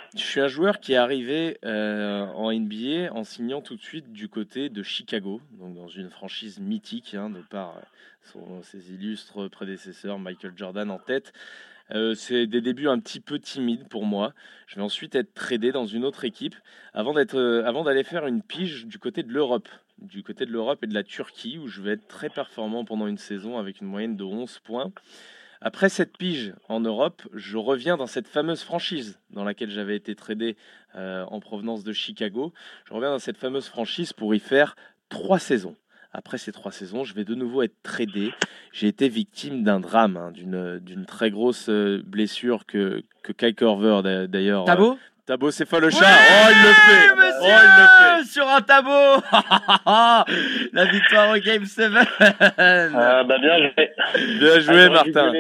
Je suis un joueur qui est arrivé en NBA en signant tout de suite du côté de Chicago, donc dans une franchise mythique de par ses illustres prédécesseurs, Michael Jordan en tête. C'est des débuts un petit peu timides pour moi. Je vais ensuite être tradé dans une autre équipe avant d'aller faire une pige du côté de l'Europe. Du côté de l'Europe et de la Turquie, où je vais être très performant pendant une saison avec une moyenne de 11 points. Après cette pige en Europe, je reviens dans cette fameuse franchise dans laquelle j'avais été tradé en provenance de Chicago. Je reviens dans cette fameuse franchise pour y faire 3 saisons. Après ces 3 saisons, je vais de nouveau être tradé. J'ai été victime d'un drame, d'une très grosse blessure que Kyle Korver d'ailleurs. Thabo Sefolosha. Ouais, il le fait. Monsieur, Il le fait. sur un Thabo. La victoire au Game 7. Bien joué. Bien joué, Martin.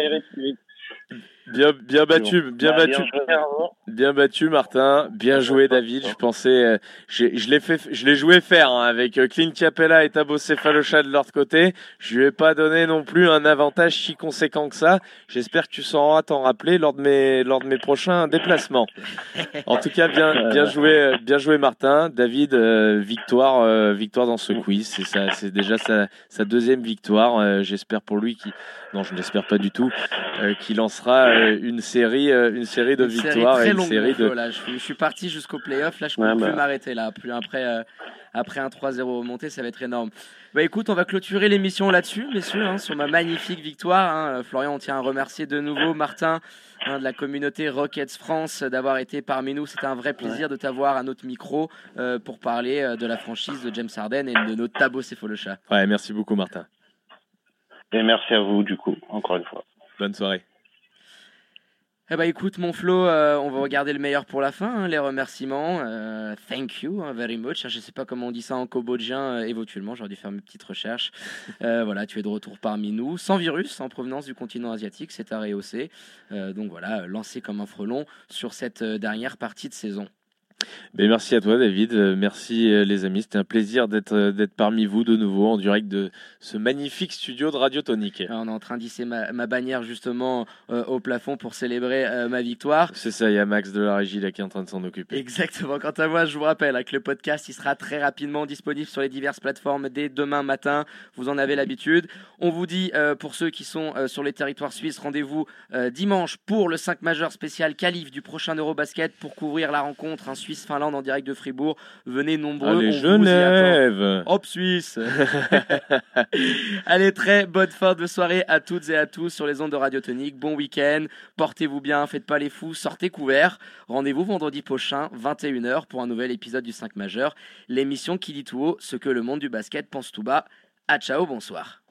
Bien battu, bien battu, Martin. Bien joué, David. Je pensais, je l'ai joué faire avec Clint Capella et Thabo Sefolosha de l'autre côté. Je lui ai pas donné non plus un avantage si conséquent que ça. J'espère que tu sauras t'en rappeler lors de mes prochains déplacements. En tout cas, bien joué, Martin. David, victoire dans ce quiz. C'est déjà sa deuxième victoire. J'espère pour lui non, je n'espère pas du tout qu'il lancera une série de victoires et une série de. Là, je suis parti jusqu'au play-off. Là, je peux plus m'arrêter là. Plus après un 3-0 remonté, ça va être énorme. Bah écoute, on va clôturer l'émission là-dessus, messieurs, sur ma magnifique victoire. Florian, on tient à remercier de nouveau Martin de la communauté Rockets France d'avoir été parmi nous. C'était un vrai plaisir de t'avoir à notre micro pour parler de la franchise de James Harden et de notre Thabo Sefolosha. Ouais, merci beaucoup, Martin. Et merci à vous, du coup, encore une fois. Bonne soirée. Eh ben écoute mon Flo, on va regarder le meilleur pour la fin, les remerciements. Thank you very much. Je sais pas comment on dit ça en cambodgien éventuellement, j'aurais dû faire mes petites recherches. Voilà, tu es de retour parmi nous, sans virus, en provenance du continent asiatique, c'est à rehausser. Donc voilà, lancé comme un frelon sur cette dernière partie de saison. Merci à toi, David. Merci les amis, c'était un plaisir d'être parmi vous de nouveau en direct de ce magnifique studio de Radio Tonique. On est en train d'hisser ma bannière justement au plafond pour célébrer ma victoire. C'est ça, il y a Max de la régie là qui est en train de s'en occuper. Exactement. Quant à moi, je vous rappelle que le podcast il sera très rapidement disponible sur les diverses plateformes dès demain matin. Vous en avez l'habitude. On vous dit pour ceux qui sont sur les territoires suisses, rendez-vous dimanche pour le 5 majeur spécial qualif du prochain Eurobasket pour couvrir la rencontre Suisse-Finlande en direct de Fribourg. Venez nombreux. Allez, Genève. Hop, Suisse. Allez, très bonne fin de soirée à toutes et à tous sur les ondes de Radio Tonique. Bon week-end. Portez-vous bien. Faites pas les fous. Sortez couverts. Rendez-vous vendredi prochain, 21h, pour un nouvel épisode du 5 majeur. L'émission qui dit tout haut ce que le monde du basket pense tout bas. À ciao, bonsoir.